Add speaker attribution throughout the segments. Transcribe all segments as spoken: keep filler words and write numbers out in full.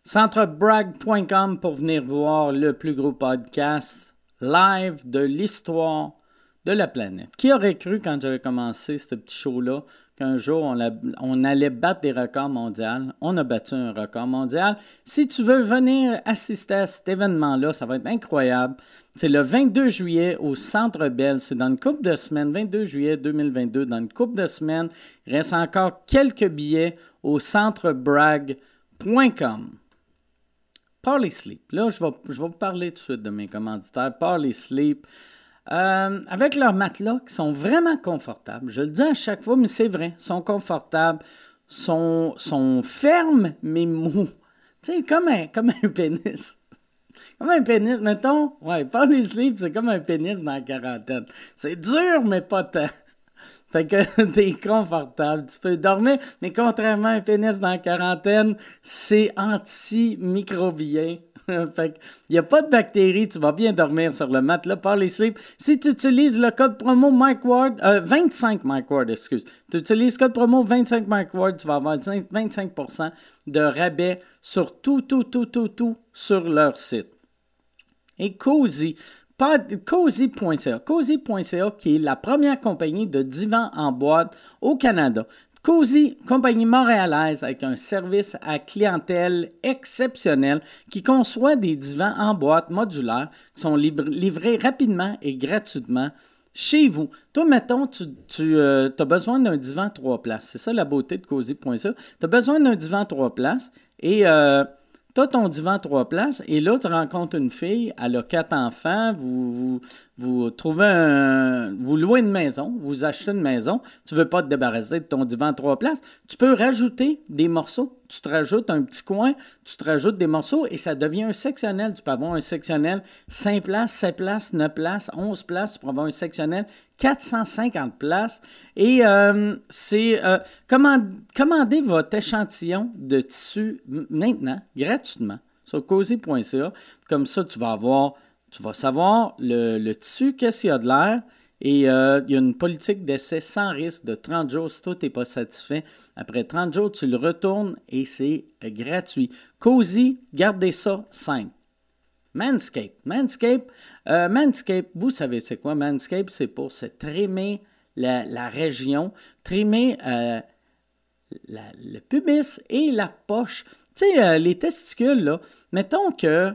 Speaker 1: centre brag point com pour venir voir le plus gros podcast live de l'histoire de la planète. Qui aurait cru quand j'avais commencé ce petit show-là qu'un jour on, a, on allait battre des records mondiaux? On a battu un record mondial. Si tu veux venir assister à cet événement-là, ça va être incroyable. C'est le vingt-deux juillet au Centre Bell. C'est dans une couple de semaines, vingt-deux juillet deux mille vingt-deux, dans une couple de semaines. Il reste encore quelques billets au centre brag point com. Parley Sleep. Là, je vais, je vais vous parler tout de suite de mes commanditaires. Parley Sleep. Euh, avec leurs matelas qui sont vraiment confortables. Je le dis à chaque fois, mais c'est vrai. Ils sont confortables, sont, sont fermes, mais mous. Tu sais, comme un, comme un pénis. Comme un pénis, mettons. Ouais, Parley Sleep, c'est comme un pénis dans la quarantaine. C'est dur, mais pas tant. Fait que t'es confortable, tu peux dormir, mais contrairement à un pénis dans la quarantaine, c'est antimicrobien. Fait qu'il n'y a pas de bactéries, tu vas bien dormir sur le matelas Parley Sleep. Si tu utilises le code promo Mike Ward, euh, vingt-cinq Mike Ward, excuse. Tu utilises le code promo vingt-cinq Mike Ward, tu vas avoir vingt-cinq pour cent de rabais sur tout, tout, tout, tout, tout sur leur site. Et Cozy, Cozy point c a. Cozy point c a qui est la première compagnie de divans en boîte au Canada. Cozy, compagnie montréalaise avec un service à clientèle exceptionnel qui conçoit des divans en boîte modulaires qui sont libr- livrés rapidement et gratuitement chez vous. Toi, mettons, tu, tu euh, as besoin d'un divan trois places. C'est ça la beauté de Cozy point c a. Tu as besoin d'un divan trois places et euh, tu as ton divan trois places et là, tu rencontres une fille, elle a quatre enfants, vous, vous, vous trouvez un... vous louez une maison, vous achetez une maison, tu ne veux pas te débarrasser de ton divan trois places, tu peux rajouter des morceaux. Tu te rajoutes un petit coin, tu te rajoutes des morceaux et ça devient un sectionnel. Tu peux avoir un sectionnel cinq places, sept places, neuf places, onze places. Tu peux avoir un sectionnel quatre cent cinquante places. Et euh, c'est euh, command, commandez votre échantillon de tissu maintenant, gratuitement, sur cozy point c a. Comme ça, tu vas avoir, tu vas savoir le, le tissu, qu'est-ce qu'il y a de l'air. Et euh, il y a une politique d'essai sans risque de trente jours. Si toi, tu n'es pas satisfait, après trente jours, tu le retournes et c'est euh, gratuit. Cozy, gardez ça simple. Manscaped. Manscaped, euh, Manscaped, vous savez c'est quoi? Manscaped, c'est pour se trimer la, la région, trimer euh, la, le pubis et la poche. Tu sais, euh, les testicules, là, mettons que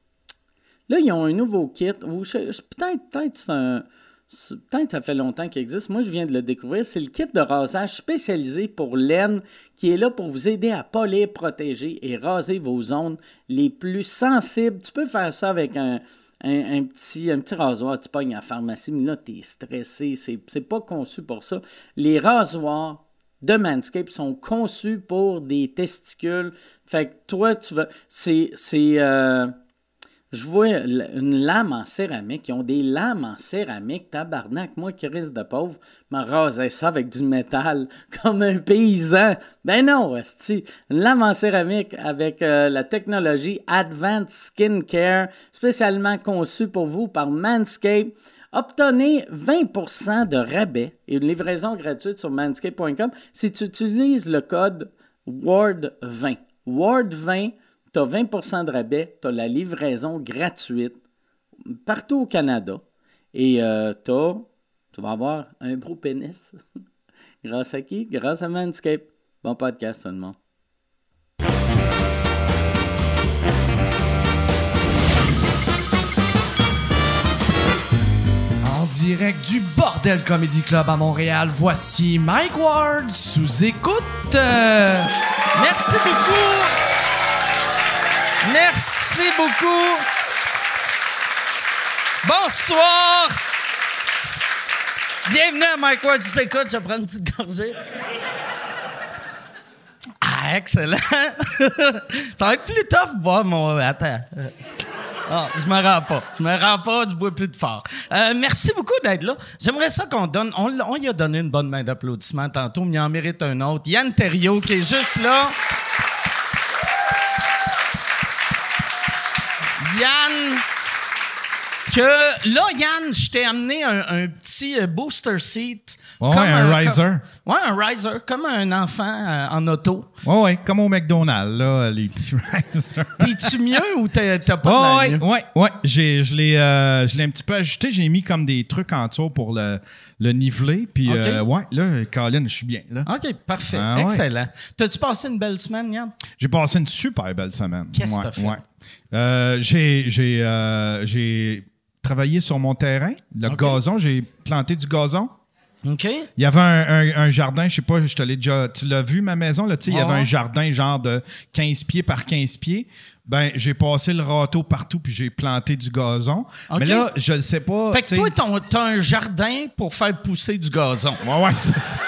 Speaker 1: là, ils ont un nouveau kit, ou je, peut-être, peut-être c'est un... Peut-être que ça fait longtemps qu'il existe. Moi, je viens de le découvrir. C'est le kit de rasage spécialisé pour laine qui est là pour vous aider à polir, protéger et raser vos zones les plus sensibles. Tu peux faire ça avec un, un, un, petit, un petit rasoir. Tu pognes à la pharmacie, mais là, tu es stressé. C'est, c'est pas conçu pour ça. Les rasoirs de Manscaped sont conçus pour des testicules. Fait que toi, tu vas... C'est... c'est euh, Je vois une lame en céramique. Ils ont des lames en céramique. Tabarnak, moi qui risque de pauvre, me rasais ça avec du métal comme un paysan. Ben non, esti. Une lame en céramique avec euh, la technologie Advanced Skin Care, spécialement conçue pour vous par Manscaped. Obtenez vingt pour cent de rabais et une livraison gratuite sur manscaped point com si tu utilises le code Ward vingt. Ward vingt. Tu as vingt pour cent de rabais, tu as la livraison gratuite partout au Canada et euh, t'as, tu vas avoir un gros pénis. Grâce à qui? Grâce à Manscaped. Bon podcast tout le monde.
Speaker 2: En direct du Bordel Comedy Club à Montréal, voici Mike Ward sous écoute. Euh...
Speaker 1: Merci beaucoup. Merci beaucoup. Bonsoir. Bienvenue à Mike Ward. Tu sais quoi, je vais prendre une petite gorgée. Ah, excellent. Ça va être plus tough de boire mon... Attends. Ah, je me rends pas. Je me rends pas, je bois plus de fort. Euh, merci beaucoup d'être là. J'aimerais ça qu'on donne... On, on lui a donné une bonne main d'applaudissement tantôt, mais il en mérite un autre. Yann Terriot, qui est juste là. Yann, que là, Yann, je t'ai amené un, un petit booster seat
Speaker 3: Ouais,
Speaker 2: comme
Speaker 3: ouais, un, un riser.
Speaker 2: Comme, ouais, un riser, comme un enfant euh, en auto.
Speaker 3: Ouais, ouais, comme au McDonald's, là, les petits risers.
Speaker 2: T'es-tu mieux ou t'as, t'as pas
Speaker 3: ouais,
Speaker 2: de mieux?
Speaker 3: ouais, ouais, j'ai, je l'ai, euh, je l'ai un petit peu ajusté. J'ai mis comme des trucs en dessous pour le, le niveler. Puis,
Speaker 2: okay.
Speaker 3: euh, ouais, là, Colin, je suis bien, là.
Speaker 2: OK, parfait.
Speaker 3: Ah,
Speaker 2: excellent.
Speaker 3: Ouais.
Speaker 2: T'as-tu passé une belle semaine, Yann?
Speaker 3: J'ai passé une super belle semaine.
Speaker 2: Qu'est-ce
Speaker 3: ouais,
Speaker 2: que t'as fait?
Speaker 3: Ouais. Euh, j'ai, j'ai, euh, j'ai travaillé sur mon terrain, le okay. gazon. J'ai planté du gazon.
Speaker 2: OK.
Speaker 3: Il y avait un, un, un jardin, je sais pas, je te l'ai déjà. Tu l'as vu, ma maison, là, tu sais, il y avait un jardin genre de quinze pieds par quinze pieds. Ben, j'ai passé le râteau partout puis j'ai planté du gazon. Okay. Mais là, je le sais pas.
Speaker 2: Fait que toi, ton, t'as un jardin pour faire pousser du gazon.
Speaker 3: Ouais, ouais, c'est ça.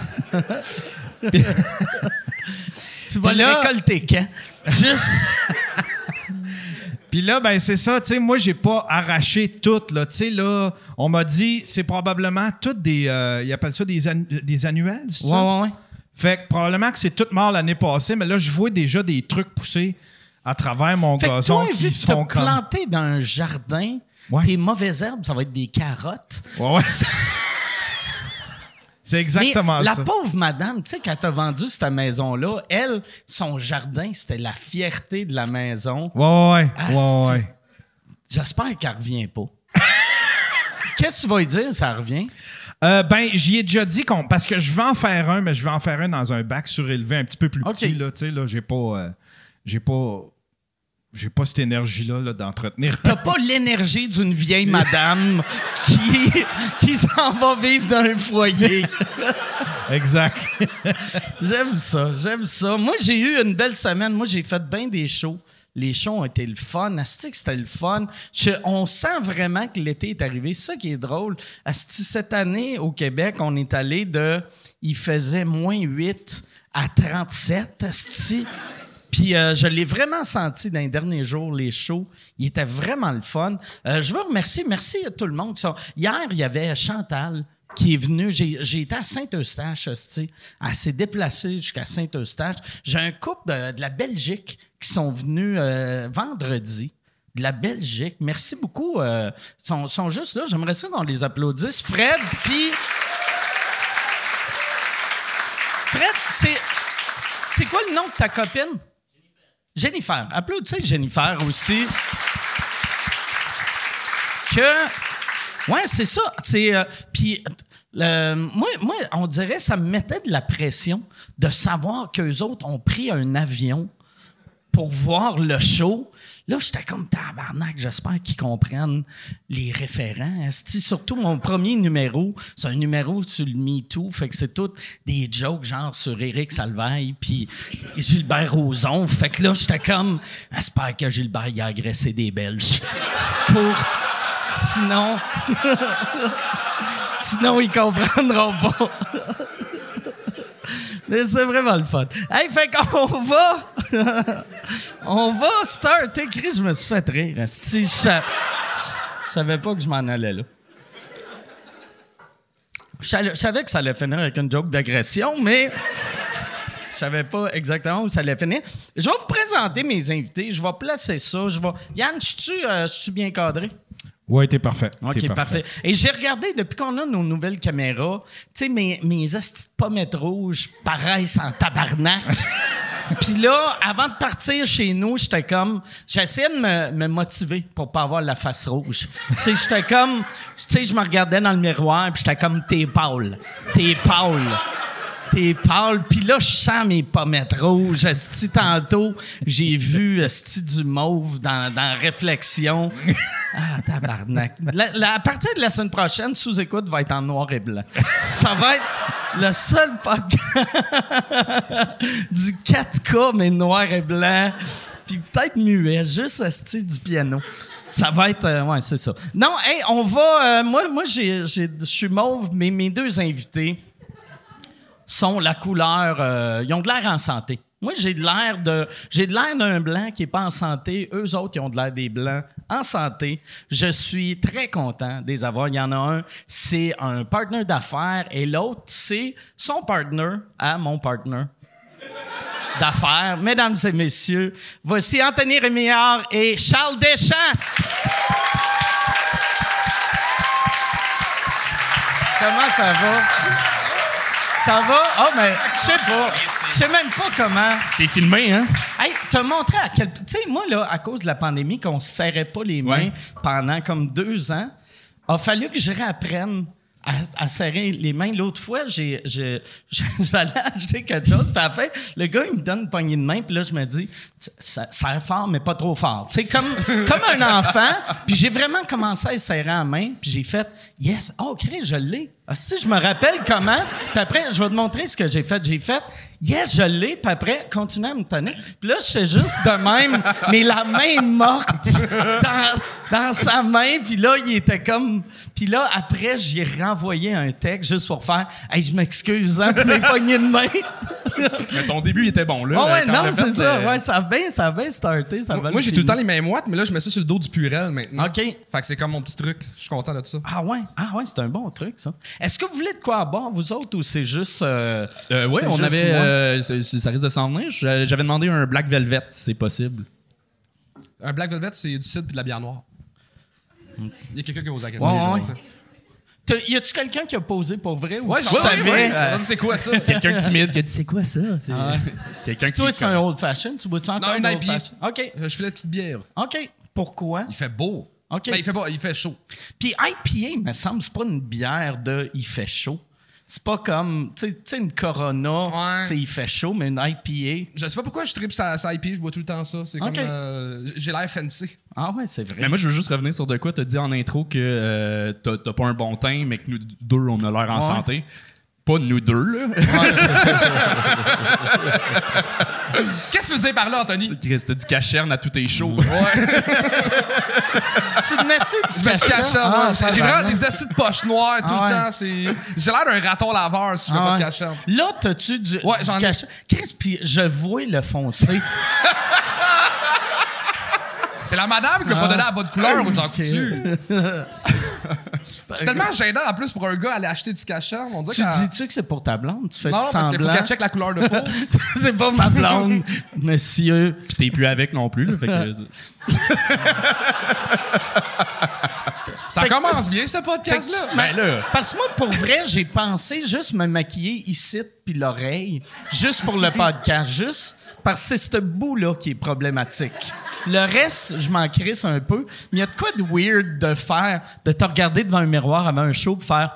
Speaker 2: Tu vas le là... récolter quand? Juste.
Speaker 3: Puis là, ben c'est ça, tu sais, moi, j'ai pas arraché tout, là. Tu sais, là, on m'a dit, c'est probablement toutes des... Euh, ils appellent ça des, annu- des annuelles, c'est
Speaker 2: ouais,
Speaker 3: ça?
Speaker 2: Ouais, ouais,
Speaker 3: Fait que probablement que c'est tout mort l'année passée, mais là, je vois déjà des trucs pousser à travers mon
Speaker 2: fait
Speaker 3: gazon
Speaker 2: que toi,
Speaker 3: qui
Speaker 2: vu
Speaker 3: sont
Speaker 2: que
Speaker 3: comme...
Speaker 2: planté dans un jardin,
Speaker 3: ouais.
Speaker 2: tes mauvaises herbes, ça va être des carottes.
Speaker 3: Ouais, ouais. C'est exactement
Speaker 2: mais
Speaker 3: ça.
Speaker 2: La pauvre madame, tu sais, quand t'as vendu cette maison-là, elle, son jardin, c'était la fierté de la maison.
Speaker 3: Ouais, ouais,
Speaker 2: ah,
Speaker 3: ouais, ouais.
Speaker 2: J'espère qu'elle revient pas. Qu'est-ce que tu vas lui dire, ça revient?
Speaker 3: Euh, ben, j'y ai déjà dit qu'on... Parce que je vais en faire un, mais je vais en faire un dans un bac surélevé un petit peu plus
Speaker 2: okay.
Speaker 3: petit, là, tu sais, là, j'ai pas... Euh, j'ai pas... J'ai pas cette énergie-là là, d'entretenir.
Speaker 2: T'as pas l'énergie d'une vieille madame qui, qui s'en va vivre dans un foyer.
Speaker 3: Exact.
Speaker 2: J'aime ça, j'aime ça. Moi, j'ai eu une belle semaine. Moi, j'ai fait bien des shows. Les shows ont été le fun. Asti que c'était le fun. Je, on sent vraiment que l'été est arrivé. C'est ça qui est drôle. Asti, cette année, au Québec, on est allé de... Il faisait moins huit à trente-sept. Asti. Puis euh, je l'ai vraiment senti dans les derniers jours, les shows. Il était vraiment le fun. Euh, je veux remercier, merci à tout le monde. Qui sont... Hier, il y avait Chantal qui est venue. J'ai, j'ai été à Saint-Eustache, elle s'est déplacée jusqu'à Saint-Eustache. J'ai un couple de, de la Belgique qui sont venus euh, vendredi. De la Belgique. Merci beaucoup. Ils euh, sont, sont juste là. J'aimerais ça qu'on les applaudisse. Fred, puis... Fred, c'est... C'est quoi le nom de ta copine? Jennifer. Applaudissez Jennifer aussi. Que... Ouais, c'est ça. C'est... Euh, puis... Euh, moi, moi, on dirait ça me mettait de la pression de savoir qu'eux autres ont pris un avion pour voir le show. Là, j'étais comme tabarnak. J'espère qu'ils comprennent les référents. Asti, surtout mon premier numéro, c'est un numéro sur le MeToo. Fait que c'est tout des jokes genre sur Éric Salvaille puis Gilbert Rozon. Fait que là, j'étais comme, j'espère que Gilbert y a agressé des Belges. C'est pour... Sinon... Sinon, ils comprendront pas. Mais c'est vraiment le fun. Hey, fait qu'on va... on va starter. Chris, je me suis fait rire. Je savais pas que je m'en allais là. Je savais que ça allait finir avec une joke d'agression, mais je savais pas exactement où ça allait finir. Je vais vous présenter mes invités. Je vais placer ça. Je vais... Yann, je suis euh, bien cadré?
Speaker 3: Oui, t'es parfait.
Speaker 2: OK,
Speaker 3: t'es
Speaker 2: parfait.
Speaker 3: parfait.
Speaker 2: Et j'ai regardé, depuis qu'on a nos nouvelles caméras, tu sais, mes, mes astis de pommettes rouges paraissent en tabarnak. Puis là, avant de partir chez nous, j'étais comme... J'essayais de me, me motiver pour pas avoir la face rouge. Tu sais, j'étais comme... Tu sais, je me regardais dans le miroir, puis j'étais comme « T'es pâle. T'es pâle. T'es pâle. » Puis là, je sens mes pommettes rouges. Asti, tantôt, j'ai vu asti du mauve dans, dans Réflexion. Ah, tabarnak. La, la, à partir de la semaine prochaine, Sous-écoute va être en noir et blanc. Ça va être le seul podcast du quatre K, mais noir et blanc. Puis peut-être muet, juste asti du piano. Ça va être... Euh, ouais, c'est ça. Non, hey, on va... Euh, moi, moi j'ai, j'ai, je suis mauve, mais mes deux invités sont la couleur... Euh, ils ont de l'air en santé. Moi, j'ai de l'air de j'ai de l'air d'un blanc qui n'est pas en santé. Eux autres, ils ont de l'air des blancs en santé. Je suis très content de les avoir. Il y en a un, c'est un partner d'affaires et l'autre, c'est son partner à mon partner d'affaires. Mesdames et messieurs, voici Anthony Rémillard et Charles Deschamps. Comment ça va? Ça va? Ah, oh, mais je sais pas. Je sais même pas comment.
Speaker 4: C'est filmé, hein?
Speaker 2: Hey, t'as montré à quel... Tu sais, moi, là, à cause de la pandémie, qu'on se serrait pas les mains
Speaker 4: Ouais.
Speaker 2: pendant comme deux ans, a fallu que je réapprenne à, à serrer les mains. L'autre fois, j'ai, j'ai, j'allais acheter quelque chose, puis après, le gars, il me donne une poignée de main, puis là, je me dis, ça serre fort, mais pas trop fort. Tu sais, comme, comme un enfant, puis j'ai vraiment commencé à serrer la main, puis j'ai fait, yes, oh, Chris, je l'ai. Ah, tu sais, je me rappelle comment, puis après, je vais te montrer ce que j'ai fait. J'ai fait, yes, je l'ai, puis après, continue à me tenir. Puis là, je fais juste de même, mais la main morte dans, dans sa main, puis là, il était comme... Puis là, après, j'y ai renvoyé un texte juste pour faire, hey, je m'excuse, hein, pour mes poignées de main.
Speaker 4: Mais ton début, il était bon, là.
Speaker 2: Oh, ouais,
Speaker 4: Quand
Speaker 2: non,
Speaker 4: on l'a
Speaker 2: c'est
Speaker 4: fait,
Speaker 2: ça.
Speaker 4: euh,
Speaker 2: Ouais, ça a bien, ça a bien starté. Ça a
Speaker 5: Moi,
Speaker 2: bien
Speaker 5: j'ai tout
Speaker 2: fini.
Speaker 5: le temps les mains moites, mais là, je mets ça sur le dos du Purel maintenant.
Speaker 2: OK.
Speaker 5: Fait que c'est comme mon petit truc. Je suis content de ça.
Speaker 2: Ah ouais, ah ouais, c'est un bon truc, ça. Est-ce que vous voulez de quoi à boire, vous autres, ou c'est juste... Euh,
Speaker 4: Euh, oui,
Speaker 2: c'est
Speaker 4: on
Speaker 2: juste
Speaker 4: avait.
Speaker 2: moi?
Speaker 4: euh, ça, ça risque de s'en venir. J'a- J'avais demandé un Black Velvet, si c'est possible.
Speaker 5: Un Black Velvet, c'est du cidre et de la bière noire. Il y a quelqu'un qui pose la question.
Speaker 2: Ouais, ouais.
Speaker 5: Ça.
Speaker 2: T'as- Y a-tu quelqu'un qui a posé pour vrai? Ou
Speaker 5: Ouais,
Speaker 2: tu
Speaker 5: j'en
Speaker 2: savais?
Speaker 5: sais, ouais. Euh, C'est quoi ça?
Speaker 4: Quelqu'un de timide qui a dit c'est quoi ça? C'est
Speaker 2: Ah ouais.
Speaker 4: quelqu'un qui.
Speaker 2: Toi, c'est un old fashion. Tu bois-tu encore
Speaker 5: Non, une
Speaker 2: de
Speaker 5: I
Speaker 2: old
Speaker 5: P A.
Speaker 2: fashion? OK.
Speaker 5: Je fais la petite bière.
Speaker 2: OK. Pourquoi?
Speaker 5: Il fait beau.
Speaker 2: OK.
Speaker 5: Ben, il fait pas, il fait chaud.
Speaker 2: Puis I P A, il me semble, c'est pas une bière de « il fait chaud ». C'est pas comme, tu sais- tu sais, une Corona,
Speaker 5: Ouais.
Speaker 2: c'est « il fait chaud », mais une I P
Speaker 5: Je sais pas pourquoi je tripe sa, sa I P A, je bois tout le temps ça. C'est
Speaker 2: Ok.
Speaker 5: comme. euh, j'ai l'air fancy.
Speaker 2: A... Ah ouais, c'est vrai.
Speaker 4: Mais moi, je veux juste revenir sur de quoi tu as dit en intro que euh, t'as t'as pas un bon teint, mais que nous deux, on a l'air en
Speaker 2: Ouais.
Speaker 4: santé. Pas nous deux, là.
Speaker 5: Qu'est-ce que tu veux dire par là, Anthony?
Speaker 4: Chris, t'as du cacherne à tous tes shows.
Speaker 5: Ouais.
Speaker 2: Tu te mets-tu du
Speaker 5: Je me
Speaker 2: cachet?
Speaker 5: cache ça,
Speaker 2: Ah,
Speaker 5: moi. J'ai
Speaker 2: tabarnak.
Speaker 5: vraiment des acides de poche noires tout
Speaker 2: Ah ouais.
Speaker 5: le temps. C'est... J'ai l'air d'un raton laveur si je mets
Speaker 2: Ah
Speaker 5: pas
Speaker 2: ouais.
Speaker 5: de cachet.
Speaker 2: Là, t'as-tu du,
Speaker 5: Ouais,
Speaker 2: du
Speaker 5: j'en ai.
Speaker 2: cachet? Chris, puis je vois le foncé.
Speaker 5: C'est la madame qui m'a pas donné la bonne couleur aux gens
Speaker 2: Ok.
Speaker 5: coutus. C'est tellement gênant en plus pour un gars aller acheter du cachet. On dirait
Speaker 2: Tu
Speaker 5: qu'elle-
Speaker 2: dis-tu que c'est pour ta blonde? Tu fais
Speaker 5: Non, non, parce qu'il faut
Speaker 2: semblant?
Speaker 5: qu'elle check la couleur de peau.
Speaker 2: C'est pas ma blonde, monsieur.
Speaker 4: Puis t'es plus avec non plus, là. Fait que,
Speaker 5: Ça
Speaker 2: Fait que-
Speaker 5: commence bien, ce podcast-là.
Speaker 2: Fait que tu-
Speaker 4: ben là.
Speaker 2: Parce que moi, pour vrai, j'ai pensé juste me maquiller ici puis l'oreille, juste pour le podcast, juste parce que c'est ce bout-là qui est problématique. Le reste, je m'en crisse un peu. Mais il y a de quoi de weird de faire, de te regarder devant un miroir avant un show pour faire...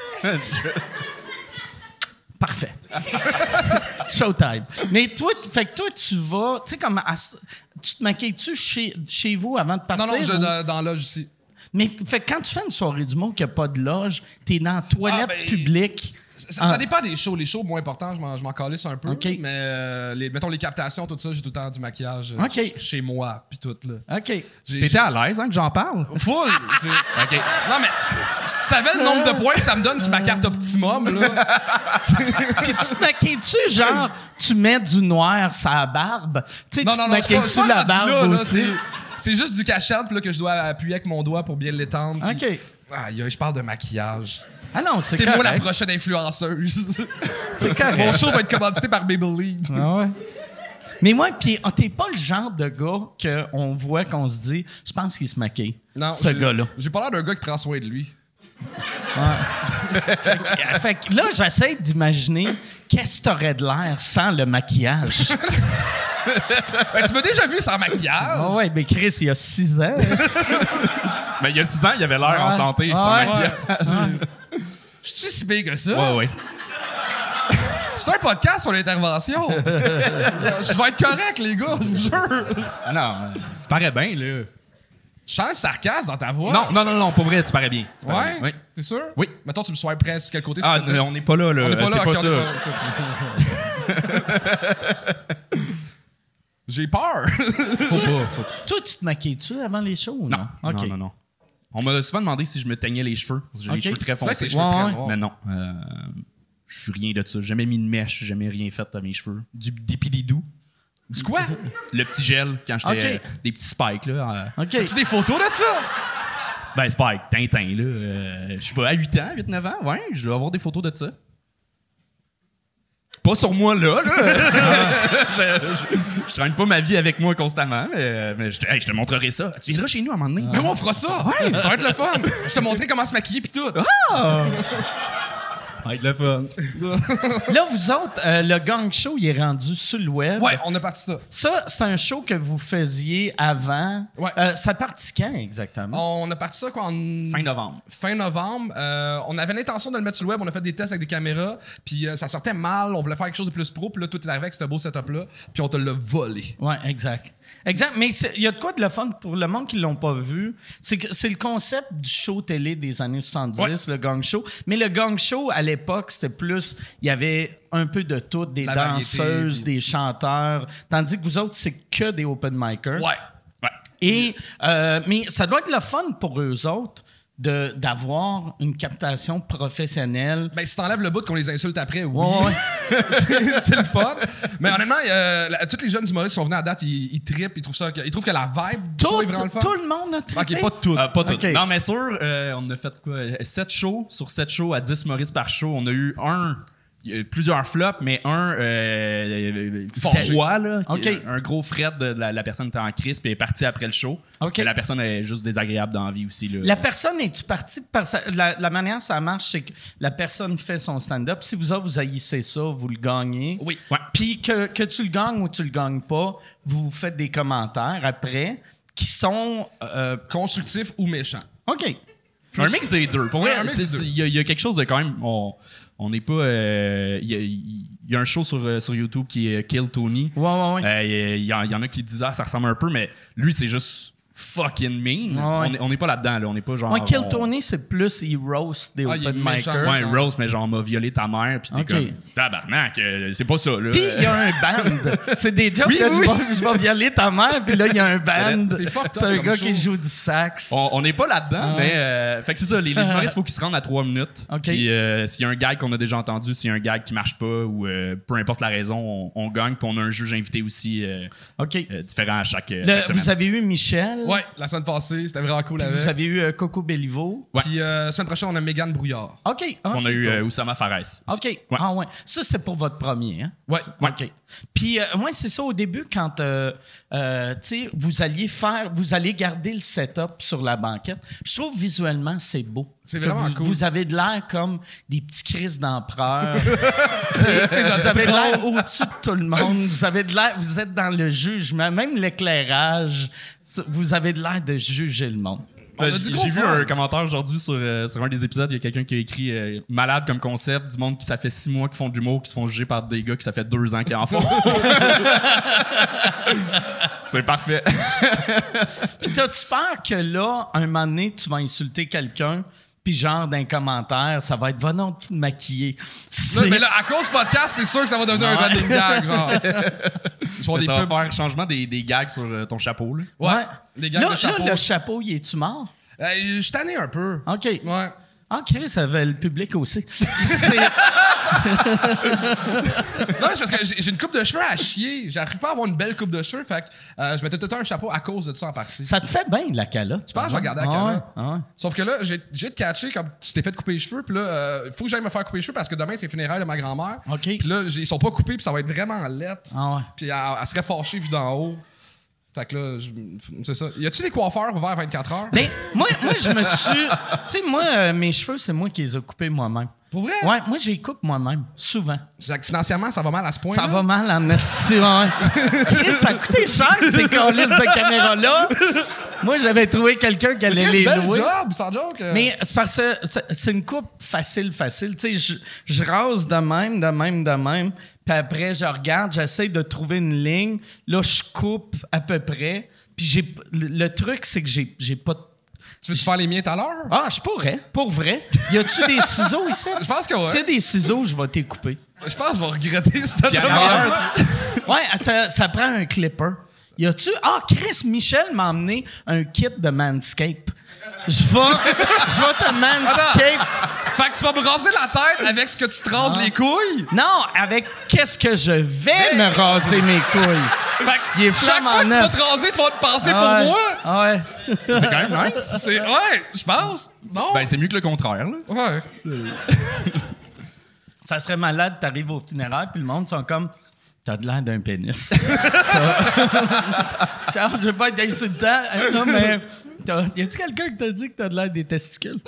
Speaker 2: Parfait. Showtime. Mais toi, t- fait que toi, tu vas... Tu sais, comme... à- tu te maquilles-tu chez, chez vous avant de
Speaker 5: Non,
Speaker 2: partir?
Speaker 5: non, je,
Speaker 2: ou-
Speaker 5: dans, dans l'âge ici.
Speaker 2: Mais fait que quand tu fais une soirée du monde qui n'a pas de loge, t'es dans la toilette
Speaker 5: Ah, ben,
Speaker 2: publique.
Speaker 5: Ça, ça-
Speaker 2: Ah.
Speaker 5: ça dépend des shows. Les shows moins importants, je m'en, je m'en calisse un peu.
Speaker 2: OK.
Speaker 5: Mais euh, les, mettons les captations, tout ça, j'ai tout le temps du maquillage euh,
Speaker 2: OK.
Speaker 5: ch- chez moi, puis tout. Là.
Speaker 2: OK.
Speaker 5: J'ai,
Speaker 4: T'étais à l'aise, hein, que j'en parle?
Speaker 5: j'ai- Full! J'ai-
Speaker 4: OK.
Speaker 5: Non, mais tu savais le nombre de points que ça me donne sur ma carte Optimum, là?
Speaker 2: Puis tu te maquilles-tu, genre, tu mets du noir sur la barbe? Tu sais,
Speaker 5: Non,
Speaker 2: tu
Speaker 5: non,
Speaker 2: te
Speaker 5: non, c'est pas,
Speaker 2: maquilles-tu
Speaker 5: c'est pas
Speaker 2: la
Speaker 5: rendu
Speaker 2: barbe
Speaker 5: là, là,
Speaker 2: aussi?
Speaker 5: c'est, c'est juste du cachet puis là, que je dois appuyer avec mon doigt pour bien l'étendre. puis-
Speaker 2: OK.
Speaker 5: Aïe, aïe, je parle de maquillage.
Speaker 2: Ah non, c'est
Speaker 5: C'est
Speaker 2: correct.
Speaker 5: moi la prochaine influenceuse.
Speaker 2: C'est correct.
Speaker 5: Mon show va être commandité par Maybelline.
Speaker 2: Ah ouais. Mais moi, puis oh, t'es pas le genre de gars qu'on voit, qu'on se dit, je pense qu'il se maquille.
Speaker 5: Non,
Speaker 2: ce
Speaker 5: j'ai-
Speaker 2: gars-là.
Speaker 5: J'ai pas l'air d'un gars qui prend soin de lui.
Speaker 2: Fait que, fait que là, j'essaie d'imaginer qu'est-ce que t'aurais de l'air sans le maquillage.
Speaker 5: Ben, tu m'as déjà vu sans maquillage?
Speaker 2: Ah ouais, mais Chris, il y a six ans.
Speaker 4: Mais il y a six ans, il avait l'air en
Speaker 2: Ouais.
Speaker 4: santé, sans
Speaker 2: Ouais.
Speaker 4: maquillage.
Speaker 5: Je suis si pire que ça?
Speaker 4: Ouais, ouais.
Speaker 5: C'est un podcast sur l'intervention. Je vais être correct, les gars, je vous jure.
Speaker 4: Ah non, euh, tu parais bien, là.
Speaker 5: Je sens le sarcasme dans ta voix.
Speaker 4: Non, non, non, non, pour vrai, tu parais bien. Tu parais
Speaker 5: Ouais?
Speaker 4: bien. Oui.
Speaker 5: T'es sûr?
Speaker 4: Oui.
Speaker 5: Mettons, tu me sois prêt sur quel côté?
Speaker 4: Ah,
Speaker 5: s'il te plaît?
Speaker 4: on n'est pas là, là.
Speaker 5: On est pas
Speaker 4: Euh,
Speaker 5: là,
Speaker 4: C'est
Speaker 5: ok,
Speaker 4: pas
Speaker 5: on est
Speaker 4: ça.
Speaker 5: pas- J'ai peur.
Speaker 4: Faut pas, faut pas.
Speaker 2: Toi, tu te maquilles-tu avant les shows ou non?
Speaker 4: Non,
Speaker 2: OK.
Speaker 4: non, non, non. On m'a souvent demandé si je me teignais les cheveux. Parce que J'ai
Speaker 2: Ok.
Speaker 4: les cheveux très
Speaker 5: C'est vrai que
Speaker 4: foncés.
Speaker 5: tes cheveux
Speaker 2: Ouais,
Speaker 5: très
Speaker 2: ouais.
Speaker 5: noirs.
Speaker 4: Mais non. Euh, je suis rien de ça. J'ai jamais mis de mèche, j'ai jamais rien fait à mes cheveux. Du dipilidou.
Speaker 5: Du quoi?
Speaker 4: Le petit gel, quand j'étais.
Speaker 2: Ok.
Speaker 4: euh, des petits spikes, là. euh,
Speaker 2: OK.
Speaker 5: As-tu des photos de ça?
Speaker 4: ben, Spike, Tintin, là. euh, je sais pas, à huit ans, huit neuf ans, ouais, je dois avoir des photos de ça. Pas sur moi, là. là. je, je, je traîne pas ma vie avec moi constamment, mais, mais je, te, hey, je te montrerai ça. Tu viendras chez nous à un moment donné.
Speaker 5: Ben, on fera ça. Ouais. Ça va être le fun. Je te montrer comment se maquiller pis tout.
Speaker 4: Ah! Avec le fun.
Speaker 2: Là, vous autres, euh, le gang show, il est rendu sur le web.
Speaker 5: Ouais, on a parti ça.
Speaker 2: Ça, c'est un show que vous faisiez avant.
Speaker 5: Ouais.
Speaker 2: Euh, ça partit quand exactement?
Speaker 5: On a parti ça quoi en...
Speaker 4: Fin novembre.
Speaker 5: Fin novembre. Euh, on avait l'intention de le mettre sur le web. On a fait des tests avec des caméras. Puis euh, ça sortait mal. On voulait faire quelque chose de plus pro. Puis là, tout est arrivé avec ce beau setup-là. Puis on te l'a volé.
Speaker 2: Ouais, exact. Exact. Mais il y a de quoi de le fun pour le monde qui l'ont pas vu. C'est que c'est le concept du show télé des années soixante-dix, ouais. le gang show. Mais le gang show, à l'époque, c'était plus... Il y avait un peu de tout. Des
Speaker 5: La
Speaker 2: danseuses,
Speaker 5: variété,
Speaker 2: des chanteurs. Tandis que vous autres, c'est que des open micers.
Speaker 5: Ouais.
Speaker 4: Ouais.
Speaker 2: Et, euh, mais ça doit être le fun pour eux autres de, d'avoir une captation professionnelle.
Speaker 5: Ben, si t'enlèves le bout qu'on les insulte après, oui.
Speaker 2: Ouais, ouais.
Speaker 5: c'est, c'est le fun. Mais honnêtement, euh, la, tous les jeunes humoristes qui sont venus à date, ils, ils trippent, ils trouvent ça, ils trouvent que la vibe du
Speaker 2: Tout,
Speaker 5: show est vraiment le fun.
Speaker 2: tout le monde a trippé.
Speaker 5: Ok, pas tout.
Speaker 4: Euh, pas tout.
Speaker 2: Okay.
Speaker 4: Non, mais sûr, euh, on a fait quoi? sept shows. Sur sept shows à dix humoristes par show, on a eu un... Il y a eu plusieurs flops, mais un euh, froid, là.
Speaker 2: Okay.
Speaker 4: Un gros fret de la, la personne était en crise puis elle est partie après le show.
Speaker 2: Okay.
Speaker 4: Et la personne est juste désagréable dans la vie aussi. Là.
Speaker 2: La personne, est-tu partie par sa, la, la manière ça marche, c'est que la personne fait son stand-up. Si vous autres, vous haïssez ça, vous le gagnez.
Speaker 4: Oui. Ouais.
Speaker 2: Puis que, que tu le gagnes ou tu le gagnes pas, vous faites des commentaires après qui sont... Euh,
Speaker 5: constructifs ou méchants.
Speaker 2: OK.
Speaker 4: Un mix des deux. Pour
Speaker 5: Ouais,
Speaker 4: vrai,
Speaker 5: un mix
Speaker 4: c'est-
Speaker 5: des deux.
Speaker 4: c'est- il y, a- il y a quelque chose de quand même... On, on n'est pas... euh, Il y, a- il y a un show sur, euh, sur YouTube qui est Kill Tony.
Speaker 2: Ouais, ouais, ouais.
Speaker 4: Euh, Il y, en- il y en a qui disent ah, ça ressemble un peu, mais lui, c'est juste fucking mean.
Speaker 2: Ouais.
Speaker 4: On est- On n'est pas là-dedans. Là. On n'est pas genre...
Speaker 2: Moi, Kill
Speaker 4: on-
Speaker 2: Tony, c'est plus, il roast des
Speaker 5: Ah, il est
Speaker 2: open
Speaker 5: méchant.
Speaker 2: micers.
Speaker 4: Ouais,
Speaker 5: genre.
Speaker 4: Rose, mais genre, m'a violé ta mère, pis t'es
Speaker 2: Ok.
Speaker 4: comme, tabarnak, euh, c'est pas ça, là.
Speaker 2: Puis il y a un band. C'est des jokes
Speaker 4: Oui,
Speaker 2: que
Speaker 4: oui.
Speaker 2: je, vais, je vais violer ta mère, puis là, il y a un band.
Speaker 5: C'est fucked up
Speaker 2: T'as un
Speaker 5: comme
Speaker 2: gars
Speaker 5: show.
Speaker 2: qui joue du sax.
Speaker 4: On on n'est pas là-dedans,
Speaker 2: Ah.
Speaker 4: mais. Euh, fait que c'est ça, les, les humoristes, il faut qu'ils se rendent à trois minutes.
Speaker 2: Ok.
Speaker 4: Puis euh, s'il y a un gag qu'on a déjà entendu, s'il y a un gag qui marche pas, ou euh, peu importe la raison, on, on gagne, puis on a un juge invité aussi euh,
Speaker 2: OK.
Speaker 4: euh, différent à chaque, euh,
Speaker 2: Le-
Speaker 4: chaque semaine.
Speaker 2: vous avez eu Michel.
Speaker 5: Ouais, la semaine passée, c'était vraiment cool
Speaker 2: Puis
Speaker 5: avec.
Speaker 2: vous avez eu euh, Coco Bellivo.
Speaker 4: Ouais.
Speaker 5: Puis euh, semaine prochaine, on a Mégane Brouillard.
Speaker 2: OK. Ah,
Speaker 4: On
Speaker 2: c'est
Speaker 4: a eu
Speaker 2: cool.
Speaker 4: euh, Oussama Fares. aussi.
Speaker 2: OK.
Speaker 4: Ouais.
Speaker 2: Ah ouais. Ça, c'est pour votre premier, hein?
Speaker 5: Ouais.
Speaker 2: OK. Puis, euh, moi, c'est ça, au début, quand, euh, euh, tu sais, vous alliez faire, vous allez garder le setup sur la banquette, je trouve visuellement, c'est beau.
Speaker 5: C'est
Speaker 2: Que
Speaker 5: vraiment
Speaker 2: vous,
Speaker 5: cool.
Speaker 2: Vous avez de l'air comme des petits crises d'empereur. Tu sais, vous avez de l'air au-dessus de tout le monde. Vous avez de l'air, vous êtes dans le jugement. Même l'éclairage, vous avez de l'air de juger le monde.
Speaker 5: On a
Speaker 4: Ben,
Speaker 5: du
Speaker 4: J'ai
Speaker 5: gros
Speaker 4: j'ai vu
Speaker 5: fun.
Speaker 4: un commentaire aujourd'hui sur, euh, sur un des épisodes. Il y a quelqu'un qui a écrit euh, malade comme concept, du monde qui ça fait six mois qu'ils font de l'humour, qui se font juger par des gars qui ça fait deux ans qu'ils en font. C'est parfait.
Speaker 2: Puis t'as-tu peur que là, un moment donné, tu vas insulter quelqu'un, puis genre, d'un commentaire, ça va être « Va non te maquiller ».
Speaker 5: Là,
Speaker 2: C'est-
Speaker 5: mais là, à cause du podcast, c'est sûr que ça va devenir un
Speaker 2: Ouais.
Speaker 5: running gag, genre. Je vois
Speaker 4: Mais
Speaker 5: des
Speaker 4: ça va
Speaker 5: pubs.
Speaker 4: faire changement des, des gags sur euh, ton chapeau. Là.
Speaker 5: Ouais. Des gags
Speaker 2: là,
Speaker 5: de chapeau.
Speaker 2: là, le chapeau, il est-tu mort?
Speaker 5: Euh, je suis tanné un peu.
Speaker 2: OK.
Speaker 5: Ouais.
Speaker 2: Ah, Chris, ça avait le public aussi. C'est...
Speaker 5: Non, mais c'est parce que j'ai j'ai une coupe de cheveux à chier. J'arrive pas à avoir une belle coupe de cheveux. Fait que euh, je mettais tout le temps un chapeau à cause de ça en partie.
Speaker 2: Ça te fait bien, la calotte.
Speaker 5: Je pense que je vais regarder la
Speaker 2: Ah ouais,
Speaker 5: calotte.
Speaker 2: ah ouais.
Speaker 5: Sauf que là, j'ai j'ai te catché comme tu t'es fait couper les cheveux. Puis là, il faut que j'aille me faire couper les cheveux parce que demain, c'est funérailles de ma grand-mère.
Speaker 2: OK.
Speaker 5: Puis là, j'ai- ils sont pas coupés. Puis ça va être vraiment lettre.
Speaker 2: Ah ouais.
Speaker 5: Puis elle, elle serait fâchée vue d'en haut. Fait que là, je- c'est ça. Y a-tu des coiffeurs ouverts vingt-quatre heures?
Speaker 2: Ben, moi, moi, je me suis... Tu sais, moi, euh, mes cheveux, c'est moi qui les ai coupés moi-même.
Speaker 5: Pour vrai?
Speaker 2: Ouais, moi, je les coupe moi-même, souvent.
Speaker 5: C'est que financièrement, ça va mal à ce point.
Speaker 2: Ça va mal en esti, ouais. Chris, ça a coûté cher, ces colisses de caméras-là. Moi, j'avais trouvé quelqu'un qui allait les
Speaker 5: bel
Speaker 2: louer.
Speaker 5: job, sans joke. euh.
Speaker 2: Mais c'est parce que c'est- c'est une coupe facile, facile. Tu sais, je, je rase de même, de même, de même. Puis après, je regarde, j'essaie de trouver une ligne. Là, je coupe à peu près. Puis j'ai, le, le truc, c'est que j'ai, j'ai pas de...
Speaker 5: Tu veux-tu faire les miens tout à l'heure?
Speaker 2: Ah, je pourrais, pour vrai. Y a-tu des ciseaux ici?
Speaker 5: Je pense que ouais.
Speaker 2: S'il y a des ciseaux, je vais t'écouper.
Speaker 5: Je pense que je vais regretter cette
Speaker 4: Puis en
Speaker 5: demande.
Speaker 4: arrière,
Speaker 2: Ouais, ça, ça prend un clipper. Y a-tu... Ah, Chris, Michel m'a emmené un kit de Manscape. Je vais... Je vais te Manscape...
Speaker 5: Fait que tu vas me raser la tête avec ce que tu te rases
Speaker 2: Ah.
Speaker 5: les couilles.
Speaker 2: Non, avec qu'est-ce que je vais me raser mes couilles.
Speaker 5: Fait
Speaker 2: Il est
Speaker 5: que chaque
Speaker 2: flamant
Speaker 5: fois que tu vas
Speaker 2: neuf.
Speaker 5: te raser, tu vas te passer
Speaker 2: Ah
Speaker 5: pour
Speaker 2: ouais.
Speaker 5: moi.
Speaker 2: Ah ouais.
Speaker 4: c'est quand même nice.
Speaker 5: C'est... Ouais, je pense. Non?
Speaker 4: Ben, c'est mieux que le contraire. Là.
Speaker 5: ouais.
Speaker 2: Ça serait malade, t'arrives au funéraire, puis le monde sont comme... T'as de l'air d'un pénis. Genre, je veux pas être insultant, non, mais... Y a-tu quelqu'un qui t'a dit que t'as de l'air des testicules?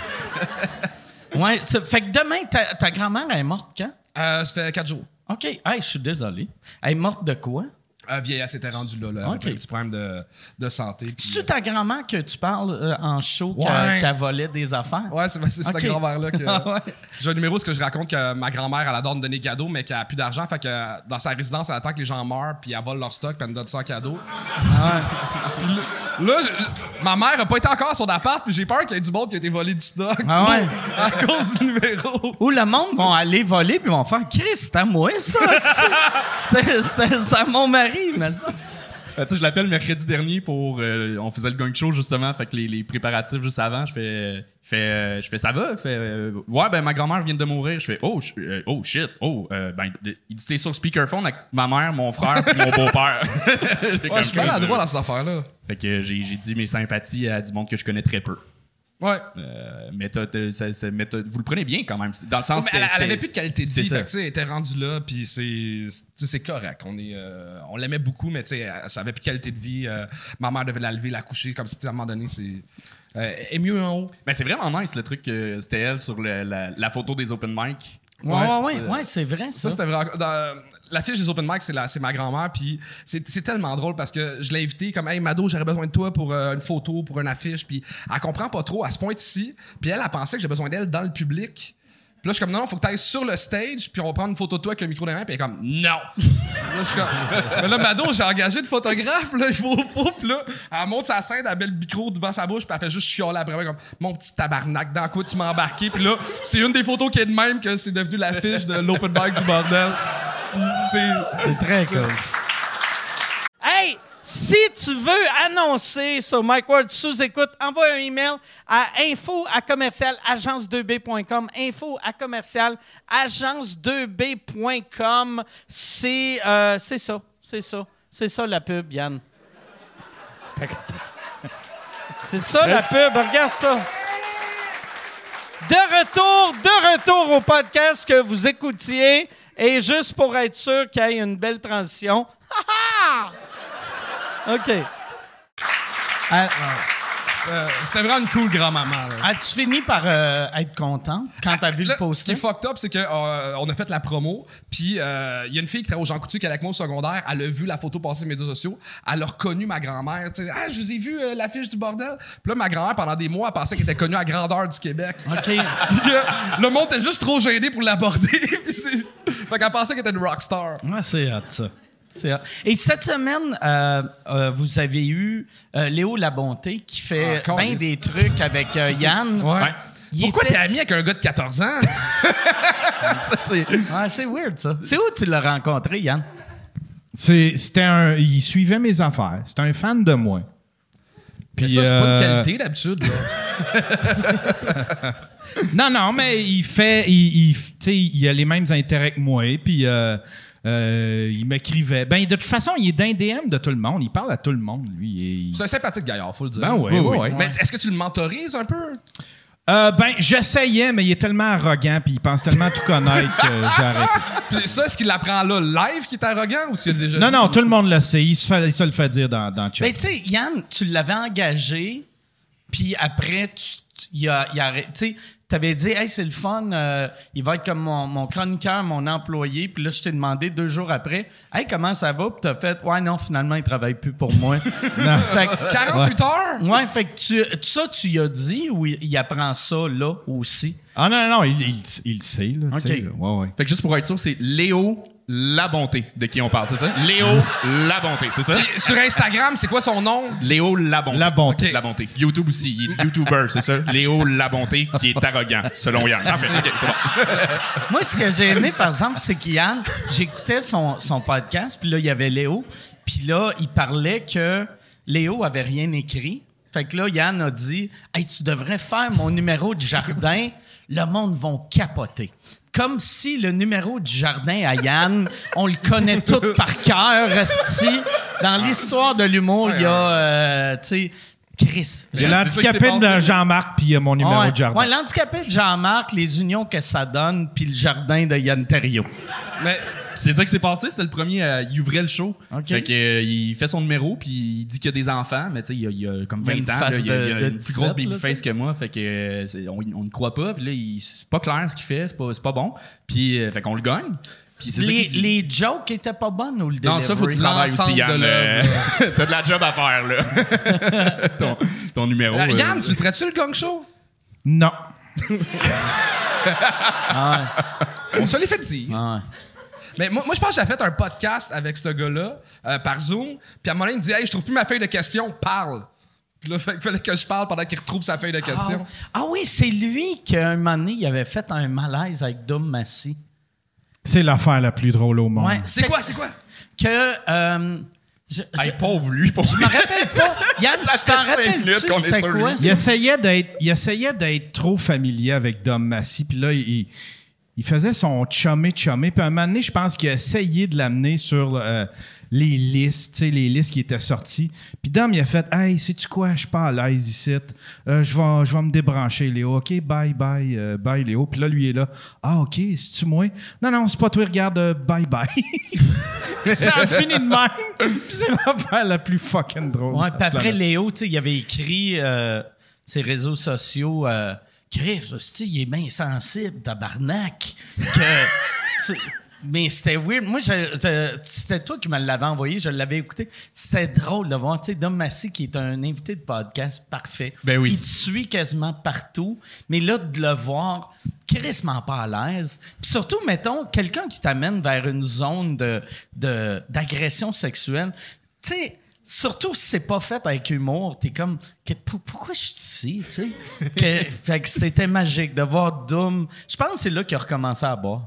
Speaker 2: Ouais, ça, fait que demain, ta, ta grand-mère, elle est morte quand?
Speaker 5: Euh, ça fait quatre jours.
Speaker 2: OK. Hey, je suis désolé. Elle est morte de quoi?
Speaker 5: Euh, vieillesse était rendue là, là
Speaker 2: Okay.
Speaker 5: avec un petit problème de, de santé.
Speaker 2: C'est-tu
Speaker 5: euh...
Speaker 2: ta grand-mère que tu parles euh, en show
Speaker 5: Ouais.
Speaker 2: qu'elle qu'elle volait des affaires?
Speaker 5: Ouais, c'est, c'est
Speaker 2: Okay.
Speaker 5: cette grand-mère-là que...
Speaker 2: Ouais.
Speaker 5: J'ai un numéro où je raconte que ma grand-mère, elle adore me donner cadeau, mais qu'elle a plus d'argent. Fait que dans sa résidence, elle attend que les gens meurent, puis elle vole leur stock, puis elle me donne ça en cadeau. Puis là, là je- ma mère a pas été encore à son appart, puis j'ai peur qu'il y ait du monde qui a été volé du stock.
Speaker 2: Ah ouais?
Speaker 5: À cause du numéro.
Speaker 2: Où le monde va aller voler puis vont faire « Chris, c'est à moi, ça! C'était, c'était, c'est à mon mari, mais ça... »
Speaker 4: Euh, tu sais, je l'appelle mercredi dernier pour... euh, on faisait le gang show, justement, fait que les, les préparatifs juste avant, je fais... Je fais, euh, je fais ça va? Il fait, euh, ouais, ben ma grand-mère vient de mourir. Je fais, oh, sh- euh, oh shit, oh, euh, ben, d- il dit, t'es sur speakerphone avec ma mère, mon frère puis mon beau-père. J'ai
Speaker 5: Ouais, je suis
Speaker 4: comme-
Speaker 5: maladroit dans cette affaire-là.
Speaker 4: Fait que j'ai, j'ai dit mes sympathies à du monde que je connais très peu.
Speaker 5: Ouais.
Speaker 4: Euh, mais, t'as, t'as- ça- ça- mais t'as- vous le prenez bien quand même. Dans le sens
Speaker 5: Ouais, mais elle,
Speaker 4: c'était-
Speaker 5: elle avait plus de qualité de
Speaker 4: c'est
Speaker 5: vie.
Speaker 4: ça.
Speaker 5: Fait que, tu sais, elle était rendue là, puis c'est, c'est, tu sais, c'est correct. On, est, euh, on l'aimait beaucoup, mais tu sais, elle- ça avait plus de qualité de vie. Euh, ma mère devait la lever, la coucher, comme si, tu sais, à un moment donné, c'est. Euh, elle est mieux en haut.
Speaker 4: Mais c'est vraiment nice le truc que c'était elle sur le- la, la photo des open mic.
Speaker 2: Ouais, ouais, ouais, ouais, c'est vrai, ça.
Speaker 5: Ça, c'était vraiment. Dans, l'affiche des open mic, c'est, la, c'est ma grand-mère, puis c'est, c'est tellement drôle parce que je l'ai invitée comme, hey, Mado, j'aurais besoin de toi pour euh, une photo, pour une affiche, puis elle comprend pas trop, elle se pointe ici, puis elle, elle pensait que j'ai besoin d'elle dans le public. Puis là, je suis comme, non, non, faut que tu ailles sur le stage, puis on va prendre une photo de toi avec le micro dans les mains, puis elle est comme, non. Là, je suis comme, mais là, Mado, j'ai engagé de photographe, là, il faut, faut, puis là, elle monte sa scène, elle met le micro devant sa bouche, puis elle fait juste chialer après, comme, mon petit tabarnak, dans quoi tu m'as embarqué, puis là, c'est une des photos qui est de même que c'est devenu l'affiche de l'open mic du bordel. C'est.
Speaker 2: C'est très cool. Hey, si tu veux annoncer sur Mike Ward sous-écoute, envoie un email à info à commercial agence deux b point com. info à commercial agence deux b point com. C'est, euh, c'est ça, c'est ça. C'est ça la pub, Yann. C'est ça la pub, regarde ça. De retour, de retour au podcast que vous écoutiez. Et juste pour être sûr qu'il y ait une belle transition. OK. Ah,
Speaker 5: Euh, c'était vraiment une cool grand-maman. là.
Speaker 2: as-tu fini par euh, être content quand t'as vu
Speaker 5: Là,
Speaker 2: le poster?
Speaker 5: Ce qui est fucked up, c'est qu'on a fait la promo, puis euh, il y a une fille qui travaille au Jean Coutu qui est avec moi au secondaire. Elle a vu la photo passer sur les médias sociaux. Elle a reconnu ma grand-mère. Tu sais, ah, je vous ai vu euh, l'affiche du bordel. Puis là, ma grand-mère, pendant des mois, elle pensait qu'elle était connue à grandeur du Québec.
Speaker 2: OK.
Speaker 5: Puis que le monde était juste trop gêné pour l'aborder. Puis c'est- fait qu'elle pensait qu'elle était une rockstar.
Speaker 2: Ouais, c'est hot, ça. C'est hot. Et cette semaine, euh, euh, vous avez eu euh, Léo Labonté qui fait
Speaker 5: Encore
Speaker 2: bien
Speaker 5: des-
Speaker 2: des trucs avec euh, Yann.
Speaker 5: Ouais.
Speaker 2: Il
Speaker 5: Pourquoi
Speaker 2: était-
Speaker 5: t'es ami avec un gars de quatorze ans?
Speaker 2: Ça, c'est... Ouais, c'est weird, ça. C'est où tu l'as rencontré, Yann?
Speaker 3: C'est- C'était un. Il suivait mes affaires. C'était un fan de moi.
Speaker 5: Mais
Speaker 3: Puis,
Speaker 5: ça, c'est pas de
Speaker 3: euh,
Speaker 5: qualité d'habitude. là.
Speaker 3: Non, non, mais il fait. Il, il, tu sais, il a les mêmes intérêts que moi. Puis euh, euh, il m'écrivait. Ben, de toute façon, il est d'un D M de tout le monde. Il parle à tout le monde, lui. Il-
Speaker 5: C'est un sympathique gaillard, faut le dire.
Speaker 3: Ben oui, oui, oui.
Speaker 5: Mais est-ce que tu le mentorises un peu?
Speaker 3: Euh, ben, j'essayais, mais il est tellement arrogant puis il pense tellement tout connaître que j'ai arrêté.
Speaker 5: Puis ça, est-ce qu'il l'apprend là, live, qui est arrogant, ou tu as déjà
Speaker 3: Non,
Speaker 5: dit?
Speaker 3: non, tout le monde le sait. Il se, fait, il se le fait dire dans, dans le chat.
Speaker 2: Ben, tu sais, Yann, tu l'avais engagé, puis après, tu, tu- il a, il a arrêté. Tu sais, t'avais dit, hey, c'est le fun, euh, il va être comme mon, mon chroniqueur, mon employé. Puis là, je t'ai demandé deux jours après, hey, comment ça va? Puis t'as fait, ouais, non, finalement, il travaille plus pour moi. Non. Fait que-
Speaker 5: quarante-huit heures?
Speaker 2: ouais, fait que tu, ça, tu y as dit ou il, il apprend ça là aussi?
Speaker 3: Ah non, non, non, il, il, il le sait. Là, tu sais,
Speaker 2: OK.
Speaker 3: là. Ouais, ouais.
Speaker 4: Fait que juste pour être sûr, c'est Léo Labonté de qui on parle, c'est ça? Léo Labonté, c'est ça?
Speaker 5: Puis sur Instagram, c'est quoi son nom?
Speaker 4: Léo Labonté.
Speaker 3: Labonté.
Speaker 4: Ok. Labonté. YouTube aussi, il est YouTuber, c'est ça? Léo Labonté qui est arrogant, selon Yann. Parfait, ok, c'est bon.
Speaker 2: Moi, ce que j'ai aimé, par exemple, c'est qu'Yann, j'écoutais son, son podcast, puis là, il y avait Léo, puis là, il parlait que Léo avait rien écrit. Fait que là, Yann a dit « Hey, tu devrais faire mon numéro du jardin, le monde va capoter. » Comme si le numéro du jardin à Yann, on le connaît tout par cœur, esti. Dans l'histoire de l'humour, il y a, euh, tu sais, Chris.
Speaker 3: J'ai
Speaker 4: C'est ça qui
Speaker 3: l'handicapé
Speaker 4: s'est passé.
Speaker 3: de Jean-Marc, puis il y a mon numéro
Speaker 2: Ouais,
Speaker 3: de jardin.
Speaker 2: ouais, l'handicapé de Jean-Marc, les unions que ça donne, puis le jardin de Yann Terriot.
Speaker 4: Mais c'est ça qui s'est passé, c'était le premier, euh, il ouvrait le show.
Speaker 2: OK.
Speaker 4: Fait que, euh, il fait son numéro, puis il dit qu'il y a des enfants, mais tu sais, il, y a- il y a comme
Speaker 2: Il y a
Speaker 4: vingt
Speaker 2: une
Speaker 4: ans,
Speaker 2: face
Speaker 4: là, il y a, il y a
Speaker 2: de- de
Speaker 4: une plus grosse
Speaker 2: dix-sept, là,
Speaker 4: babyface que moi, fait que euh, c'est- on, on ne croit pas, puis là, il- c'est pas clair ce qu'il fait, c'est pas, c'est pas bon, puis euh, fait qu'on le gagne. Puis c'est ça
Speaker 2: Les,
Speaker 4: qu'il dit.
Speaker 2: les jokes étaient pas bonnes ou le
Speaker 4: Non, ça, faut que tu
Speaker 2: delivery?
Speaker 4: travailles aussi,
Speaker 5: L'ensemble
Speaker 4: Yann.
Speaker 5: de
Speaker 4: euh,
Speaker 5: l'œuvre,
Speaker 4: T'as de la job à faire, là. ton, ton numéro.
Speaker 5: Euh,
Speaker 4: euh,
Speaker 5: Yann, tu le ferais-tu le gang show?
Speaker 3: Non.
Speaker 5: On se l'est fait dire.
Speaker 2: Ah ouais.
Speaker 5: Mais moi, moi je pense que j'ai fait un podcast avec ce gars-là euh, par Zoom. Puis à un moment donné, il me dit « Hey, je trouve plus ma feuille de questions. Parle. » Puis là, il fallait que je parle pendant qu'il retrouve sa feuille de questions.
Speaker 2: Ah, ah oui, c'est lui qu'un moment donné, il avait fait un malaise avec Dom Massy.
Speaker 3: C'est l'affaire la plus drôle au monde.
Speaker 2: Ouais,
Speaker 5: C'est quoi, c'est quoi?
Speaker 2: Que... euh, je, je-
Speaker 4: Hey, pauvre lui, pour
Speaker 2: je me rappelle pas. Yann,
Speaker 4: Ça
Speaker 2: tu t'en
Speaker 4: fait cinq minutes
Speaker 2: rappelles-tu?
Speaker 4: qu'on est
Speaker 2: C'était
Speaker 4: sur
Speaker 2: quoi,
Speaker 4: lui.
Speaker 2: ça?
Speaker 3: Il essayait d'être, il essayait d'être trop familier avec Dom Massy, puis là, il, il faisait son chumé chumé. Puis à un moment donné, je pense qu'il a essayé de l'amener sur euh, les listes, tu sais, les listes qui étaient sorties. Puis Dom, il a fait « Hey, sais-tu quoi? Je suis pas à l'aise ici. Euh, je vais, je vais me débrancher, Léo. OK, bye, bye, euh, bye, Léo. » Puis là, lui est là « Ah, OK, c'est-tu moi? Non, non, c'est pas toi, regarde, euh, bye, bye. » Ça a fini de même. Puis c'est l'affaire la plus fucking drôle.
Speaker 2: Ouais,
Speaker 3: de
Speaker 2: puis
Speaker 3: la
Speaker 2: après,
Speaker 3: planète.
Speaker 2: Léo, tu sais, il avait écrit euh, ses réseaux sociaux euh, Chris, hostie, il est bien sensible, tabarnak. Que, tu sais, mais c'était weird. Moi, je- je- c'était toi qui me l'avais envoyé, je l'avais écouté. C'était drôle de voir, tu sais, Dom Massy, qui est un invité de podcast parfait.
Speaker 4: Ben oui.
Speaker 2: Il te suit quasiment partout. Mais là, de le voir crissement pas à l'aise. Puis surtout, mettons, quelqu'un qui t'amène vers une zone de, de, d'agression sexuelle. Tu sais, surtout si c'est pas fait avec humour, t'es comme, que- pour- pourquoi je suis ici, tu sais? Que- fait que c'était magique de voir Dom. Je pense que c'est là qu'il a recommencé à boire.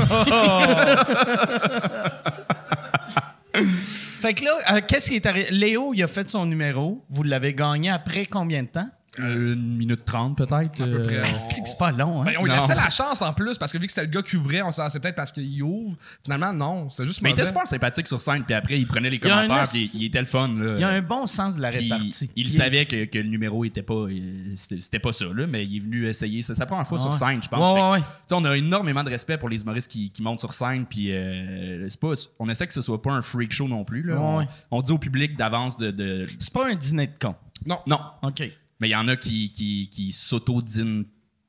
Speaker 2: Fait que là, euh, qu'est-ce qui est arrivé? Léo, il a fait son numéro. Vous l'avez gagné après combien de temps?
Speaker 4: Euh, une minute trente, peut-être.
Speaker 5: À peu près.
Speaker 4: euh,
Speaker 2: Asti que c'est pas long, hein?
Speaker 5: Ben, on lui
Speaker 4: Non.
Speaker 5: laissait la chance en plus parce que vu que c'était le gars qui ouvrait, on s'en c'est peut-être parce qu'il ouvre. Finalement, non, c'était juste
Speaker 4: Mais il était
Speaker 5: mauvais.
Speaker 4: super sympathique sur scène, puis après, il prenait les
Speaker 2: Il y a un
Speaker 4: commentaires,
Speaker 2: esti-
Speaker 4: puis il était le fun. Là.
Speaker 2: Il y a un bon sens de la
Speaker 4: Puis
Speaker 2: répartie.
Speaker 4: il
Speaker 2: Puis
Speaker 4: savait que, que le numéro était pas. euh, C'était c'était pas ça, là, mais il est venu essayer. C'est sa première fois
Speaker 2: Ouais.
Speaker 4: sur scène, je pense.
Speaker 2: Ouais,
Speaker 4: Fait que,
Speaker 2: ouais, ouais.
Speaker 4: tu sais, on a énormément de respect pour les humoristes qui, qui montent sur scène, puis euh, c'est pas, on essaie que ce soit pas un freak show non plus. Là.
Speaker 2: Ouais,
Speaker 4: on,
Speaker 2: ouais.
Speaker 4: on dit au public d'avance de, de-
Speaker 2: C'est pas un dîner de con.
Speaker 5: Non.
Speaker 4: Non,
Speaker 2: OK.
Speaker 4: mais il y en a qui, qui, qui s'auto-dînent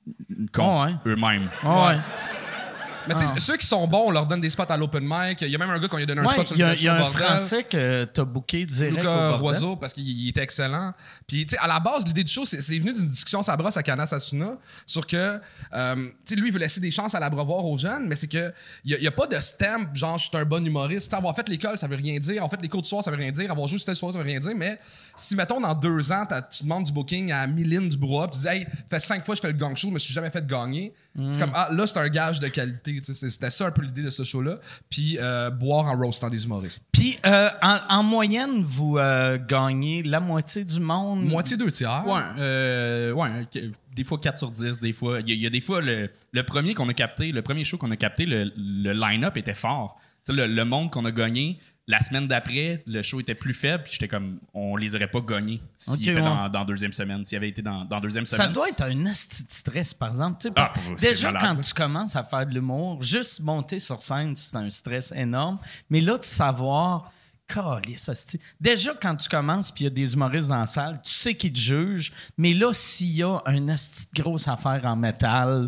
Speaker 4: con
Speaker 2: Ouais, ouais.
Speaker 4: eux-mêmes.
Speaker 2: Ah ouais.
Speaker 5: Mais tu sais, ceux qui sont bons, on leur donne des spots à l'open mic. Il y a même un gars qu'on lui a donné un
Speaker 2: Ouais,
Speaker 5: spot sur
Speaker 2: il y a,
Speaker 5: le
Speaker 2: il y a un
Speaker 5: show bordel.
Speaker 2: Français que t'as booké direct au
Speaker 5: Lucas
Speaker 2: bordel.
Speaker 5: Roiseau, parce qu'il il était excellent. Puis, tu sais, à la base, l'idée du show, c'est c'est venu d'une discussion sa brosse à Canas Asuna sur que, euh, tu sais, lui, il veut laisser des chances à l'abreuvoir aux jeunes, mais c'est que il n'y a, pas de stamp, genre, je suis un bon humoriste. T'sais, avoir fait l'école, ça veut rien dire. Avoir fait les cours de soir, ça veut rien dire. Avoir joué sur telle soirée, ça veut rien dire. Mais si, mettons, dans deux ans, t'as- tu demandes du booking à Mylène Dubois, puis tu dis, hey, fait cinq fois que je fais le gang show, mais je suis jamais fait gagner. C'est comme, ah, là, c'est un gage de qualité. Tu sais, c'est- C'était ça un peu l'idée de ce show-là. Puis, euh, boire en roastant des humoristes.
Speaker 2: Puis, euh, en, en moyenne, vous euh, gagnez la moitié du monde.
Speaker 5: Moitié deux tiers.
Speaker 4: Ouais, euh, ouais, que- des fois quatre sur dix, des fois. Il y, a- il y a des fois, le, le premier qu'on a capté, le premier show qu'on a capté, le, le line-up était fort. Tu sais, le, le monde qu'on a gagné, la semaine d'après, le show était plus faible, puis j'étais comme, on les aurait pas gagnés s'ils
Speaker 2: Ok,
Speaker 4: étaient
Speaker 2: ouais.
Speaker 4: dans, dans deuxième semaine, s'ils avaient été dans, dans deuxième
Speaker 2: Ça
Speaker 4: semaine.
Speaker 2: doit être un asti de stress, par exemple. Tu sais,
Speaker 4: Ah,
Speaker 2: parce-
Speaker 4: c'est
Speaker 2: déjà,
Speaker 4: malade,
Speaker 2: quand
Speaker 4: là.
Speaker 2: tu commences à faire de l'humour, juste monter sur scène, c'est un stress énorme. Mais là, de savoir... Calisse, asti. Déjà, quand tu commences puis il y a des humoristes dans la salle, tu sais qu'ils te jugent. Mais là, s'il y a une asti de grosse affaire en métal...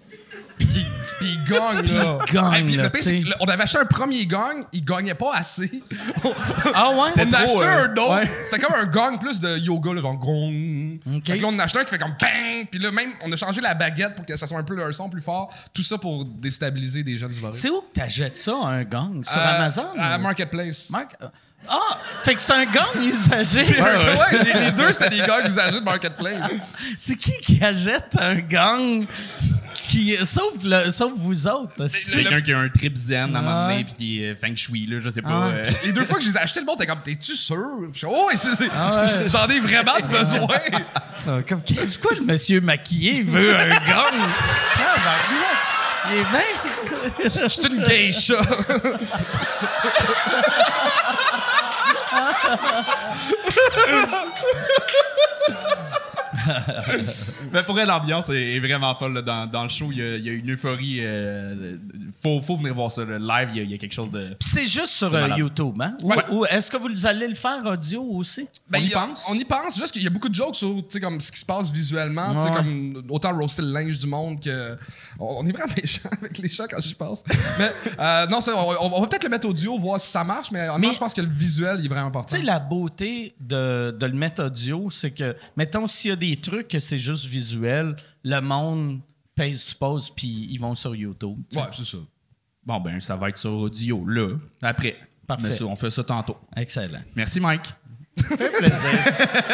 Speaker 5: Puis puis il gagne, là.
Speaker 2: il gagne,
Speaker 5: Hey, puis
Speaker 2: là,
Speaker 5: le pire, c'est
Speaker 2: t'sais.
Speaker 5: que, là, on avait acheté un premier gang, il gagnait pas assez.
Speaker 2: Ah ouais?
Speaker 5: On a acheté
Speaker 4: euh,
Speaker 5: un autre. C'était comme un gang plus de yoga, là, genre gong.
Speaker 2: Ok.
Speaker 5: Fait que là, on en a acheté un qui fait comme bang. Puis là, même, on a changé la baguette pour que ça soit un peu un son plus fort. Tout ça pour déstabiliser des jeunes humoristes.
Speaker 2: C'est où que t'achètes ça, un gang? Sur
Speaker 5: Euh,
Speaker 2: Amazon?
Speaker 5: À
Speaker 2: ou-
Speaker 5: Marketplace.
Speaker 2: Marc- Ah! Fait que c'est un gang usagé.
Speaker 5: Ouais, ouais, les, les deux, c'était des gangs usagés de Marketplace.
Speaker 2: C'est qui qui achète un gang qui. Sauf, le, sauf vous autres. hostie?
Speaker 4: Quelqu'un qui a un trip zen à un moment donné,
Speaker 2: Ouais.
Speaker 4: puis qui est feng shui, là, je sais pas.
Speaker 2: Ah.
Speaker 4: euh,
Speaker 5: Les deux fois que je les ai achetés, le monde était comme, t'es-tu sûr? Puis je suis, oh, ouais, c'est- c'est-
Speaker 2: Ah ouais.
Speaker 5: j'en ai vraiment besoin.
Speaker 2: Ça va comme. Qu'est-ce que le monsieur maquillé veut un gang? Ah, ben, il est bien.
Speaker 5: Je suis une geisha.
Speaker 4: Mais pour elle, l'ambiance est, est vraiment folle. Là. Dans, dans le show, il y, a, il y a une euphorie. Euh, faut, faut venir voir ça. Le live, il y, a, il y a quelque chose de...
Speaker 2: Puis c'est juste sur euh, YouTube, hein? Ou,
Speaker 4: Ouais.
Speaker 2: ou est-ce que vous allez le faire audio aussi?
Speaker 5: Ben,
Speaker 4: On y
Speaker 5: il y a-
Speaker 4: pense.
Speaker 5: On y pense. Juste qu'il y a beaucoup de jokes sur tu sais, comme ce qui se passe visuellement. tu sais,
Speaker 2: Ouais.
Speaker 5: Comme autant roaster le linge du monde que. On, on est vraiment méchants avec les chats quand j'y pense. Mais euh, non, ça, on, on- on va peut-être le mettre audio, voir si ça marche. Mais,
Speaker 2: Mais-
Speaker 5: moi, je pense que le visuel il est vraiment important.
Speaker 2: Tu sais, la beauté de, de le mettre audio, c'est que, mettons, s'il y a des trucs que c'est juste visuel, le monde pèse pause puis ils vont sur YouTube. tu sais.
Speaker 5: Ouais, c'est ça.
Speaker 4: Bon, ben, ça va être sur audio, là, après.
Speaker 2: Parfait.
Speaker 4: Mais ça, on fait ça tantôt.
Speaker 2: Excellent.
Speaker 4: Merci, Mike.
Speaker 2: Ça fait plaisir.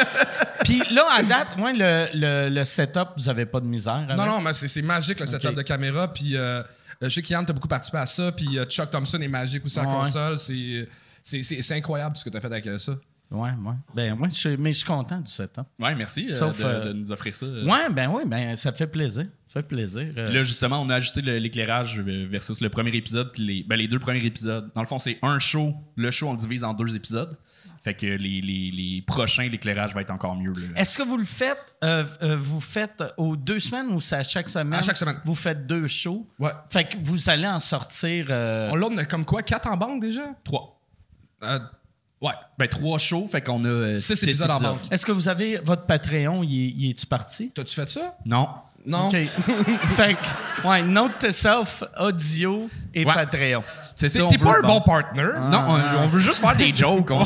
Speaker 2: Puis là, à date, moi, le, le, le setup, vous avez pas de misère avec?
Speaker 5: Non, non, mais c'est c'est magique le setup
Speaker 2: Ok.
Speaker 5: de caméra. Puis euh, je sais qu'Yann, t'as beaucoup participé à ça. Puis euh, Chuck Thompson est magique aussi à la
Speaker 2: Ouais.
Speaker 5: console. C'est- C'est c'est- c'est incroyable ce que t'as fait avec ça.
Speaker 2: Ouais, ouais. Ben, ouais, je, suis- mais je suis content du setup.
Speaker 4: Ouais, merci euh,
Speaker 2: Sauf,
Speaker 4: de,
Speaker 2: euh,
Speaker 4: de nous offrir ça.
Speaker 2: Ouais, ben oui, ben ça fait plaisir. Ça fait plaisir. Euh,
Speaker 4: Puis là, justement, on a ajusté le- l'éclairage versus le premier épisode, puis les, ben, les deux premiers épisodes. Dans le fond, c'est un show. Le show, on le divise en deux épisodes. Fait que les, les, les prochains, l'éclairage va être encore mieux. Là.
Speaker 2: Est-ce que vous le faites, euh, euh, vous faites aux deux semaines ou c'est à chaque semaine?
Speaker 5: À chaque semaine.
Speaker 2: Vous faites deux shows?
Speaker 5: Ouais.
Speaker 2: Fait que vous allez en sortir... euh,
Speaker 5: On l'a on a comme quoi? Quatre en banque déjà?
Speaker 4: Trois.
Speaker 5: Euh, ouais.
Speaker 4: Ben, trois shows, fait qu'on a euh,
Speaker 5: Six
Speaker 4: six
Speaker 5: épisodes en banque.
Speaker 2: Est-ce que vous avez... Votre Patreon, il, est- il est-tu parti?
Speaker 5: T'as-tu fait ça?
Speaker 4: Non.
Speaker 5: Non.
Speaker 2: OK. fait que, ouais, Note to Self, audio et
Speaker 4: Ouais.
Speaker 2: Patreon.
Speaker 4: C'est
Speaker 5: T'es
Speaker 4: ça. on
Speaker 5: t'es
Speaker 4: veut-
Speaker 5: pas un bon partner.
Speaker 4: Non, on, on veut juste faire des jokes. on-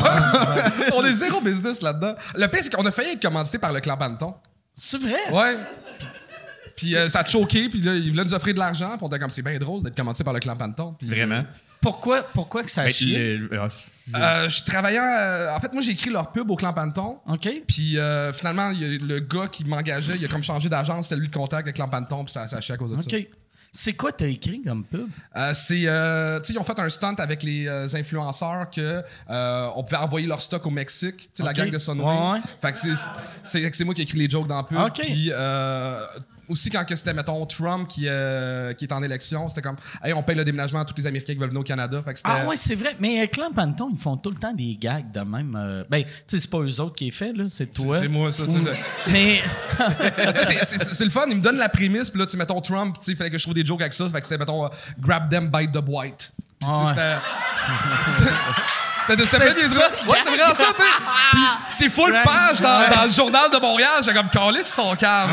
Speaker 5: On est zéro business là-dedans. Le pire, c'est qu'on a failli être commandité par le clan Banton.
Speaker 2: C'est vrai?
Speaker 5: Ouais. Puis euh, ça a choqué, puis là, ils voulaient nous offrir de l'argent, puis on était comme, c'est bien drôle d'être commandité par le clan Panton. Puis,
Speaker 4: Vraiment.
Speaker 2: Pourquoi, pourquoi que ça a
Speaker 4: Ben,
Speaker 2: chié?
Speaker 4: le- euh,
Speaker 5: Euh, je travaillais. euh, en fait, moi, j'ai écrit leur pub au clan Panton.
Speaker 2: OK.
Speaker 5: Puis euh, finalement, il y a le gars qui m'engageait, il a comme changé d'agence, c'était lui le contact avec le clan Panton, puis ça, ça a chié à cause de ça.
Speaker 2: OK. C'est quoi t'as écrit comme pub?
Speaker 5: Euh, c'est, euh, tu sais, ils ont fait un stunt avec les euh, influenceurs que euh, on pouvait envoyer leur stock au Mexique, tu sais, la
Speaker 2: Ok.
Speaker 5: gang de Sunway.
Speaker 2: Ouais, ouais.
Speaker 5: Fait que c'est, c'est, c'est moi qui ai écrit les jokes dans la pub.
Speaker 2: Ok.
Speaker 5: Puis euh, aussi quand que c'était mettons Trump qui, euh, qui est en élection, c'était comme, hey, on paye le déménagement à tous les Américains qui veulent venir au Canada. Fait que c'était,
Speaker 2: Ah ouais, c'est vrai. Mais avec Clan Panton, ils font tout le temps des gags de même. euh, Ben, tu sais, c'est pas eux autres qui est fait, là, c'est
Speaker 5: c'est,
Speaker 2: toi.
Speaker 5: c'est moi ça. tu sais.
Speaker 2: Mais
Speaker 5: Ah, tu sais, c'est, c'est- c'est le fun, ils me donnent la prémisse, puis là, tu sais, mettons Trump, tu sais, il fallait que je trouve des jokes avec ça, fait que c'était, mettons, euh, grab them by the white. Puis, tu sais,
Speaker 2: Ah ouais.
Speaker 5: c'était. c'était- C'était de c'était bien
Speaker 2: ça,
Speaker 5: des Ouais, c'est vraiment ça, tu sais. Puis c'est full
Speaker 2: Ouais.
Speaker 5: page dans,
Speaker 2: Ouais.
Speaker 5: dans le journal de Montréal, j'ai comme calé sur son cave.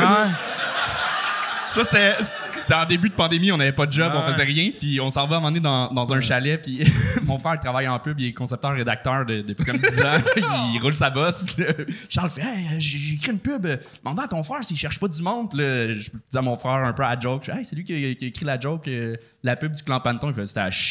Speaker 4: Ça, c'est- c'était en début de pandémie, on n'avait pas de job,
Speaker 2: Ah
Speaker 4: on faisait rien, puis on s'en va à un moment donné dans, dans un chalet, puis mon frère il travaille en pub, il est concepteur-rédacteur de- depuis comme dix ans, il roule sa bosse, puis là, Charles fait hey, « j'ai j'ai écrit une pub, demande à ton frère s'il cherche pas du monde », puis là, je dis à mon frère un peu à la joke, je dis « Hey, c'est lui qui a, qui a écrit la joke, euh, la pub du clan Panton », il fait « C'était à chier ».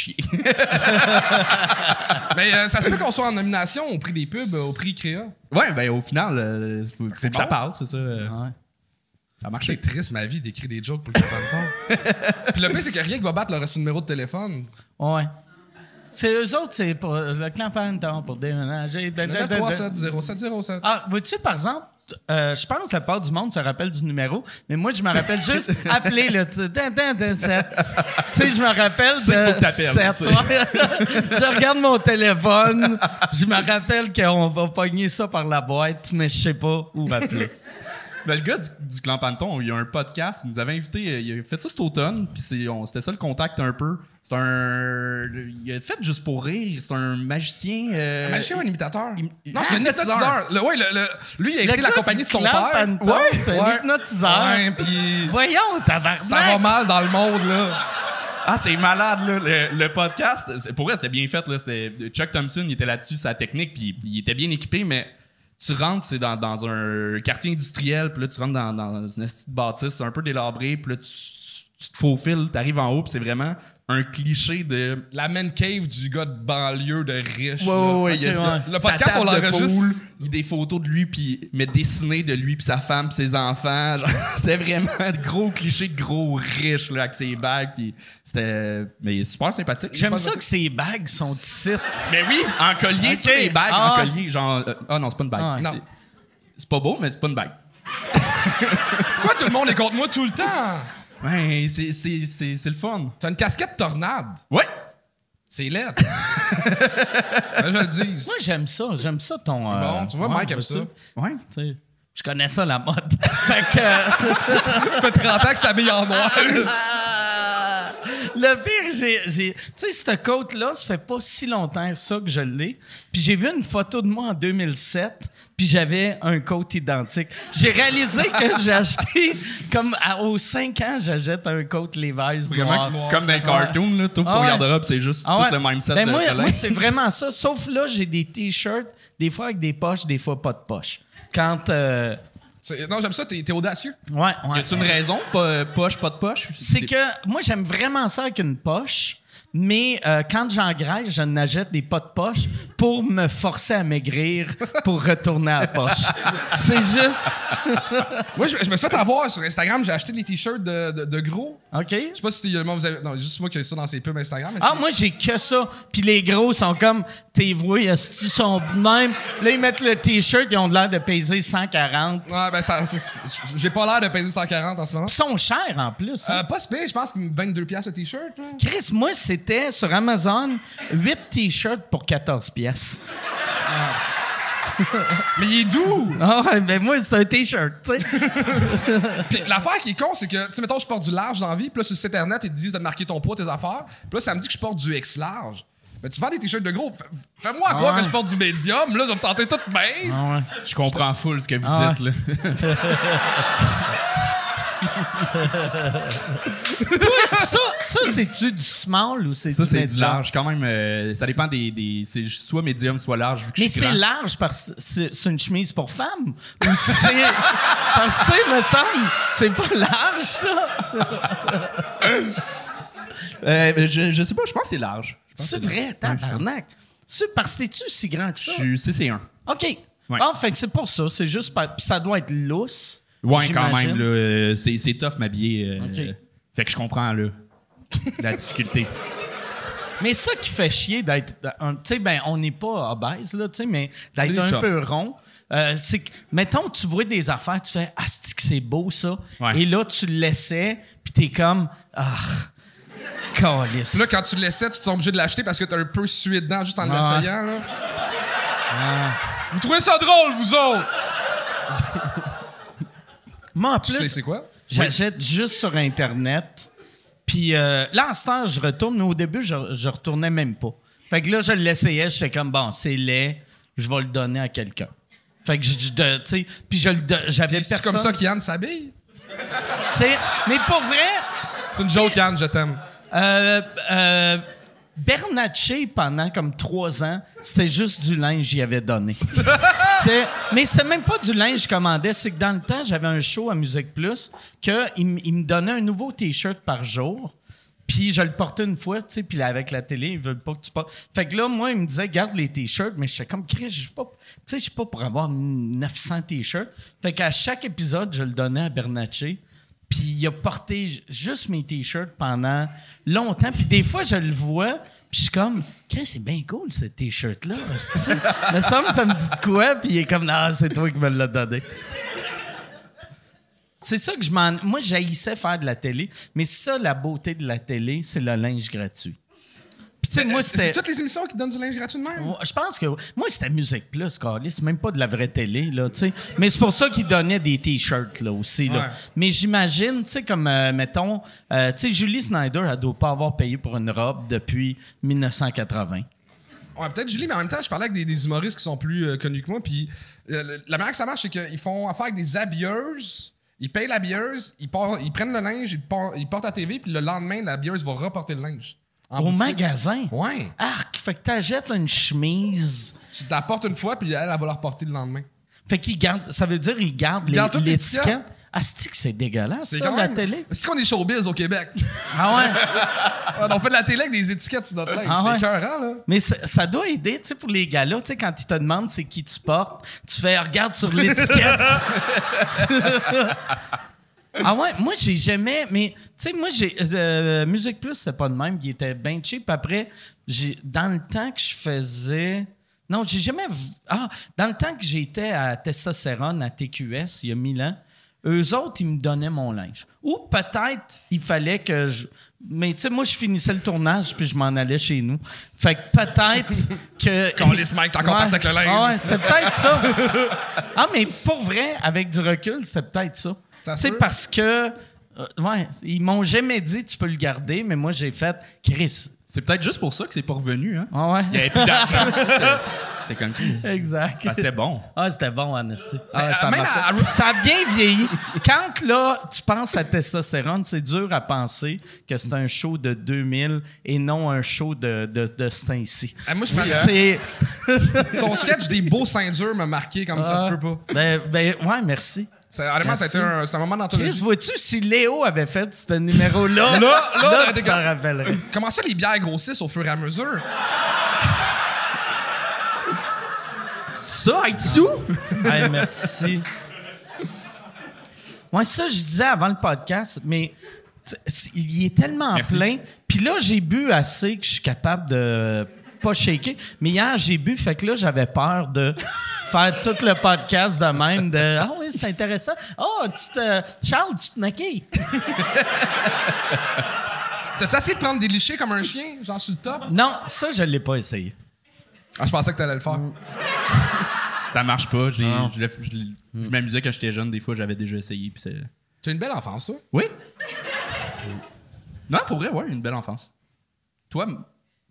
Speaker 5: Mais euh, ça se peut qu'on soit en nomination au prix des pubs, euh, au prix Créa.
Speaker 4: Ouais, ben au final, euh, faut- faut que ça
Speaker 5: bon.
Speaker 4: parle, c'est ça. euh,
Speaker 2: Ouais.
Speaker 4: Ça
Speaker 5: C'est
Speaker 4: marche.
Speaker 5: triste, ma vie, d'écrire des jokes pour le Panton. Puis le pire, c'est qu'il n'y a rien qui va battre leur numéro de téléphone.
Speaker 2: Ouais. C'est eux autres, c'est pour le Clan Panton, pour déménager.
Speaker 5: Le neuf trois sept zéro sept zéro sept.
Speaker 2: Ah, vois-tu, par exemple, euh, je pense que la part du monde se rappelle du numéro, mais moi, je me rappelle juste appeler le tu sept. Tu sais, je me rappelle
Speaker 4: C'est qu'il faut que
Speaker 2: de
Speaker 4: t'appelles,
Speaker 2: sept. Ouais. Je regarde mon téléphone, je me rappelle qu'on va pogner ça par la boîte, mais je sais pas où appeler.
Speaker 4: Ben, le gars du, du clan Panton, il y a un podcast, il nous avait invité, euh, il a fait ça cet automne, puis c'est, on- c'était ça le contact un peu. C'est un. Il a fait juste pour rire, c'est un magicien. euh,
Speaker 5: Un magicien ou un imitateur?
Speaker 4: il-
Speaker 5: Non, c'est un
Speaker 4: hypnotiseur.
Speaker 5: hypnotiseur. Le, ouais, le, le- lui, il a
Speaker 2: Le
Speaker 5: écouté la
Speaker 2: gars
Speaker 5: compagnie
Speaker 2: du
Speaker 5: de son
Speaker 2: clan
Speaker 5: père.
Speaker 2: Panton, c'est un hypnotiseur.
Speaker 5: Ouais, puis
Speaker 2: Voyons, tabarnak!
Speaker 5: ça va mal dans le monde, là.
Speaker 4: Ah, c'est malade, là. Le, le podcast, c'est- pour vrai, c'était bien fait, là. C'est, Chuck Thompson, il était là-dessus, sa technique, puis il était bien équipé, mais tu rentres, c'est dans, dans un quartier industriel, puis là, tu rentres dans, dans une petite bâtisse un peu délabrée, puis là, tu, tu te faufiles, t'arrives en haut, puis c'est vraiment un cliché de.
Speaker 5: La man cave du gars de banlieue de riche.
Speaker 4: Ouais,
Speaker 5: là.
Speaker 4: ouais, ouais, il y a-
Speaker 2: Ok, ouais.
Speaker 5: Le
Speaker 4: sa
Speaker 5: podcast, on
Speaker 4: table de
Speaker 5: l'enregistre.
Speaker 4: poule, il y a des photos de lui, puis mais dessinées de lui, puis sa femme, puis ses enfants. Genre, c'était vraiment de gros clichés de gros riches, là, avec ses bagues, puis c'était. Mais il est super sympathique.
Speaker 2: J'aime
Speaker 4: Super
Speaker 2: ça que ces bagues sont ici.
Speaker 4: Mais oui, en collier,
Speaker 2: Ok.
Speaker 4: tu sais, les bagues
Speaker 2: Ah.
Speaker 4: en collier, genre. euh, ah non, c'est pas une bague.
Speaker 2: Ah,
Speaker 4: C'est-
Speaker 5: non.
Speaker 4: C'est pas beau, mais c'est pas une bague.
Speaker 5: Pourquoi tout le monde est contre moi tout le temps?
Speaker 4: Ouais, c'est, c'est, c'est, c'est le fun.
Speaker 5: T'as une casquette tornade.
Speaker 4: Ouais.
Speaker 5: C'est laid. je le dis.
Speaker 2: Moi, j'aime ça. J'aime ça, ton. euh,
Speaker 5: Bon, tu vois, Mike aime
Speaker 2: vois-tu?
Speaker 5: ça.
Speaker 4: Ouais.
Speaker 2: Tu sais, je connais ça, la mode. Fait que...
Speaker 5: Ça fait trente ans que ça s'habille en noir.
Speaker 2: Le pire, j'ai... j'ai tu sais, cette côte-là, ça fait pas si longtemps que ça que je l'ai. Puis j'ai vu une photo de moi en deux mille sept, puis j'avais un coat identique. J'ai réalisé que j'ai acheté, comme à- aux cinq ans, j'achète un coat Levi's noir.
Speaker 5: noir.
Speaker 4: Comme dans les cartoons, là, tout
Speaker 2: Ah
Speaker 4: ton
Speaker 2: ouais.
Speaker 4: garde-robe, c'est juste
Speaker 2: Ah
Speaker 4: tout
Speaker 2: ouais.
Speaker 4: le même set
Speaker 2: Ben
Speaker 4: de
Speaker 2: moi,
Speaker 4: de
Speaker 2: moi,
Speaker 4: linge.
Speaker 2: c'est vraiment ça. Sauf là, j'ai des T-shirts, des fois avec des poches, des fois pas de poches. Quand... euh,
Speaker 5: C'est- Non, j'aime ça, t'es, t'es audacieux.
Speaker 2: Ouais, ouais.
Speaker 4: Y a-tu une raison? Pas, poche, pas de poche?
Speaker 2: C'est que moi, j'aime vraiment ça avec une poche, mais euh, quand j'engraisse, je n'achète des pas de poche pour me forcer à maigrir pour retourner à la poche. C'est juste...
Speaker 5: Moi, je, je me suis fait avoir sur Instagram, j'ai acheté des t-shirts de, de, de gros.
Speaker 2: OK?
Speaker 5: Je sais pas si c'est- vous avez. Non, juste moi qui ai ça dans ses pubs Instagram. mais
Speaker 2: Ah,
Speaker 5: c'est-
Speaker 2: moi, j'ai que ça. Puis les gros sont comme... T'es voué, est-ce sont de même? Là, ils mettent le T-shirt, ils ont l'air de peser cent quarante.
Speaker 5: Ouais, ben, ça, c'est- c'est- j'ai pas l'air de peser cent quarante en ce moment.
Speaker 2: Ils sont chers, en plus. hein.
Speaker 5: Euh, pas si pire, je pense que vingt-deux piastres le t-shirt. là.
Speaker 2: Chris, moi, c'était sur Amazon, huit T-shirts pour quatorze pièces.
Speaker 5: Mais il est doux!
Speaker 2: Ah ouais, ben moi, c'est un T-shirt, tu sais.
Speaker 5: Puis l'affaire qui est con, c'est que, tu sais, mettons, je porte du large dans la vie, puis là, sur le site internet, ils te disent de marquer ton poids, tes affaires. Puis là, ça me dit que je porte du X large. Mais tu vends des t-shirts de gros. F- Fais-moi croire
Speaker 2: ouais.
Speaker 5: que je porte du médium. Là, je vais me sentir toute mince.
Speaker 2: Ah ouais.
Speaker 4: Je comprends full ce que vous
Speaker 2: Ah
Speaker 4: dites, là.
Speaker 2: ça, ça c'est-tu du small ou c'est
Speaker 4: Ça,
Speaker 2: du
Speaker 4: c'est du
Speaker 2: médium?
Speaker 4: large. Quand même, euh, ça dépend des, des... C'est soit médium, soit large, vu que
Speaker 2: Mais
Speaker 4: je suis
Speaker 2: c'est
Speaker 4: grand.
Speaker 2: large parce que c'est c'est une chemise pour femme? Ou c'est... parce que, tu sais, me semble, c'est pas large, ça?
Speaker 4: Euh, je, je sais pas, je pense que c'est large. Je pense
Speaker 2: C'est
Speaker 4: que
Speaker 2: vrai, tabarnak. C'est parce que t'es-tu si grand que
Speaker 4: Je
Speaker 2: ça?
Speaker 4: suis C C un.
Speaker 2: OK.
Speaker 4: Ouais.
Speaker 2: Ah, fait que c'est pour ça. C'est juste... par- Puis ça doit être lousse.
Speaker 4: Ouais, quand
Speaker 2: j'imagine.
Speaker 4: même, là. euh, C'est, c'est tough m'habiller. euh,
Speaker 2: Ok.
Speaker 4: Fait que je comprends, là, la difficulté.
Speaker 2: Mais ça qui fait chier d'être... un- Tu sais, ben, on n'est pas obèse, là, tu sais, mais d'être
Speaker 5: Des
Speaker 2: un
Speaker 5: chums.
Speaker 2: peu rond, euh, c'est que, mettons, tu vois des affaires, tu fais « Ah, c'est que c'est beau, ça.
Speaker 4: Ouais.
Speaker 2: Et là, tu le laissais, puis t'es comme « Ah, calice.
Speaker 5: Puis là, quand tu le laissais, tu te sens obligé de l'acheter parce que t'as un peu sué dedans juste en
Speaker 2: Ouais.
Speaker 5: l'essayant. Là. Vous trouvez ça drôle, vous autres?
Speaker 2: Moi, en
Speaker 5: Tu
Speaker 2: plus,
Speaker 5: sais c'est quoi?
Speaker 2: j'achète juste sur Internet. Puis euh, là, en ce temps, je retourne, mais au début, je, je retournais même pas. Fait que là, je l'essayais, j'étais comme, bon, c'est laid, je vais le donner à quelqu'un. Fait que, je, je- de- tu sais, puis je le do- j'avais
Speaker 5: C'est
Speaker 2: personne.
Speaker 5: comme ça qu'Yann s'habille?
Speaker 2: C'est, mais pour vrai,
Speaker 5: C'est une joke, Yann, je t'aime.
Speaker 2: euh, euh, Bernatchez, pendant comme trois ans, c'était juste du linge que j'y avais donné. C'était- mais c'est même pas du linge que je commandais, c'est que dans le temps, j'avais un show à Musique Plus qu'il m- il me donnait un nouveau T-shirt par jour. Puis je le portais une fois, tu sais, puis là, avec la télé, ils veulent pas que tu portes. Fait que là, moi, ils me disaient, garde les T-shirts, mais j'étais comme, Chris, je suis pas, tu sais, je suis pas pour avoir neuf cents T-shirts. Fait qu'à chaque épisode, je le donnais à Bernatchez. Puis il a porté j- juste mes T-shirts pendant longtemps. Puis des fois, je le vois, puis je suis comme, Chris, c'est bien cool, ce T-shirt-là. esti. Me semble que ça me dit de quoi, puis il est comme, non, c'est toi qui me l'as donné. C'est ça que je m'en... Moi, j'haïssais faire de la télé, mais ça, la beauté de la télé, c'est le linge gratuit. Puis tu sais, moi,
Speaker 5: C'est
Speaker 2: c'était...
Speaker 5: toutes les émissions qui te donnent du linge gratuit de même?
Speaker 2: Ouais, je pense que... Moi, c'était Musique Plus, Carly. C'est même pas de la vraie télé, là, tu sais. Mais c'est pour ça qu'ils donnaient des T-shirts, là, aussi, là.
Speaker 5: Ouais.
Speaker 2: Mais j'imagine, tu sais, comme, euh, mettons... euh, tu sais, Julie Snyder, elle doit pas avoir payé pour une robe depuis dix-neuf cent quatre-vingts.
Speaker 5: Ouais, peut-être Julie, mais en même temps, je parlais avec des, des humoristes qui sont plus euh, connus que moi. Puis euh, le- la manière que ça marche, c'est qu'ils font affaire avec des habilleuses. Ils payent l'habilleuse, ils, part- ils prennent le linge, ils, part- ils portent à la T V, puis le lendemain, l'habilleuse va reporter le linge. En
Speaker 2: Au
Speaker 5: boutique.
Speaker 2: magasin?
Speaker 5: Ouais.
Speaker 2: Arc! Fait que t'achètes une chemise...
Speaker 5: Tu la portes une fois, puis elle, elle va la reporter le lendemain.
Speaker 2: Fait qu'ils gardent... Ça veut dire qu'ils gardent
Speaker 5: Ils
Speaker 2: les-
Speaker 5: gardent toute
Speaker 2: l'étiquette.
Speaker 5: l'étiquette.
Speaker 2: Ah, c'est que c'est dégueulasse,
Speaker 5: C'est
Speaker 2: ça,
Speaker 5: quand
Speaker 2: la
Speaker 5: même-
Speaker 2: télé?
Speaker 5: C'est qu'on est showbiz au Québec.
Speaker 2: Ah ouais?
Speaker 5: on fait de la télé avec des étiquettes sur notre linge.
Speaker 2: Ah
Speaker 5: c'est
Speaker 2: ouais?
Speaker 5: écœurant, là.
Speaker 2: Mais ça, ça doit aider, tu sais, pour les gars-là, tu sais, quand ils te demandent c'est qui tu portes, tu fais regarde sur l'étiquette. Ah ouais, moi j'ai jamais, mais tu sais, moi j'ai euh, Musique Plus, c'était pas de même, il était bien cheap. Après, j'ai dans le temps que je faisais, non, j'ai jamais, v- ah, dans le temps que j'étais à Testostérone à T Q S il y a mille ans, eux autres, ils me donnaient mon linge. Ou peut-être, il fallait que je... Mais tu sais, moi, je finissais le tournage puis je m'en allais chez nous. Fait que peut-être que...
Speaker 5: Quand les Mike, t'es encore
Speaker 2: Ouais.
Speaker 5: parti avec le linge.
Speaker 2: Ah ouais, c'est peut-être ça. Ah, mais pour vrai, avec du recul, c'est peut-être ça.
Speaker 5: Ça
Speaker 2: Tu
Speaker 5: se
Speaker 2: sais,
Speaker 5: peut.
Speaker 2: parce que... euh, ouais, ils m'ont jamais dit tu peux le garder, mais moi, j'ai fait Chris.
Speaker 4: C'est peut-être juste pour ça que c'est pas revenu, hein?
Speaker 2: Ah ouais?
Speaker 4: Il y avait plus d'argent. C'était- C'était comme ça.
Speaker 2: Exact.
Speaker 4: Ben, c'était bon.
Speaker 2: Ah, c'était bon, Honesty.
Speaker 5: Mais,
Speaker 2: Ah, ça,
Speaker 5: euh, même
Speaker 2: marchait.
Speaker 5: à-
Speaker 2: Ça a bien vieilli. Quand, là, tu penses à testostérone, c'est dur à penser que c'est un show de deux mille et non un show de, de, de ce temps-ci.
Speaker 5: Ah, moi, je
Speaker 2: C'est...
Speaker 5: Ton sketch des beaux seins durs m'a marqué comme ça se peut pas.
Speaker 2: Ben, ben, ouais, merci.
Speaker 5: C'est- Honnêtement, ça a été
Speaker 2: Merci.
Speaker 5: un, c'est un moment
Speaker 2: Chris,
Speaker 5: d'anthologie.
Speaker 2: vois-tu, si Léo avait fait ce numéro-là,
Speaker 5: Là, là,
Speaker 2: tu
Speaker 5: des
Speaker 2: t'en
Speaker 5: gars-
Speaker 2: rappellerais.
Speaker 5: Comment ça, les bières grossissent au fur et à mesure?
Speaker 4: Ça, être sous?
Speaker 2: Hey, merci. Moi, ça, je disais avant le podcast, mais t- c'est- il est tellement
Speaker 4: Merci.
Speaker 2: plein. Puis là, j'ai bu assez que je suis capable de pas shaker. Mais hier, j'ai bu, fait que là, j'avais peur de faire tout le podcast de même. De ah oui, c'est intéressant. Oh, tu te. Charles, tu te maquilles.
Speaker 5: T'as-tu essayé de prendre des lichés comme un chien, genre sur le top?
Speaker 2: Non, ça, je l'ai pas essayé.
Speaker 5: Ah, je pensais que t'allais le faire.
Speaker 4: Ça marche pas. Je, l'ai-
Speaker 2: Non.
Speaker 4: je, l'ai- je l'ai- je m'amusais quand j'étais jeune. Des fois, j'avais déjà essayé. Puis c'est...
Speaker 5: Tu as une belle enfance, toi.
Speaker 4: Oui? Non, pour vrai, ouais, une belle enfance. Toi, m-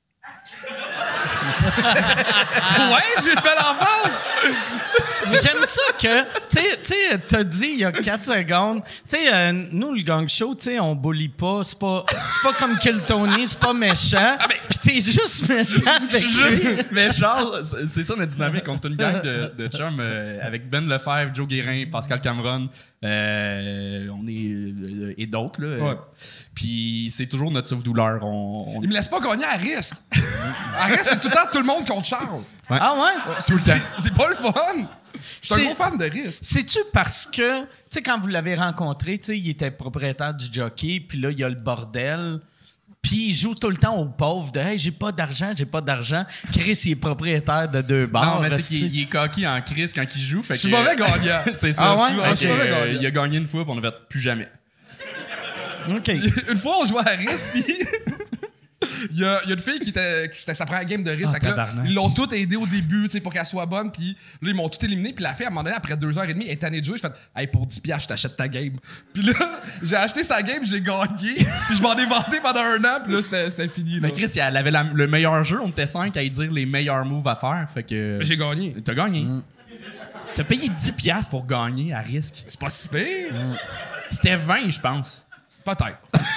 Speaker 5: Ouais, j'ai une belle enfance!
Speaker 2: J'aime ça que, tu sais, tu sais, t'as dit il y a quatre secondes, tu sais, euh, nous, le gang show, tu sais, on bully pas, c'est pas, c'est pas comme Kill Tony, c'est pas méchant, pis t'es juste méchant avec lui.
Speaker 4: Mais Charles, c'est- c'est ça notre dynamique. On est une gang de, de chums euh, avec Ben Lefebvre, Joe Guérin, Pascal Cameron. euh, on est. euh, et d'autres, là.
Speaker 5: Ouais.
Speaker 4: euh, Puis c'est toujours notre souffle-douleur. On, on-
Speaker 5: Il me laisse pas gagner à risque. À risque, c'est tout le temps tout le monde contre Charles.
Speaker 2: Ah ouais?
Speaker 4: Tout le temps.
Speaker 5: C'est pas le fun. Je suis un
Speaker 2: C'est-
Speaker 5: gros fan de risque.
Speaker 2: C'est-tu parce que, tu sais, quand vous l'avez rencontré, tu sais, il était propriétaire du jockey, puis là, il y a le bordel. Puis il joue tout le temps aux pauvres de hey, j'ai pas d'argent, j'ai pas d'argent. Chris, il est propriétaire de deux bars.
Speaker 4: Non, mais c'est
Speaker 2: resti.
Speaker 4: qu'il il est coquille en crise quand il joue. Fait
Speaker 5: Je suis
Speaker 4: que-
Speaker 5: mauvais gagnant.
Speaker 4: C'est ça.
Speaker 2: Ah ouais?
Speaker 4: Fait
Speaker 5: Ah, je suis
Speaker 4: que,
Speaker 5: mauvais
Speaker 4: euh,
Speaker 5: gagnant.
Speaker 4: il a gagné une fois, puis on ne fait plus jamais.
Speaker 2: OK.
Speaker 5: Une fois, on jouait à risque, puis il y a, il y a une fille qui était, qui c'était sa première game de risque.
Speaker 4: Ah,
Speaker 5: Fait que là,
Speaker 4: tabarnak.
Speaker 5: ils l'ont tout aidé au début, tu sais, pour qu'elle soit bonne, puis là, ils m'ont tout éliminé. Puis la fille, à un moment donné, après deux heures et demie, elle est tannée de jouer. Je fais, hey, pour dix piastres, je t'achète ta game. Puis là, j'ai acheté sa game, j'ai gagné, puis je m'en ai vanté pendant un an, puis là, c'était, c'était fini. Là.
Speaker 4: Mais Chris, elle avait la- le meilleur jeu. On était cinq à lui dire les meilleurs moves à faire. Fait que.
Speaker 5: Mais j'ai gagné.
Speaker 4: T'as gagné. T'as payé dix piastres pour gagner à risque.
Speaker 5: C'est pas si pire.
Speaker 4: C'était vingt, je pense.
Speaker 5: Peut-être.